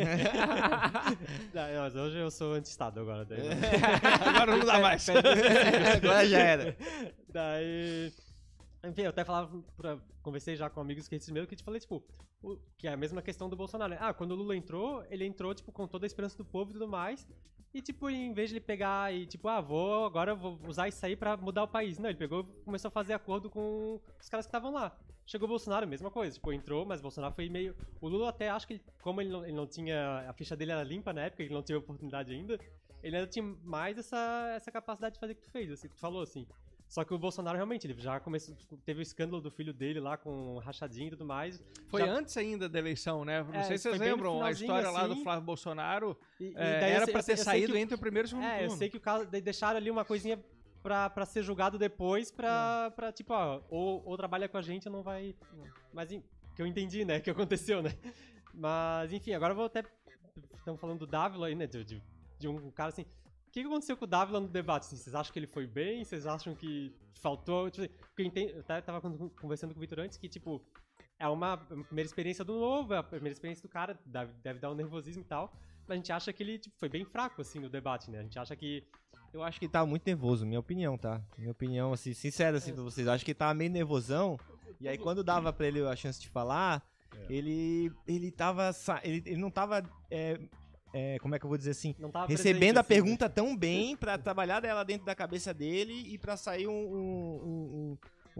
Daí, mas hoje eu sou anti-estado agora. Daí, Agora não dá mais. Agora já era. Daí... Enfim, eu até conversei já com amigos que meus que te falei, tipo, que é a mesma questão do Bolsonaro, né? Quando o Lula entrou, ele entrou, tipo, com toda a esperança do povo e tudo mais, e, tipo, em vez de ele pegar e, tipo, agora vou usar isso aí pra mudar o país. Não, ele pegou e começou a fazer acordo com os caras que estavam lá. Chegou o Bolsonaro, mesma coisa, tipo, entrou, mas o Bolsonaro foi meio... O Lula até, acho que, como ele não tinha... A ficha dele era limpa na época, ele não tinha oportunidade ainda, ele ainda tinha mais essa capacidade de fazer o que tu fez, assim, que tu falou, assim. Só que o Bolsonaro realmente, ele já começou, teve o escândalo do filho dele lá com rachadinho e tudo mais. Foi antes ainda da eleição, né? Não sei se vocês lembram, a história lá do Flávio Bolsonaro era pra ter saído entre o primeiro e o segundo turno. Eu sei que o caso, deixaram ali uma coisinha pra ser julgado depois, pra tipo, ou trabalha com a gente ou não vai... Mas, que eu entendi, né, que aconteceu, né? Mas, enfim, agora eu vou até... Estamos falando do Dávila aí, né, de um cara assim... O que aconteceu com o Dávila no debate? Assim, vocês acham que ele foi bem? Vocês acham que faltou? Tipo, eu tava conversando com o Vitor antes que, tipo, é uma primeira experiência do novo, é a primeira experiência do cara, deve dar um nervosismo e tal, mas a gente acha que ele tipo, foi bem fraco, assim, no debate, né? A gente acha que... Eu acho que ele tava muito nervoso, minha opinião, tá? Minha opinião, assim, sincera, assim, pra vocês. Eu acho que ele tava meio nervosão, e aí quando dava pra ele a chance de falar, ele não tava... como é que eu vou dizer assim? Recebendo a pergunta tão bem pra trabalhar dela dentro da cabeça dele e pra sair um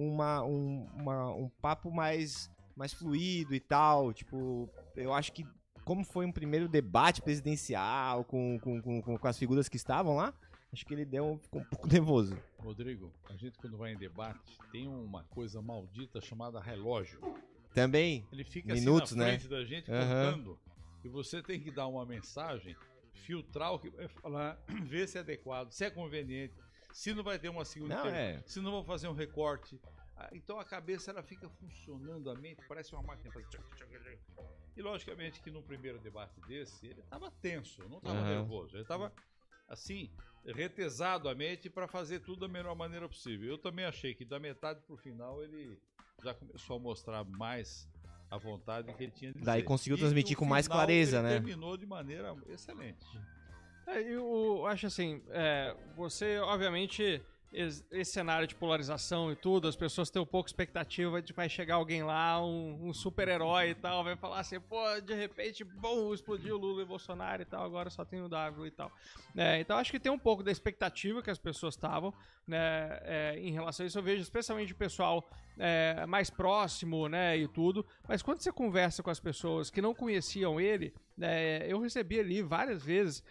papo mais fluido e tal. Tipo, eu acho que como foi um primeiro debate presidencial com as figuras que estavam lá, acho que ele ficou um pouco nervoso. Rodrigo, a gente quando vai em debate tem uma coisa maldita chamada relógio. Também? Ele fica minutos, assim na frente da gente contando. E você tem que dar uma mensagem, filtrar o que vai falar, ver se é adequado, se é conveniente, se não vai ter uma segunda intervenção, se não vão fazer um recorte. Então a cabeça ela fica funcionando, a mente parece uma máquina. E logicamente que no primeiro debate desse, ele estava tenso, não estava nervoso, ele estava assim, retesado a mente para fazer tudo da melhor maneira possível. Eu também achei que da metade para o final ele já começou a mostrar mais a vontade que ele tinha de dizer. Daí conseguiu transmitir com mais clareza, ele né? Terminou de maneira excelente. Eu acho assim, você, obviamente, esse cenário de polarização e tudo, as pessoas têm um pouco expectativa de que vai chegar alguém lá, um super-herói e tal, vai falar assim, pô, de repente, bom, explodiu Lula e Bolsonaro e tal, agora só tem o Dávila e tal. Então acho que tem um pouco da expectativa que as pessoas estavam, né, em relação a isso. Eu vejo especialmente o pessoal mais próximo, né, e tudo, mas quando você conversa com as pessoas que não conheciam ele, eu recebi ali várias vezes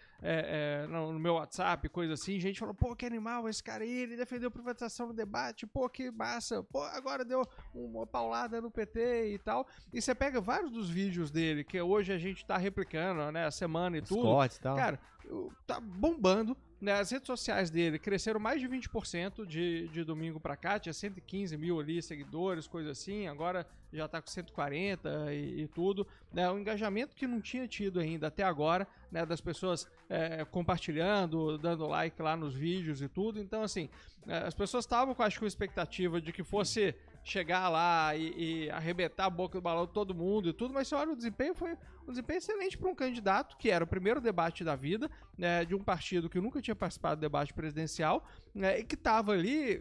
no meu WhatsApp, coisa assim, gente falou, pô, que animal esse cara aí, ele defendeu privatização no debate, pô, que massa, pô, agora deu uma paulada no PT e tal, e você pega vários dos vídeos dele, que hoje a gente tá replicando, né, a semana e tudo, cortes, tal. Cara, tá bombando, né, as redes sociais dele cresceram mais de 20% de domingo pra cá, tinha 115 mil ali seguidores, coisa assim, agora já tá com 140 e tudo, né, um engajamento que não tinha tido ainda até agora, né, das pessoas compartilhando, dando like lá nos vídeos e tudo, então assim, as pessoas estavam com, acho que, a expectativa de que fosse chegar lá e arrebentar a boca do balão de todo mundo e tudo, mas você olha, o desempenho foi um desempenho excelente para um candidato, que era o primeiro debate da vida, né, de um partido que nunca tinha participado do debate presidencial, né, e que estava ali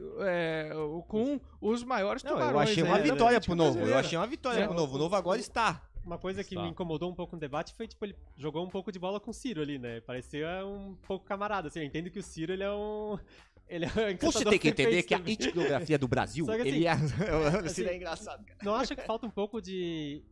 com os maiores tubarões. Eu achei uma vitória pro Novo, O Novo agora está. Uma coisa que me incomodou um pouco no debate foi, tipo, ele jogou um pouco de bola com o Ciro ali, né? Parecia um pouco camarada, assim. Eu entendo que o Ciro, ele é um Você tem que entender que a etnografia do Brasil, que, assim, ele é... assim, o Ciro é engraçado, cara. Não acha que falta um pouco de...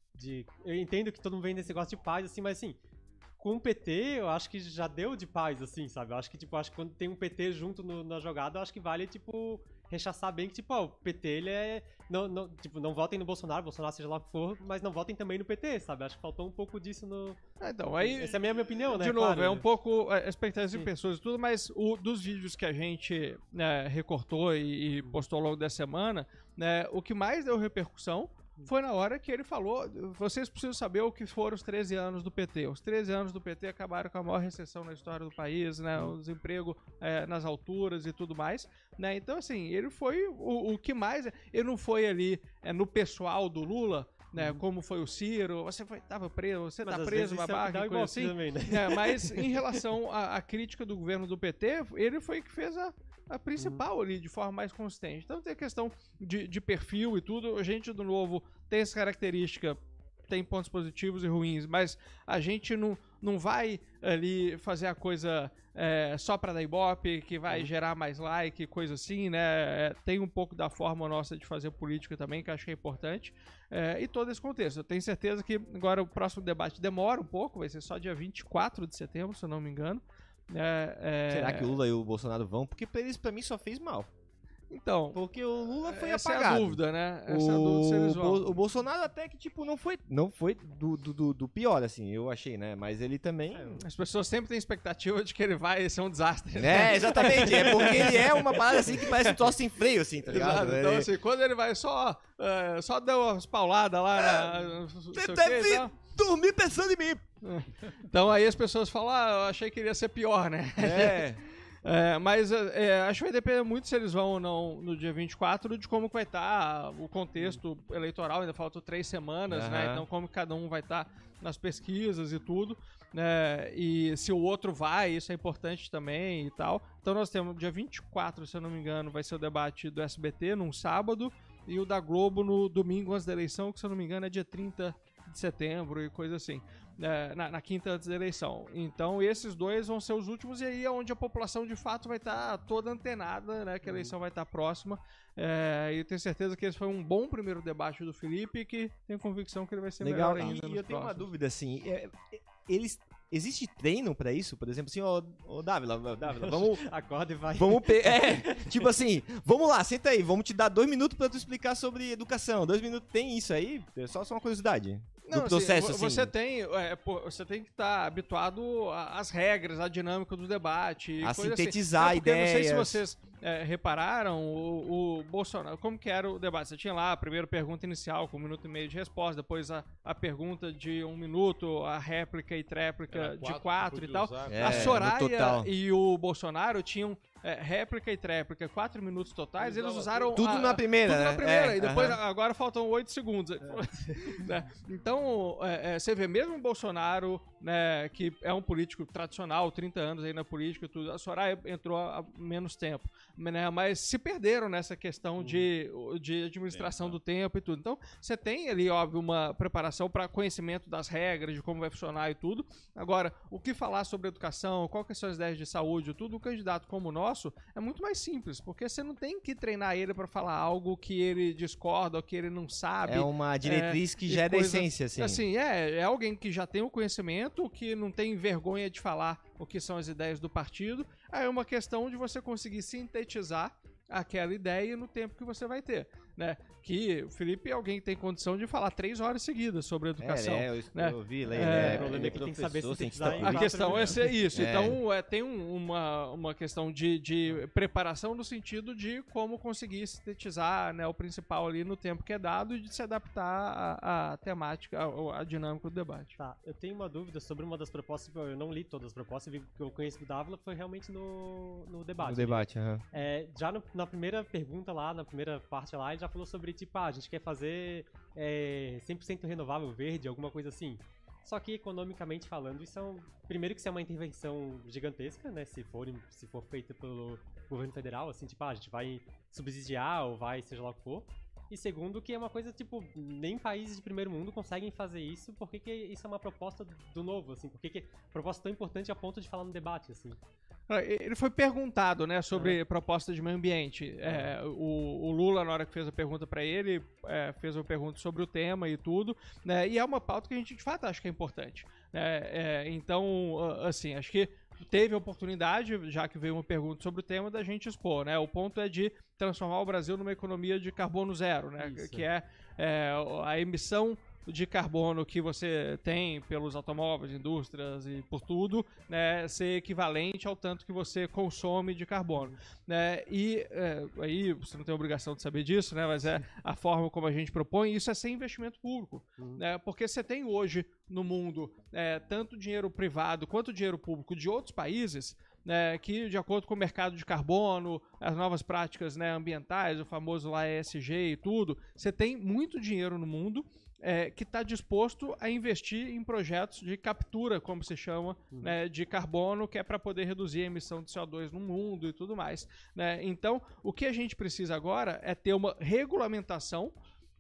Eu entendo que todo mundo vem desse negócio de paz, assim, mas assim... Com o PT, eu acho que já deu de paz, assim, sabe? Eu acho que, acho que quando tem um PT junto na jogada, eu acho que vale, tipo, rechaçar bem que, tipo, o PT, ele é... Não votem no Bolsonaro seja lá o que for, mas não votem também no PT, sabe? Acho que faltou um pouco disso no... Então, aí... Essa é a minha opinião, né? De novo, claro, um pouco a expectativa de pessoas e tudo, mas dos vídeos que a gente recortou e postou ao longo da semana, né, o que mais deu repercussão foi na hora que ele falou, vocês precisam saber o que foram os 13 anos do PT. Os 13 anos do PT acabaram com a maior recessão na história do país, né, o desemprego nas alturas e tudo mais, né, então assim, ele foi o que mais, ele não foi ali no pessoal do Lula né? Como foi o Ciro, você estava preso, você está às preso, vezes babaca, dá coisa assim. também, né? Mas em relação à crítica do governo do PT, ele foi que fez a principal ali, de forma mais consistente. Então tem a questão de perfil e tudo. A gente, do Novo, tem essa característica, tem pontos positivos e ruins, mas a gente não vai ali fazer a coisa só para dar ibope, que vai gerar mais like, coisa assim, né? Tem um pouco da forma nossa de fazer política também, que acho que é importante. E todo esse contexto. Eu tenho certeza que agora o próximo debate demora um pouco, vai ser só dia 24 de setembro, se eu não me engano. Será que o Lula e o Bolsonaro vão? Porque pra mim só fez mal. Então, porque o Lula foi essa apagado. É a dúvida, né? Essa é a dúvida se eles vão. O Bolsonaro até que, tipo, não foi do pior, assim, eu achei, né? Mas ele também... As pessoas sempre têm expectativa de que ele vai ser um desastre. Exatamente. É porque ele é uma parada, assim, que parece um troço sem freio, assim, tá ligado? Exato. Então, assim, quando ele vai só deu umas pauladas lá Você deve dormir pensando em mim. Então aí as pessoas falam, eu achei que iria ser pior, né? Mas acho que vai depender muito se eles vão ou não no dia 24 de como vai estar o contexto eleitoral. Ainda faltam 3 semanas, né? Então como cada um vai estar nas pesquisas e tudo, né? E se o outro vai, isso é importante também e tal. Então nós temos dia 24, se eu não me engano, vai ser o debate do SBT num sábado e o da Globo no domingo antes da eleição, que se eu não me engano é dia 30 de setembro e coisa assim. Na quinta antes da eleição. Então esses dois vão ser os últimos e aí é onde a população de fato vai estar toda antenada, né, que a eleição vai estar próxima. E eu tenho certeza que esse foi um bom primeiro debate do Felipe e que tenho convicção que ele vai ser melhor ainda. E eu tenho uma dúvida assim, existe treino pra isso? Por exemplo, assim, ô Dávila, vamos... Acorda e vai. Tipo assim, vamos lá, senta aí, vamos te dar 2 minutos pra tu explicar sobre educação. 2 minutos, tem isso aí? É só uma curiosidade. Não, do processo, assim, você tem que estar habituado às regras, à dinâmica do debate. A coisa sintetizar assim. ideias. Não sei se vocês repararam, o Bolsonaro, como que era o debate? Você tinha lá a primeira pergunta inicial com 1 minuto e meio de resposta, depois a pergunta de 1 minuto, a réplica e tréplica de 4 e tal. A Soraya e o Bolsonaro tinham réplica e tréplica, 4 minutos totais, eles usaram... Tudo na primeira, Tudo na primeira, e depois agora faltam 8 segundos. Então, você vê mesmo o Bolsonaro, né, que é um político tradicional, 30 anos aí na política e tudo, a Soraya entrou há menos tempo, né, mas se perderam nessa questão de administração do tempo e tudo. Então, você tem ali, óbvio, uma preparação para conhecimento das regras, de como vai funcionar e tudo. Agora, o que falar sobre educação, qual que são as ideias de saúde e tudo, um candidato como nós é muito mais simples, porque você não tem que treinar ele para falar algo que ele discorda ou que ele não sabe. É uma diretriz que já é da essência, assim. Assim, é alguém que já tem o conhecimento, que não tem vergonha de falar o que são as ideias do partido. Aí é uma questão de você conseguir sintetizar aquela ideia no tempo que você vai ter, né? Que o Felipe é alguém que tem condição de falar 3 horas seguidas sobre educação. Eu vi, o problema é que tem que saber sintetizar. A questão é ser isso. Então, tem uma questão de preparação no sentido de como conseguir sintetizar, né, o principal ali no tempo que é dado e de se adaptar à temática, à dinâmica do debate. Tá, eu tenho uma dúvida sobre uma das propostas, eu não li todas as propostas, o que eu conheço do Dávila foi realmente no debate. No debate, já na primeira pergunta lá, na primeira parte lá, ele já falou sobre, tipo, a gente quer fazer 100% renovável verde, alguma coisa assim. Só que, economicamente falando, primeiro que isso é uma intervenção gigantesca, né, se for feita pelo governo federal, assim, tipo, a gente vai subsidiar ou vai, seja lá o que for. E segundo, que é uma coisa, tipo, nem países de primeiro mundo conseguem fazer isso, por que isso é uma proposta do Novo, assim, por que proposta tão importante a ponto de falar no debate, assim? Ele foi perguntado, né, sobre proposta de meio ambiente. O Lula, na hora que fez a pergunta para ele, fez uma pergunta sobre o tema e tudo, né, e é uma pauta que a gente, de fato, acha que é importante. Então, assim, acho que teve a oportunidade, já que veio uma pergunta sobre o tema, da gente expor, né? O ponto é de transformar o Brasil numa economia de carbono zero, né? Isso. Que é a emissão de carbono que você tem pelos automóveis, indústrias e por tudo, né, ser equivalente ao tanto que você consome de carbono, né, e aí você não tem obrigação de saber disso, né, mas é a forma como a gente propõe, isso é sem investimento público, né, porque você tem hoje no mundo tanto dinheiro privado quanto dinheiro público de outros países, né, que de acordo com o mercado de carbono, as novas práticas, né, ambientais, o famoso lá ESG e tudo, você tem muito dinheiro no mundo que está disposto a investir em projetos de captura, como se chama, né, de carbono, que é para poder reduzir a emissão de CO2 no mundo e tudo mais, né? Então, o que a gente precisa agora é ter uma regulamentação,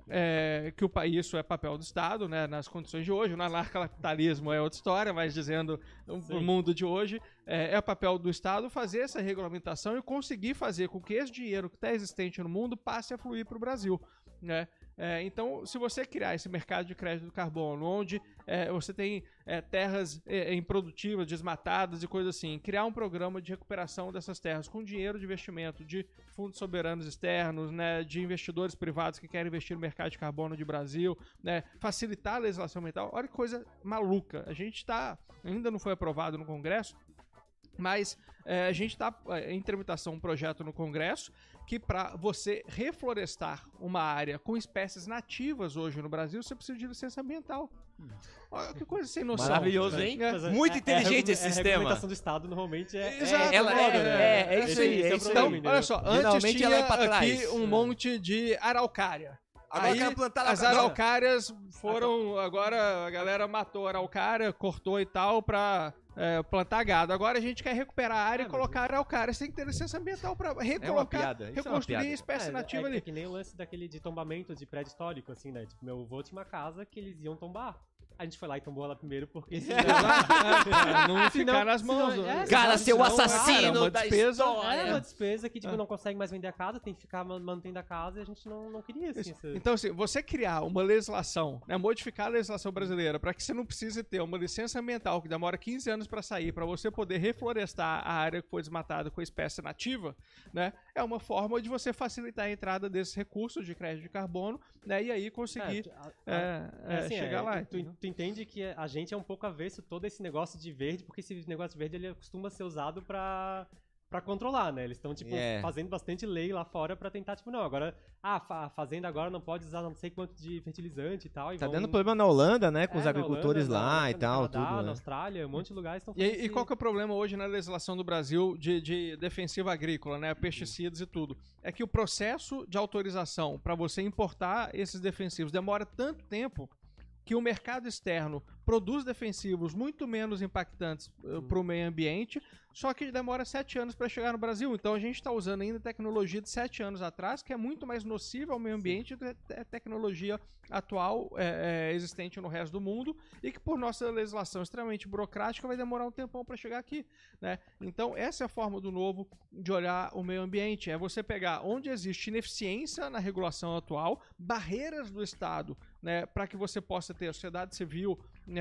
isso é papel do Estado, né, nas condições de hoje. O anarcapitalismo é outra história, mas dizendo o mundo de hoje, é papel do Estado fazer essa regulamentação e conseguir fazer com que esse dinheiro que está existente no mundo passe a fluir para o Brasil, né? Então, se você criar esse mercado de crédito do carbono, onde você tem terras improdutivas, desmatadas e coisas assim, criar um programa de recuperação dessas terras com dinheiro de investimento de fundos soberanos externos, né, de investidores privados que querem investir no mercado de carbono de Brasil, né, facilitar a legislação ambiental, olha que coisa maluca. A gente ainda não foi aprovado no Congresso, mas a gente está em tramitação um projeto no Congresso que para você reflorestar uma área com espécies nativas hoje no Brasil, você precisa de licença ambiental. Olha que coisa sem noção. Maravilhoso, hein? Muito inteligente esse sistema. A regulamentação do Estado normalmente Exato, é isso aí. Então, olha só, antes tinha aqui um monte de araucária. Agora aí, eu quero plantar as araucárias foram... Agora a galera matou a araucária, cortou e tal pra plantar gado. Agora a gente quer recuperar a área e colocar araucária. Você tem que ter licença ambiental pra recolocar, reconstruir a espécie nativa ali. É que nem o lance daquele de tombamento de prédio histórico, assim, né? Tipo, meu avô tinha uma casa que eles iam tombar. A gente foi lá e tombou ela primeiro porque não ficar nas mãos. Cara, seu assassino da despesa. É uma despesa que tipo, não consegue mais vender a casa, tem que ficar mantendo a casa e a gente não queria assim. Então, assim, você criar uma legislação, né, modificar a legislação brasileira para que você não precise ter uma licença ambiental que demora 15 anos para sair, para você poder reflorestar a área que foi desmatada com a espécie nativa, né, é uma forma de você facilitar a entrada desses recursos de crédito de carbono, né, e aí conseguir chegar lá. Tu entende que a gente é um pouco avesso todo esse negócio de verde, porque esse negócio de verde ele costuma ser usado pra controlar, né? Eles estão, tipo, fazendo bastante lei lá fora pra tentar, tipo, não, agora, a fazenda agora não pode usar não sei quanto de fertilizante e tal. Tá dando problema na Holanda, né? Com os agricultores lá e tal, tudo, na né? Austrália, um monte de lugares estão fazendo. E qual que é o problema hoje na legislação do Brasil de defensiva agrícola, né? Pesticidas e tudo? É que o processo de autorização pra você importar esses defensivos demora tanto tempo que o mercado externo produz defensivos muito menos impactantes para o meio ambiente, só que demora 7 anos para chegar no Brasil. Então a gente está usando ainda tecnologia de 7 anos atrás, que é muito mais nociva ao meio ambiente do que a tecnologia atual existente no resto do mundo e que por nossa legislação extremamente burocrática vai demorar um tempão para chegar aqui, né? Então essa é a forma do novo de olhar o meio ambiente, é você pegar onde existe ineficiência na regulação atual, barreiras do Estado, né, para que você possa ter a sociedade civil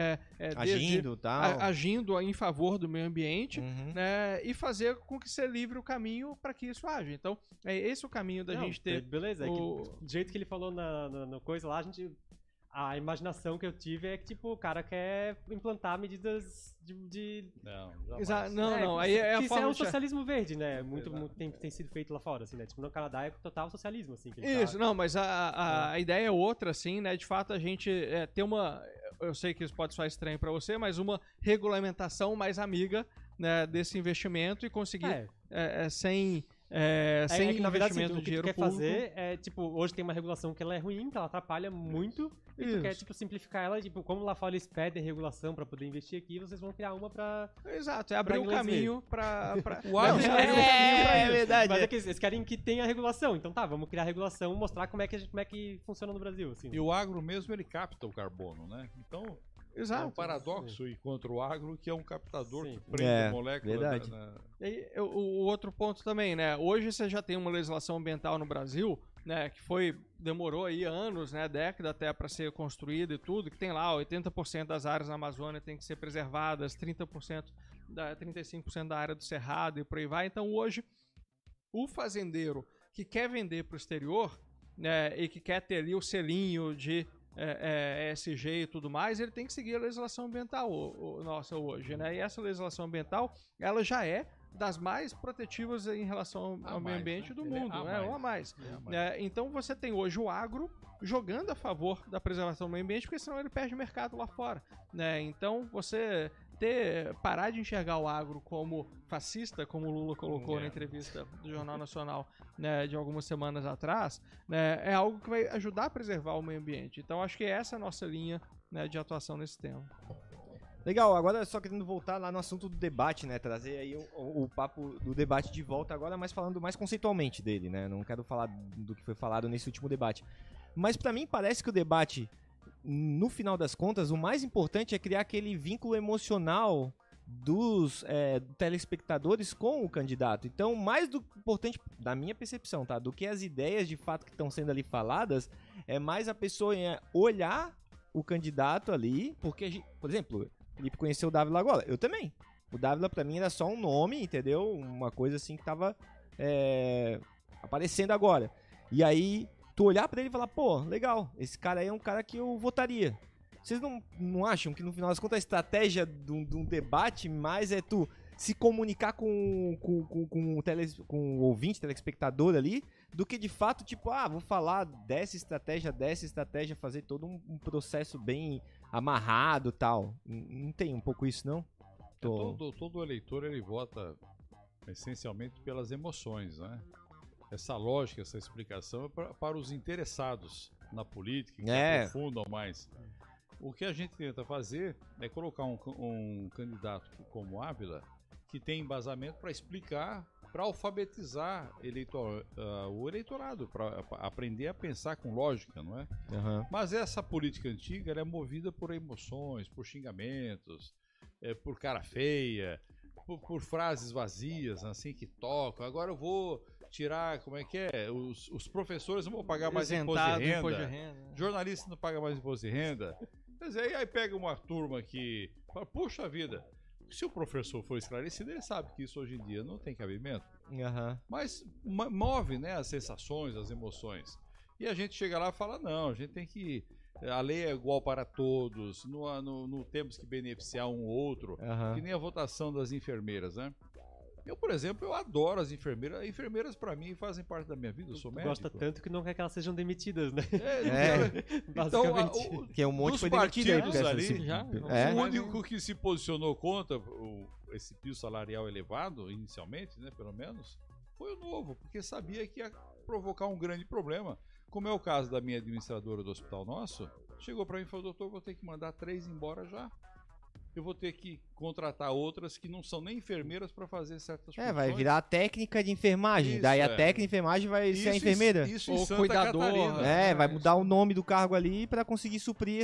agindo em favor do meio ambiente, né, e fazer com que você livre o caminho para que isso haja. Então, é esse o caminho da gente ter... Beleza, do jeito que ele falou na coisa lá, a imaginação que eu tive é que, tipo, o cara quer implantar medidas de... Não, aí é a forma... Isso é um socialismo verde, né? Muito tem sido feito lá fora, assim, né? Tipo, no Canadá é total socialismo, assim. Não, mas a ideia é outra, assim, né? De fato, a gente ter uma... Eu sei que isso pode soar estranho para você, mas uma regulamentação mais amiga, né, desse investimento e conseguir sem que, na verdade, investimento o que tu quer fazer é, tipo, hoje tem uma regulação que ela é ruim, que ela atrapalha muito, e tu quer, tipo, simplificar ela, tipo, como lá fora eles pedem regulação pra poder investir aqui, vocês vão criar uma pra... Exato, abrir um caminho pra... É verdade. Mas é que eles querem que tenha regulação, então tá, vamos criar a regulação, mostrar como é que funciona no Brasil, assim. E o agro mesmo, ele capta o carbono, né? Então... Exato. É um paradoxo ir contra o agro, que é um captador que prende moléculas. Verdade. E o outro ponto também, né? Hoje você já tem uma legislação ambiental no Brasil, né? Que demorou aí anos, né? Década até para ser construída e tudo. Que tem lá 80% das áreas na Amazônia tem que ser preservadas, 35% da área do Cerrado e por aí vai. Então hoje o fazendeiro que quer vender para o exterior, né? E que quer ter ali o selinho de ESG e tudo mais, ele tem que seguir a legislação ambiental nossa hoje, né? E essa legislação ambiental, ela já é das mais protetivas em relação ao meio ambiente do mundo, né? Ou a mais. Então você tem hoje o agro jogando a favor da preservação do meio ambiente, porque senão ele perde mercado lá fora, né? Então você parar de enxergar o agro como fascista, como o Lula colocou na entrevista do Jornal Nacional, né, de algumas semanas atrás, né, é algo que vai ajudar a preservar o meio ambiente. Então acho que essa é a nossa linha, né, de atuação nesse tema. Legal, agora só querendo voltar lá no assunto do debate, né, trazer aí o papo do debate de volta agora, mas falando mais conceitualmente dele, né, não quero falar do que foi falado nesse último debate. Mas pra mim parece que o debate, no final das contas, o mais importante é criar aquele vínculo emocional dos telespectadores com o candidato. Então, mais do importante, da minha percepção, tá, do que as ideias de fato que estão sendo ali faladas, é mais a pessoa olhar o candidato ali, porque, por exemplo, Felipe conheceu o Dávila agora, eu também. O Dávila pra mim era só um nome, entendeu? Uma coisa assim que tava aparecendo agora. E aí, tu olhar pra ele e falar, pô, legal, esse cara aí é um cara que eu votaria. Vocês não acham que no final das contas a estratégia de um debate mais é tu se comunicar com o ouvinte, telespectador ali, do que de fato, tipo, vou falar dessa estratégia, fazer todo um processo bem amarrado e tal. Não tem um pouco isso, não? Todo eleitor, ele vota essencialmente pelas emoções, né? Essa lógica, essa explicação é para os interessados na política, que aprofundam mais. O que a gente tenta fazer é colocar um candidato como Ávila, que tem embasamento para explicar, para alfabetizar o eleitorado, para aprender a pensar com lógica, não é? Uhum. Mas essa política antiga ela é movida por emoções, por xingamentos, por cara feia, por frases vazias, assim, que tocam. Agora eu vou tirar, como é que é? Os professores não vão pagar mais imposto de renda. Jornalista não paga mais imposto de renda. Quer dizer, aí pega uma turma que fala, puxa vida, se o professor for esclarecido, ele sabe que isso hoje em dia não tem cabimento. Uhum. Mas move, né, as sensações, as emoções. E a gente chega lá e fala, não, a gente tem que... A lei é igual para todos, não temos que beneficiar um ou outro, que nem a votação das enfermeiras, né? Eu, por exemplo, eu adoro as enfermeiras. Enfermeiras, pra mim, fazem parte da minha vida. Eu sou médico. Gosta tanto que não quer que elas sejam demitidas, né? Basicamente. Então, que um monte foi demitido ali. O único que se posicionou contra esse piso salarial elevado, inicialmente, né, pelo menos, foi o Novo, porque sabia que ia provocar um grande problema. Como é o caso da minha administradora do hospital nosso, chegou pra mim e falou, doutor, vou ter que mandar 3 embora já. Eu vou ter que contratar outras que não são nem enfermeiras para fazer certas funções. Vai virar a técnica de enfermagem. Isso, daí a técnica de enfermagem vai ser a enfermeira. Isso em Santa Catarina. Vai mudar o nome do cargo ali para conseguir suprir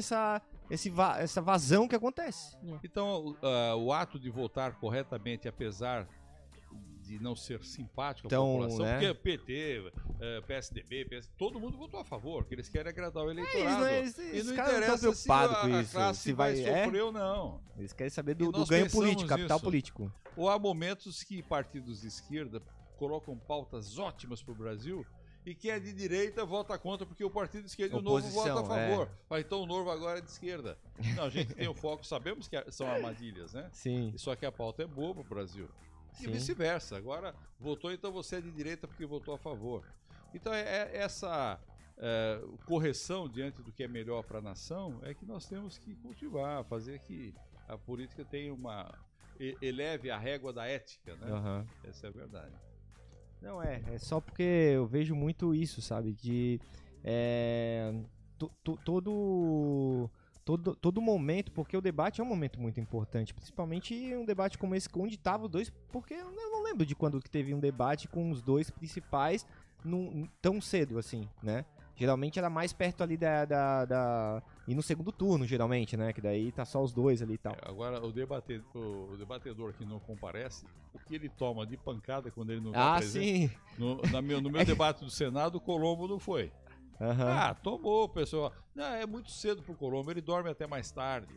essa vazão que acontece. Então, o ato de votar corretamente, apesar de não ser simpático à população, porque PT, PSDB, todo mundo votou a favor, porque eles querem agradar o eleitorado. E não interessa se a classe vai sofrer ou não. Eles querem saber do ganho político, capital político. Ou há momentos que partidos de esquerda colocam pautas ótimas para o Brasil e quem é de direita vota contra porque o partido de esquerda e o Novo vota a favor. Então o Novo agora é de esquerda. Não, a gente tem o foco, sabemos que são armadilhas, né? Sim. Só que a pauta é boa para o Brasil. Sim. E vice-versa. Agora votou, então você é de direita porque votou a favor. Então essa correção diante do que é melhor para a nação é que nós temos que cultivar, fazer que a política tenha eleve a régua da ética, né? Uhum. Essa é a verdade. Não é só porque eu vejo muito isso, sabe? De todo momento, porque o debate é um momento muito importante, principalmente um debate como esse, onde estavam os dois, porque eu não lembro de quando que teve um debate com os dois principais tão cedo, assim, né? Geralmente era mais perto ali e no segundo turno, geralmente, né? Que daí tá só os dois ali e tal. Agora, o debatedor que não comparece, o que ele toma de pancada quando ele não tá presente? Sim. No meu debate do Senado, o Colombo não foi. Uhum. Tomou, pessoal. Não, é muito cedo pro Colombo, ele dorme até mais tarde.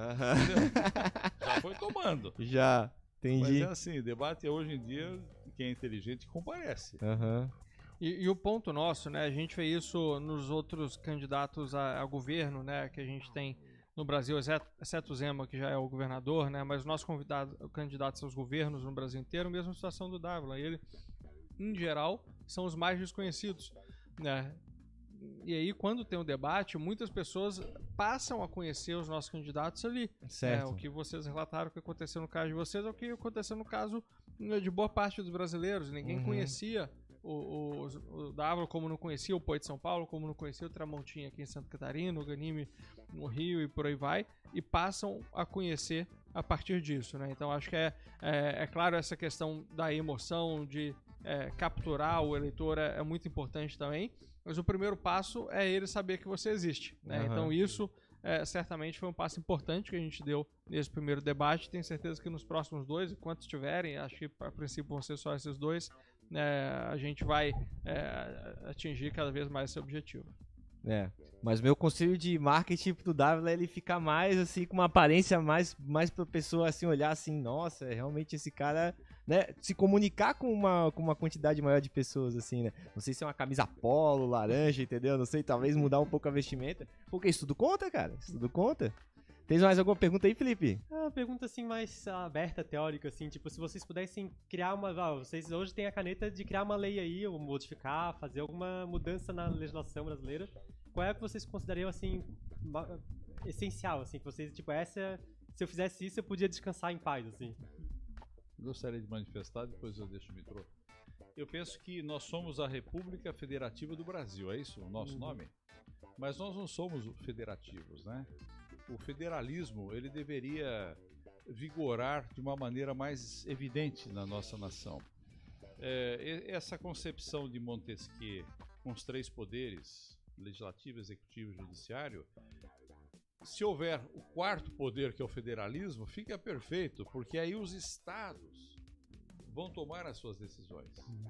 Já foi tomando. Já, entendi. Mas é assim, debate hoje em dia, quem é inteligente comparece. E o ponto nosso, né, a gente vê isso nos outros candidatos a governo, né, que a gente tem no Brasil, exceto o Zema, que já é o governador, né, mas os nossos candidatos aos governos no Brasil inteiro, mesma situação do Dávila. Ele, em geral, são os mais desconhecidos, né. E aí, quando tem um debate, muitas pessoas passam a conhecer os nossos candidatos ali. Certo. O que vocês relataram que aconteceu no caso de vocês é o que aconteceu no caso de boa parte dos brasileiros. Ninguém conhecia o Dávila, como não conhecia o Poit de São Paulo, como não conhecia o Tramontim aqui em Santa Catarina, o Ganime no Rio e por aí vai, e passam a conhecer a partir disso, né? Então acho que é claro, essa questão da emoção, de capturar o eleitor é muito importante também, mas o primeiro passo é ele saber que você existe, né? Então isso certamente foi um passo importante que a gente deu nesse primeiro debate. Tenho certeza que nos próximos 2, e quantos tiverem, acho que a princípio vão ser só esses 2, a gente vai atingir cada vez mais esse objetivo. Mas meu conselho de marketing do Dávila é ele ficar mais assim, com uma aparência mais pra pessoa assim, olhar assim, nossa, realmente esse cara, né, se comunicar com uma quantidade maior de pessoas assim, né, não sei se é uma camisa polo, laranja, entendeu, não sei, talvez mudar um pouco a vestimenta, porque isso tudo conta, cara, isso tudo conta. Tem mais alguma pergunta aí, Felipe? Uma pergunta assim mais aberta, teórica, assim, tipo, se vocês pudessem criar vocês hoje têm a caneta de criar uma lei aí, ou modificar, fazer alguma mudança na legislação brasileira, qual é que vocês considerariam, assim, essencial, assim, que vocês, tipo, se eu fizesse isso, eu podia descansar em paz, assim? Gostaria de manifestar, depois eu deixo o microfone. Eu penso que nós somos a República Federativa do Brasil, é isso o nosso nome? Mas nós não somos federativos, né? O federalismo, ele deveria vigorar de uma maneira mais evidente na nossa nação. Essa concepção de Montesquieu com os 3 poderes, legislativo, executivo e judiciário, se houver o 4º poder, que é o federalismo, fica perfeito, porque aí os estados vão tomar as suas decisões.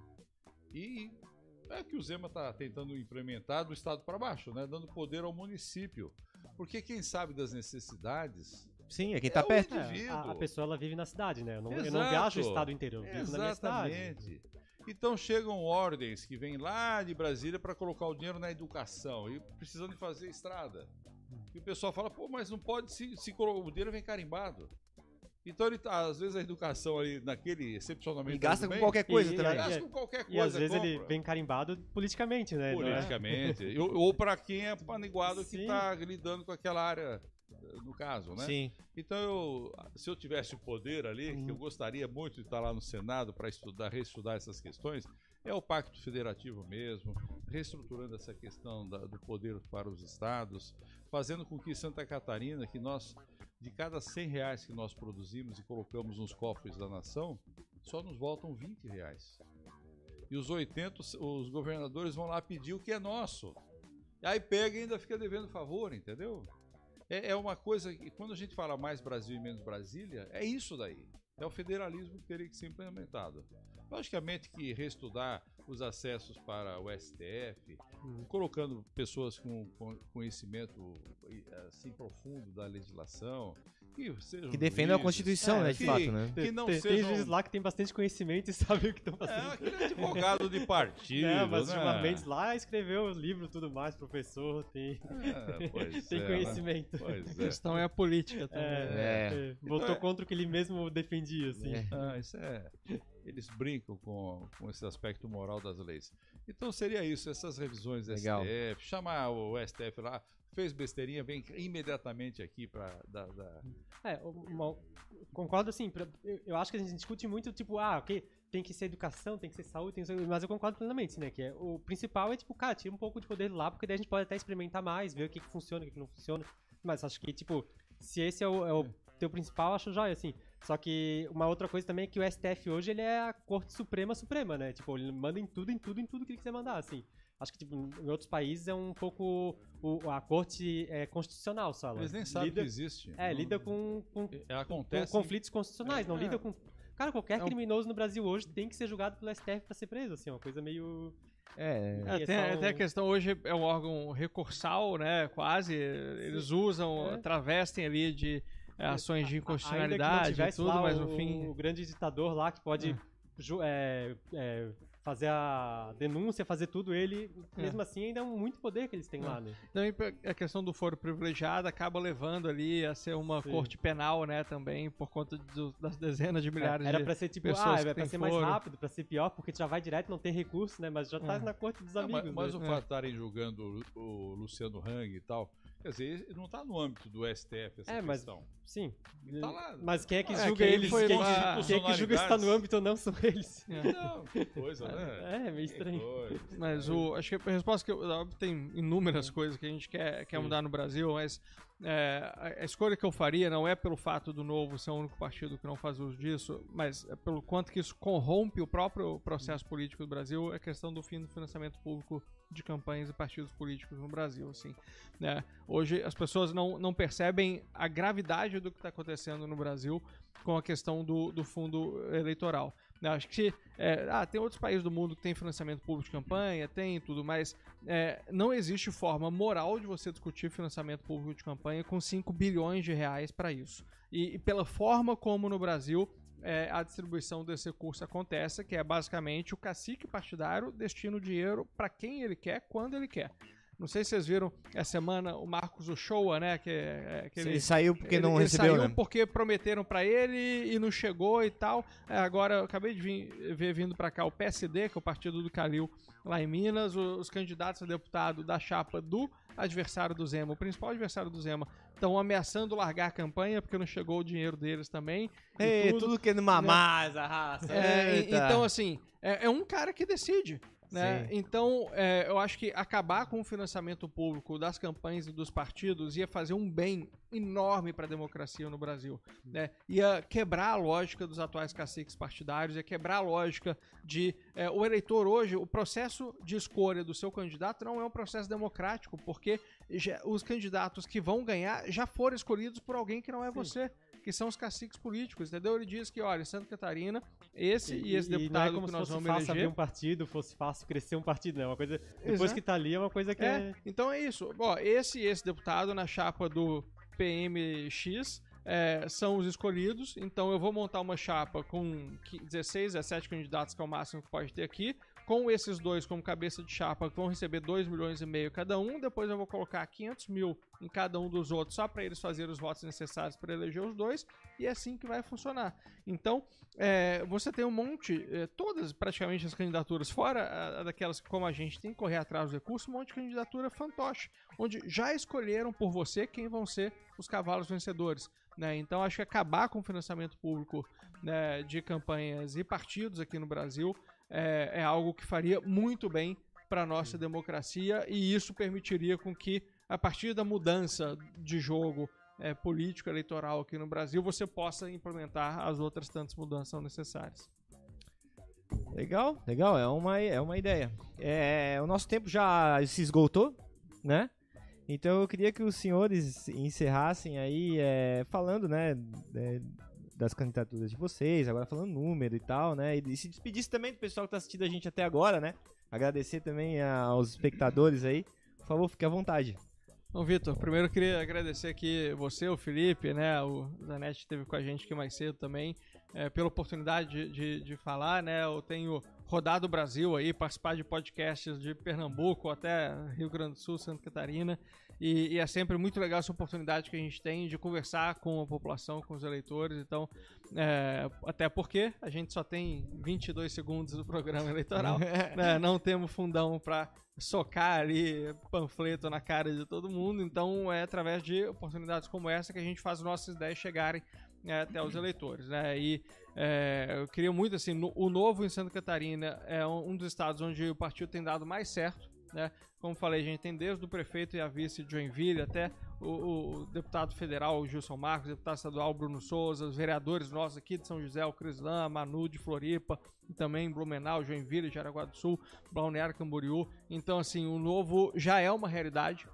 E é que o Zema está tentando implementar do estado para baixo, né? Dando poder ao município. Porque quem sabe das necessidades... Sim, é quem tá perto. A pessoa, ela vive na cidade, né? Eu não viajo o estado inteiro, eu vivo na minha cidade. Exatamente. Então chegam ordens que vêm lá de Brasília para colocar o dinheiro na educação e precisando de fazer estrada. E o pessoal fala, pô, mas não pode, se o dinheiro vem carimbado. Então ele às vezes a educação ali naquele excepcionalmente... E gasta com qualquer coisa também. Gasta com qualquer coisa. E às vezes ele vem carimbado politicamente, né? Politicamente. Ou para quem é paniguado que está lidando com aquela área, no caso, né? Sim. Então, se eu tivesse o poder ali, que eu gostaria muito de estar lá no Senado para reestudar essas questões, é o Pacto Federativo mesmo, reestruturando essa questão do poder para os estados, fazendo com que Santa Catarina, que nós... De cada R$100 que nós produzimos e colocamos nos cofres da nação, só nos voltam R$20. E os 80, os governadores vão lá pedir o que é nosso. E aí pega e ainda fica devendo favor, entendeu? É uma coisa que, quando a gente fala mais Brasil e menos Brasília, é isso daí. É o federalismo que teria que ser implementado. Logicamente que reestudar os acessos para o STF, colocando pessoas com conhecimento assim profundo da legislação, que defendam a Constituição, né, de fato, né? Que não tem juízes lá que tem bastante conhecimento e sabem o que estão fazendo. Aquele advogado de partido, mas Gilmar Mendes lá escreveu livro e tudo mais, professor, tem conhecimento. A questão é a política também. Votou contra o que ele mesmo defendia, assim. Isso eles brincam com esse aspecto moral das leis. Então seria isso, essas revisões do STF, chamar o STF lá, fez besteirinha, vem imediatamente aqui para dar... Concordo assim, eu acho que a gente discute muito, tipo, tem que ser educação, tem que ser saúde, mas eu concordo plenamente, né, que o principal é, tipo, cara, tira um pouco de poder lá, porque daí a gente pode até experimentar mais, ver o que funciona, o que não funciona, mas acho que, tipo, se esse é o teu principal, acho jóia, assim. Só que uma outra coisa também é que o STF hoje, ele é a Corte Suprema, né? Tipo, ele manda em tudo que ele quiser mandar, assim. Acho que, tipo, em outros países é um pouco... a Corte é constitucional só. Eles nem sabem que existe. Lida com acontece conflitos constitucionais, não lida com... Cara, qualquer criminoso no Brasil hoje tem que ser julgado pelo STF pra ser preso, assim, uma coisa meio... Até a questão hoje é um órgão recursal, né? Quase. Eles usam, travestem ali de ações de inconstitucionalidade e tudo, mas no fim... O grande ditador lá que pode fazer a denúncia, fazer tudo, ele, mesmo assim, ainda é muito poder que eles têm lá, né? Então, a questão do foro privilegiado acaba levando ali a ser uma corte penal, né, também, por conta das dezenas de milhares de pessoas. Era pra ser tipo, é pra ser mais rápido, pra ser pior, porque já vai direto, não tem recurso, né, mas já tá na corte dos amigos. Mas né? o fato de estarem julgando o Luciano Hang e tal, Quer dizer, não está no âmbito do STF essa questão. Sim. Tá lá. Mas quem é que julga eles? Quem é que julga se está no âmbito ou não são eles. Não, que coisa, né? É meio estranho. Mas acho que a resposta que tem inúmeras coisas que a gente quer mudar no Brasil, mas a escolha que eu faria não é pelo fato do Novo ser o único partido que não faz uso disso, mas é pelo quanto que isso corrompe o próprio processo político do Brasil, é a questão do fim do financiamento público de campanhas e partidos políticos no Brasil, assim, né? Hoje as pessoas não percebem a gravidade do que está acontecendo no Brasil com a questão do fundo eleitoral. Eu acho que tem outros países do mundo que tem financiamento público de campanha, tem tudo, mas não existe forma moral de você discutir financiamento público de campanha com 5 bilhões de reais para isso. E pela forma como no Brasil a distribuição desse recurso acontece, que é basicamente o cacique partidário destina o dinheiro para quem ele quer, quando ele quer. Não sei se vocês viram essa semana o Marcos Uchoa, né? Ele saiu porque não recebeu, saiu, né? porque prometeram para ele e não chegou e tal. Agora, eu acabei de ver vindo para cá o PSD, que é o partido do Calil, lá em Minas. Os candidatos a deputado da chapa do adversário do Zema, o principal adversário do Zema, estão ameaçando largar a campanha porque não chegou o dinheiro deles também. Tudo querendo mamar essa raça. Então, assim, é um cara que decide. Né? Então, eu acho que acabar com o financiamento público das campanhas e dos partidos ia fazer um bem enorme para a democracia no Brasil. Né? Ia quebrar a lógica dos atuais caciques partidários, ia quebrar a lógica de o eleitor hoje, o processo de escolha do seu candidato não é um processo democrático, porque os candidatos que vão ganhar já foram escolhidos por alguém que não é você, que são os caciques políticos, entendeu? Ele diz que, olha, em Santa Catarina, esse deputado não é como que nós vamos eleger... abrir eleger... um partido, fosse fácil crescer um partido, não. Uma coisa, depois que tá ali, é uma coisa que Então é isso. Ó, esse deputado na chapa do PMX são os escolhidos, então eu vou montar uma chapa com 16, 17 candidatos, que é o máximo que pode ter aqui, com esses dois como cabeça de chapa, que vão receber 2,5 milhões cada um. Depois eu vou colocar 500 mil em cada um dos outros, só para eles fazerem os votos necessários para eleger os dois, e é assim que vai funcionar. Então, você tem um monte, todas praticamente as candidaturas, fora daquelas que, como a gente tem que correr atrás dos recursos, um monte de candidatura fantoche, onde já escolheram por você quem vão ser os cavalos vencedores. Né? Então, acho que acabar com o financiamento público, né, de campanhas e partidos aqui no Brasil é algo que faria muito bem para a nossa democracia, e isso permitiria com que, a partir da mudança de jogo político eleitoral aqui no Brasil, você possa implementar as outras tantas mudanças são necessárias. Legal, é uma ideia. O nosso tempo já se esgotou, né? Então eu queria que os senhores encerrassem aí falando, né, das candidaturas de vocês, agora falando número e tal, né? E se despedisse também do pessoal que tá assistindo a gente até agora, né? Agradecer também aos espectadores aí. Por favor, fique à vontade. Bom, Vitor, primeiro eu queria agradecer aqui você, o Felipe, né? O Zanetti esteve com a gente aqui mais cedo também, pela oportunidade de falar, né? Eu tenho rodado o Brasil aí, participar de podcasts de Pernambuco até Rio Grande do Sul, Santa Catarina, e é sempre muito legal essa oportunidade que a gente tem de conversar com a população, com os eleitores. Então, até porque a gente só tem 22 segundos do programa eleitoral, né? Não temos fundão para socar ali panfleto na cara de todo mundo, então é através de oportunidades como essa que a gente faz as nossas ideias chegarem até os eleitores, né? E eu queria muito, assim, o Novo em Santa Catarina é um dos estados onde o partido tem dado mais certo, né? Como falei, a gente tem desde o prefeito e a vice de Joinville até o deputado federal Gilson Marcos, o deputado estadual Bruno Souza, os vereadores nossos aqui de São José, o Crislã, Manu de Floripa, e também Blumenau, Joinville, Jaraguá do Sul, Balneário Camboriú. Então, assim, o Novo já é uma realidade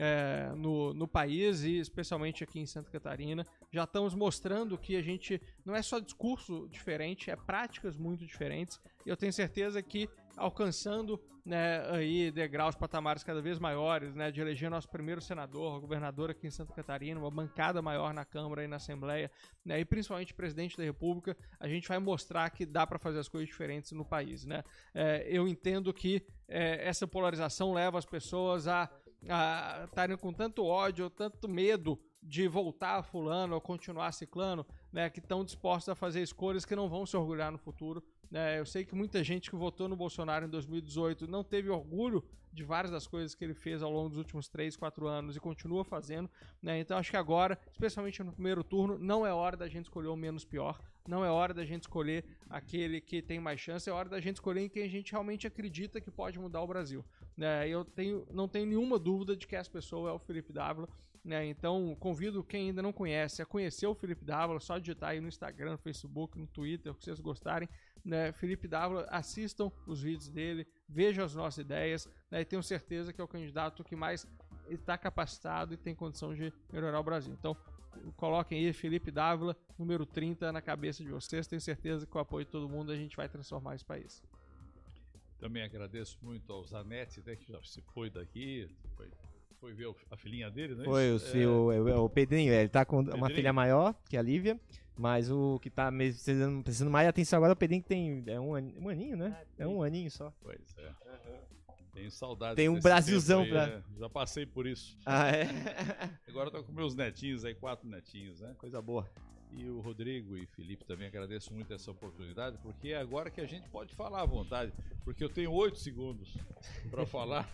no país, e especialmente aqui em Santa Catarina. Já estamos mostrando que a gente não é só discurso diferente, é práticas muito diferentes, e eu tenho certeza que alcançando, né, aí degraus, patamares cada vez maiores, né, de eleger nosso primeiro senador, governador aqui em Santa Catarina, uma bancada maior na Câmara e na Assembleia, né, e principalmente presidente da República, a gente vai mostrar que dá para fazer as coisas diferentes no país, né? Eu entendo que essa polarização leva as pessoas a estarem com tanto ódio, tanto medo de voltar a fulano ou continuar ciclano, né, que estão dispostos a fazer escolhas que não vão se orgulhar no futuro, Eu sei que muita gente que votou no Bolsonaro em 2018 não teve orgulho de várias das coisas que ele fez ao longo dos últimos 3, 4 anos e continua fazendo, né? Então acho que agora, especialmente no primeiro turno, não é hora da gente escolher o menos pior, não é hora da gente escolher aquele que tem mais chance, é hora da gente escolher em quem a gente realmente acredita que pode mudar o Brasil, né? Eu não tenho nenhuma dúvida de que essa pessoa é o Felipe Dávila, né? Então convido quem ainda não conhece a conhecer o Felipe Dávila, só digitar aí no Instagram, no Facebook, no Twitter, o que vocês gostarem, né? Felipe Dávila, assistam os vídeos dele, vejam as nossas ideias, né? E tenho certeza que é o candidato que mais está capacitado e tem condição de melhorar o Brasil. Então, coloquem aí Felipe Dávila, número 30 na cabeça de vocês. Tenho certeza que com o apoio de todo mundo a gente vai transformar esse país. Também agradeço muito ao Zanetti, né, que já se foi daqui, foi ver a filhinha dele, né? Foi o Pedrinho, ele tá com uma filha maior, que é a Lívia, mas o que tá precisando mais atenção agora é o Pedrinho, que tem um aninho, né? É um aninho só. Pois é. Tenho saudade. Tem um Brasilzão aí, pra... né? Já passei por isso. Ah, é? Agora tô com meus netinhos aí, 4 netinhos, né? Coisa boa. E o Rodrigo e Felipe também agradeço muito essa oportunidade, porque é agora que a gente pode falar à vontade, porque eu tenho 8 segundos para falar.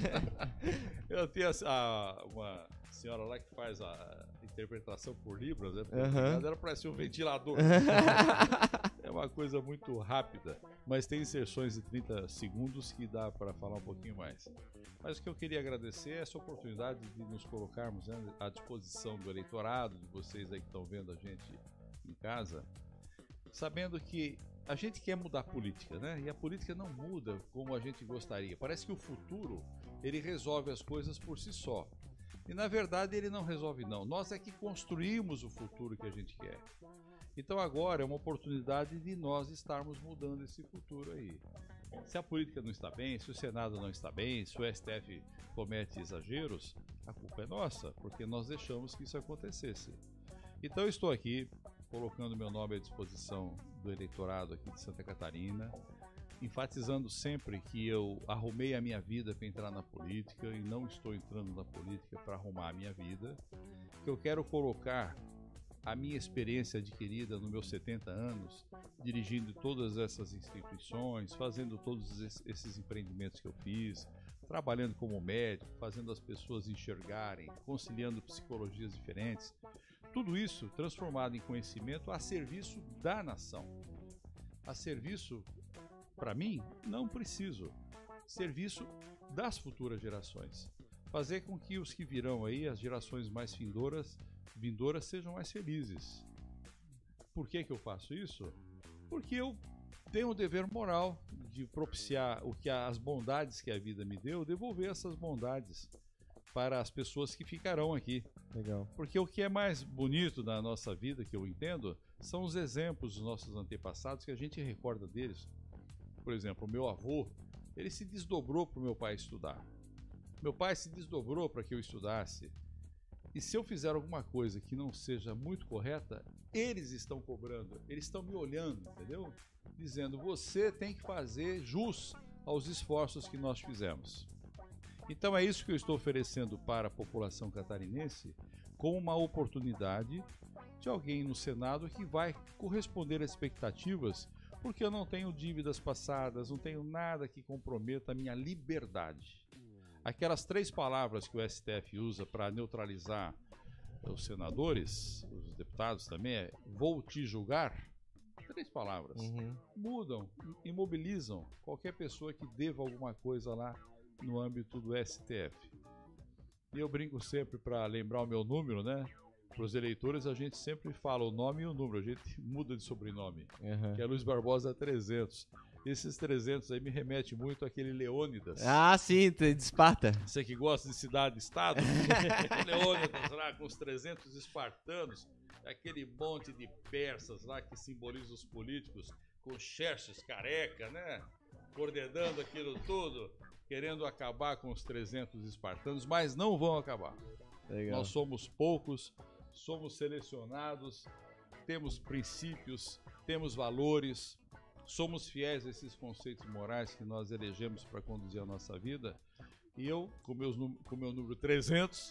Eu tenho uma senhora lá que faz a interpretação por Libras, né? Ela parece um ventilador. É uma coisa muito rápida, mas tem inserções de 30 segundos que dá para falar um pouquinho mais. Mas o que eu queria agradecer é essa oportunidade de nos colocarmos, né, à disposição do eleitorado, de vocês aí que estão vendo a gente em casa, sabendo que a gente quer mudar a política, né? E a política não muda como a gente gostaria. Parece que o futuro, ele resolve as coisas por si só. E na verdade ele não resolve não. Nós é que construímos o futuro que a gente quer. Então agora é uma oportunidade de nós estarmos mudando esse futuro aí. Se a política não está bem, se o Senado não está bem, se o STF comete exageros, a culpa é nossa, porque nós deixamos que isso acontecesse. Então eu estou aqui colocando meu nome à disposição do eleitorado aqui de Santa Catarina, enfatizando sempre que eu arrumei a minha vida para entrar na política e não estou entrando na política para arrumar a minha vida, que eu quero colocar a minha experiência adquirida nos meus 70 anos, dirigindo todas essas instituições, fazendo todos esses empreendimentos que eu fiz, trabalhando como médico, fazendo as pessoas enxergarem, conciliando psicologias diferentes, tudo isso transformado em conhecimento a serviço da nação. A serviço, para mim, não preciso. Serviço das futuras gerações. Fazer com que os que virão aí, as gerações mais vindouras sejam mais felizes. Por que eu faço isso? Porque eu tenho o dever moral de propiciar as bondades que a vida me deu, devolver essas bondades para as pessoas que ficarão aqui. Legal. Porque o que é mais bonito da nossa vida, que eu entendo, são os exemplos dos nossos antepassados que a gente recorda deles. Por exemplo, o meu avô, ele se desdobrou para o meu pai estudar. Meu pai se desdobrou para que eu estudasse. E se eu fizer alguma coisa que não seja muito correta, eles estão cobrando, eles estão me olhando, entendeu? Dizendo, você tem que fazer jus aos esforços que nós fizemos. Então é isso que eu estou oferecendo para a população catarinense, como uma oportunidade de alguém no Senado que vai corresponder às expectativas, porque eu não tenho dívidas passadas, não tenho nada que comprometa a minha liberdade. Aquelas 3 palavras que o STF usa para neutralizar os senadores, os deputados também, vou te julgar, 3 palavras. Mudam, imobilizam qualquer pessoa que deva alguma coisa lá no âmbito do STF. E eu brinco sempre para lembrar o meu número, né? Para os eleitores a gente sempre fala o nome e o número, a gente muda de sobrenome, que é Luiz Barbosa 300. Esses 300 aí me remete muito àquele Leônidas. Ah, sim, de Esparta. Você que gosta de cidade-estado, Leônidas lá com os 300 espartanos, aquele monte de persas lá que simboliza os políticos, com Xerxes careca, né? Coordenando aquilo tudo, querendo acabar com os 300 espartanos, mas não vão acabar. Legal. Nós somos poucos, somos selecionados, temos princípios, temos valores, somos fiéis a esses conceitos morais que nós elegemos para conduzir a nossa vida. E eu, com o meu número 300,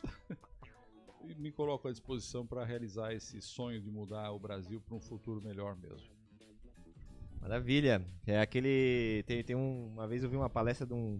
me coloco à disposição para realizar esse sonho de mudar o Brasil para um futuro melhor mesmo. Maravilha. É aquele... Uma vez eu vi uma palestra de um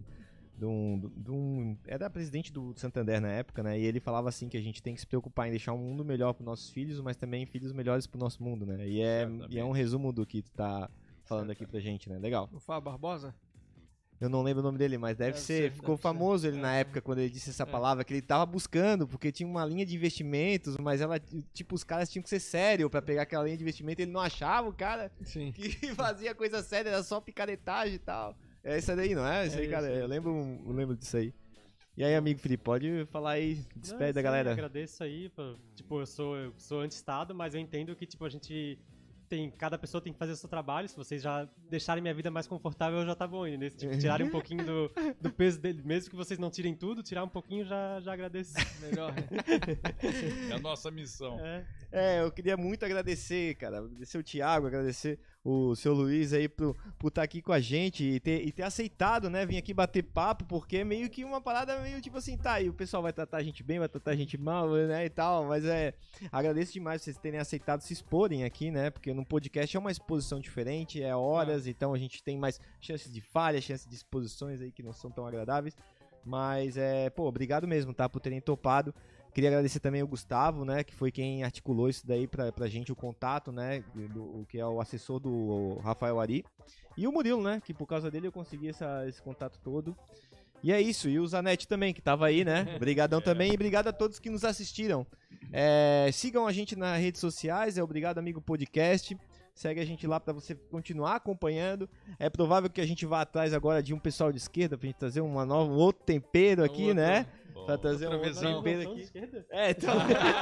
era presidente do Santander na época, né? E ele falava assim que a gente tem que se preocupar em deixar um mundo melhor para nossos filhos, mas também filhos melhores para o nosso mundo, né? E é um resumo do que tu tá falando aqui pra gente, né? Legal. O Fábio Barbosa? Eu não lembro o nome dele, mas deve ser. Ficou famoso ele na época quando ele disse essa palavra, que ele tava buscando, porque tinha uma linha de investimentos, mas ela, tipo, os caras tinham que ser sérios pra pegar aquela linha de investimento, ele não achava o cara que fazia coisa séria, era só picaretagem e tal. É isso daí, não é? Isso aí, cara, eu lembro disso aí. E aí, amigo Felipe, pode falar aí, despede da galera. Eu agradeço aí, tipo, eu sou anti-estado, mas eu entendo que, tipo, cada pessoa tem que fazer o seu trabalho. Se vocês já deixarem minha vida mais confortável, já tá bom. E tipo, tirarem um pouquinho do peso dele, mesmo que vocês não tirem tudo, tirar um pouquinho já agradeço. Melhor. É a nossa missão. Eu queria muito agradecer, cara. Agradecer o Thiago, agradecer o seu Luiz aí por estar aqui com a gente e ter aceitado, né? Vir aqui bater papo, porque é meio que uma parada meio tipo assim, tá, e o pessoal vai tratar a gente bem, vai tratar a gente mal, né, e tal, mas agradeço demais vocês terem aceitado se exporem aqui, né, porque no podcast é uma exposição diferente, é horas, então a gente tem mais chances de falha, chances de exposições aí que não são tão agradáveis, mas obrigado mesmo, tá, por terem topado. Queria agradecer também o Gustavo, né, que foi quem articulou isso daí pra gente, o contato, né, que é o assessor do Rafael Ari. E o Murilo, né, que por causa dele eu consegui esse contato todo. E é isso, e o Zanetti também, que tava aí, né, obrigadão também, e obrigado a todos que nos assistiram. Sigam a gente nas redes sociais, Obrigado Amigo Podcast. Segue a gente lá pra você continuar acompanhando. É provável que a gente vá atrás agora de um pessoal de esquerda pra gente trazer um outro tempero aqui, né? Pra trazer um outro tempero aqui. Então...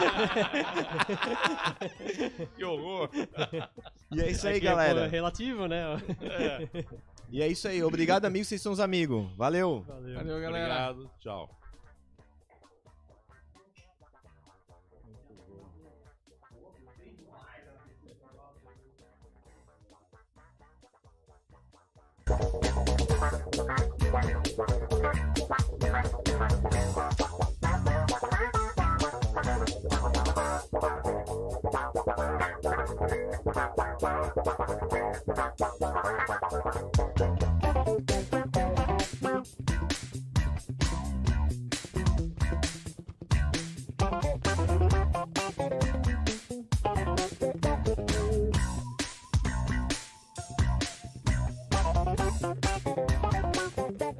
Que horror! E é isso aí, galera. É relativo, né? E é isso aí. Obrigado, amigos. Vocês são os amigos. Valeu. Valeu, galera. Obrigado. Tchau. Wow.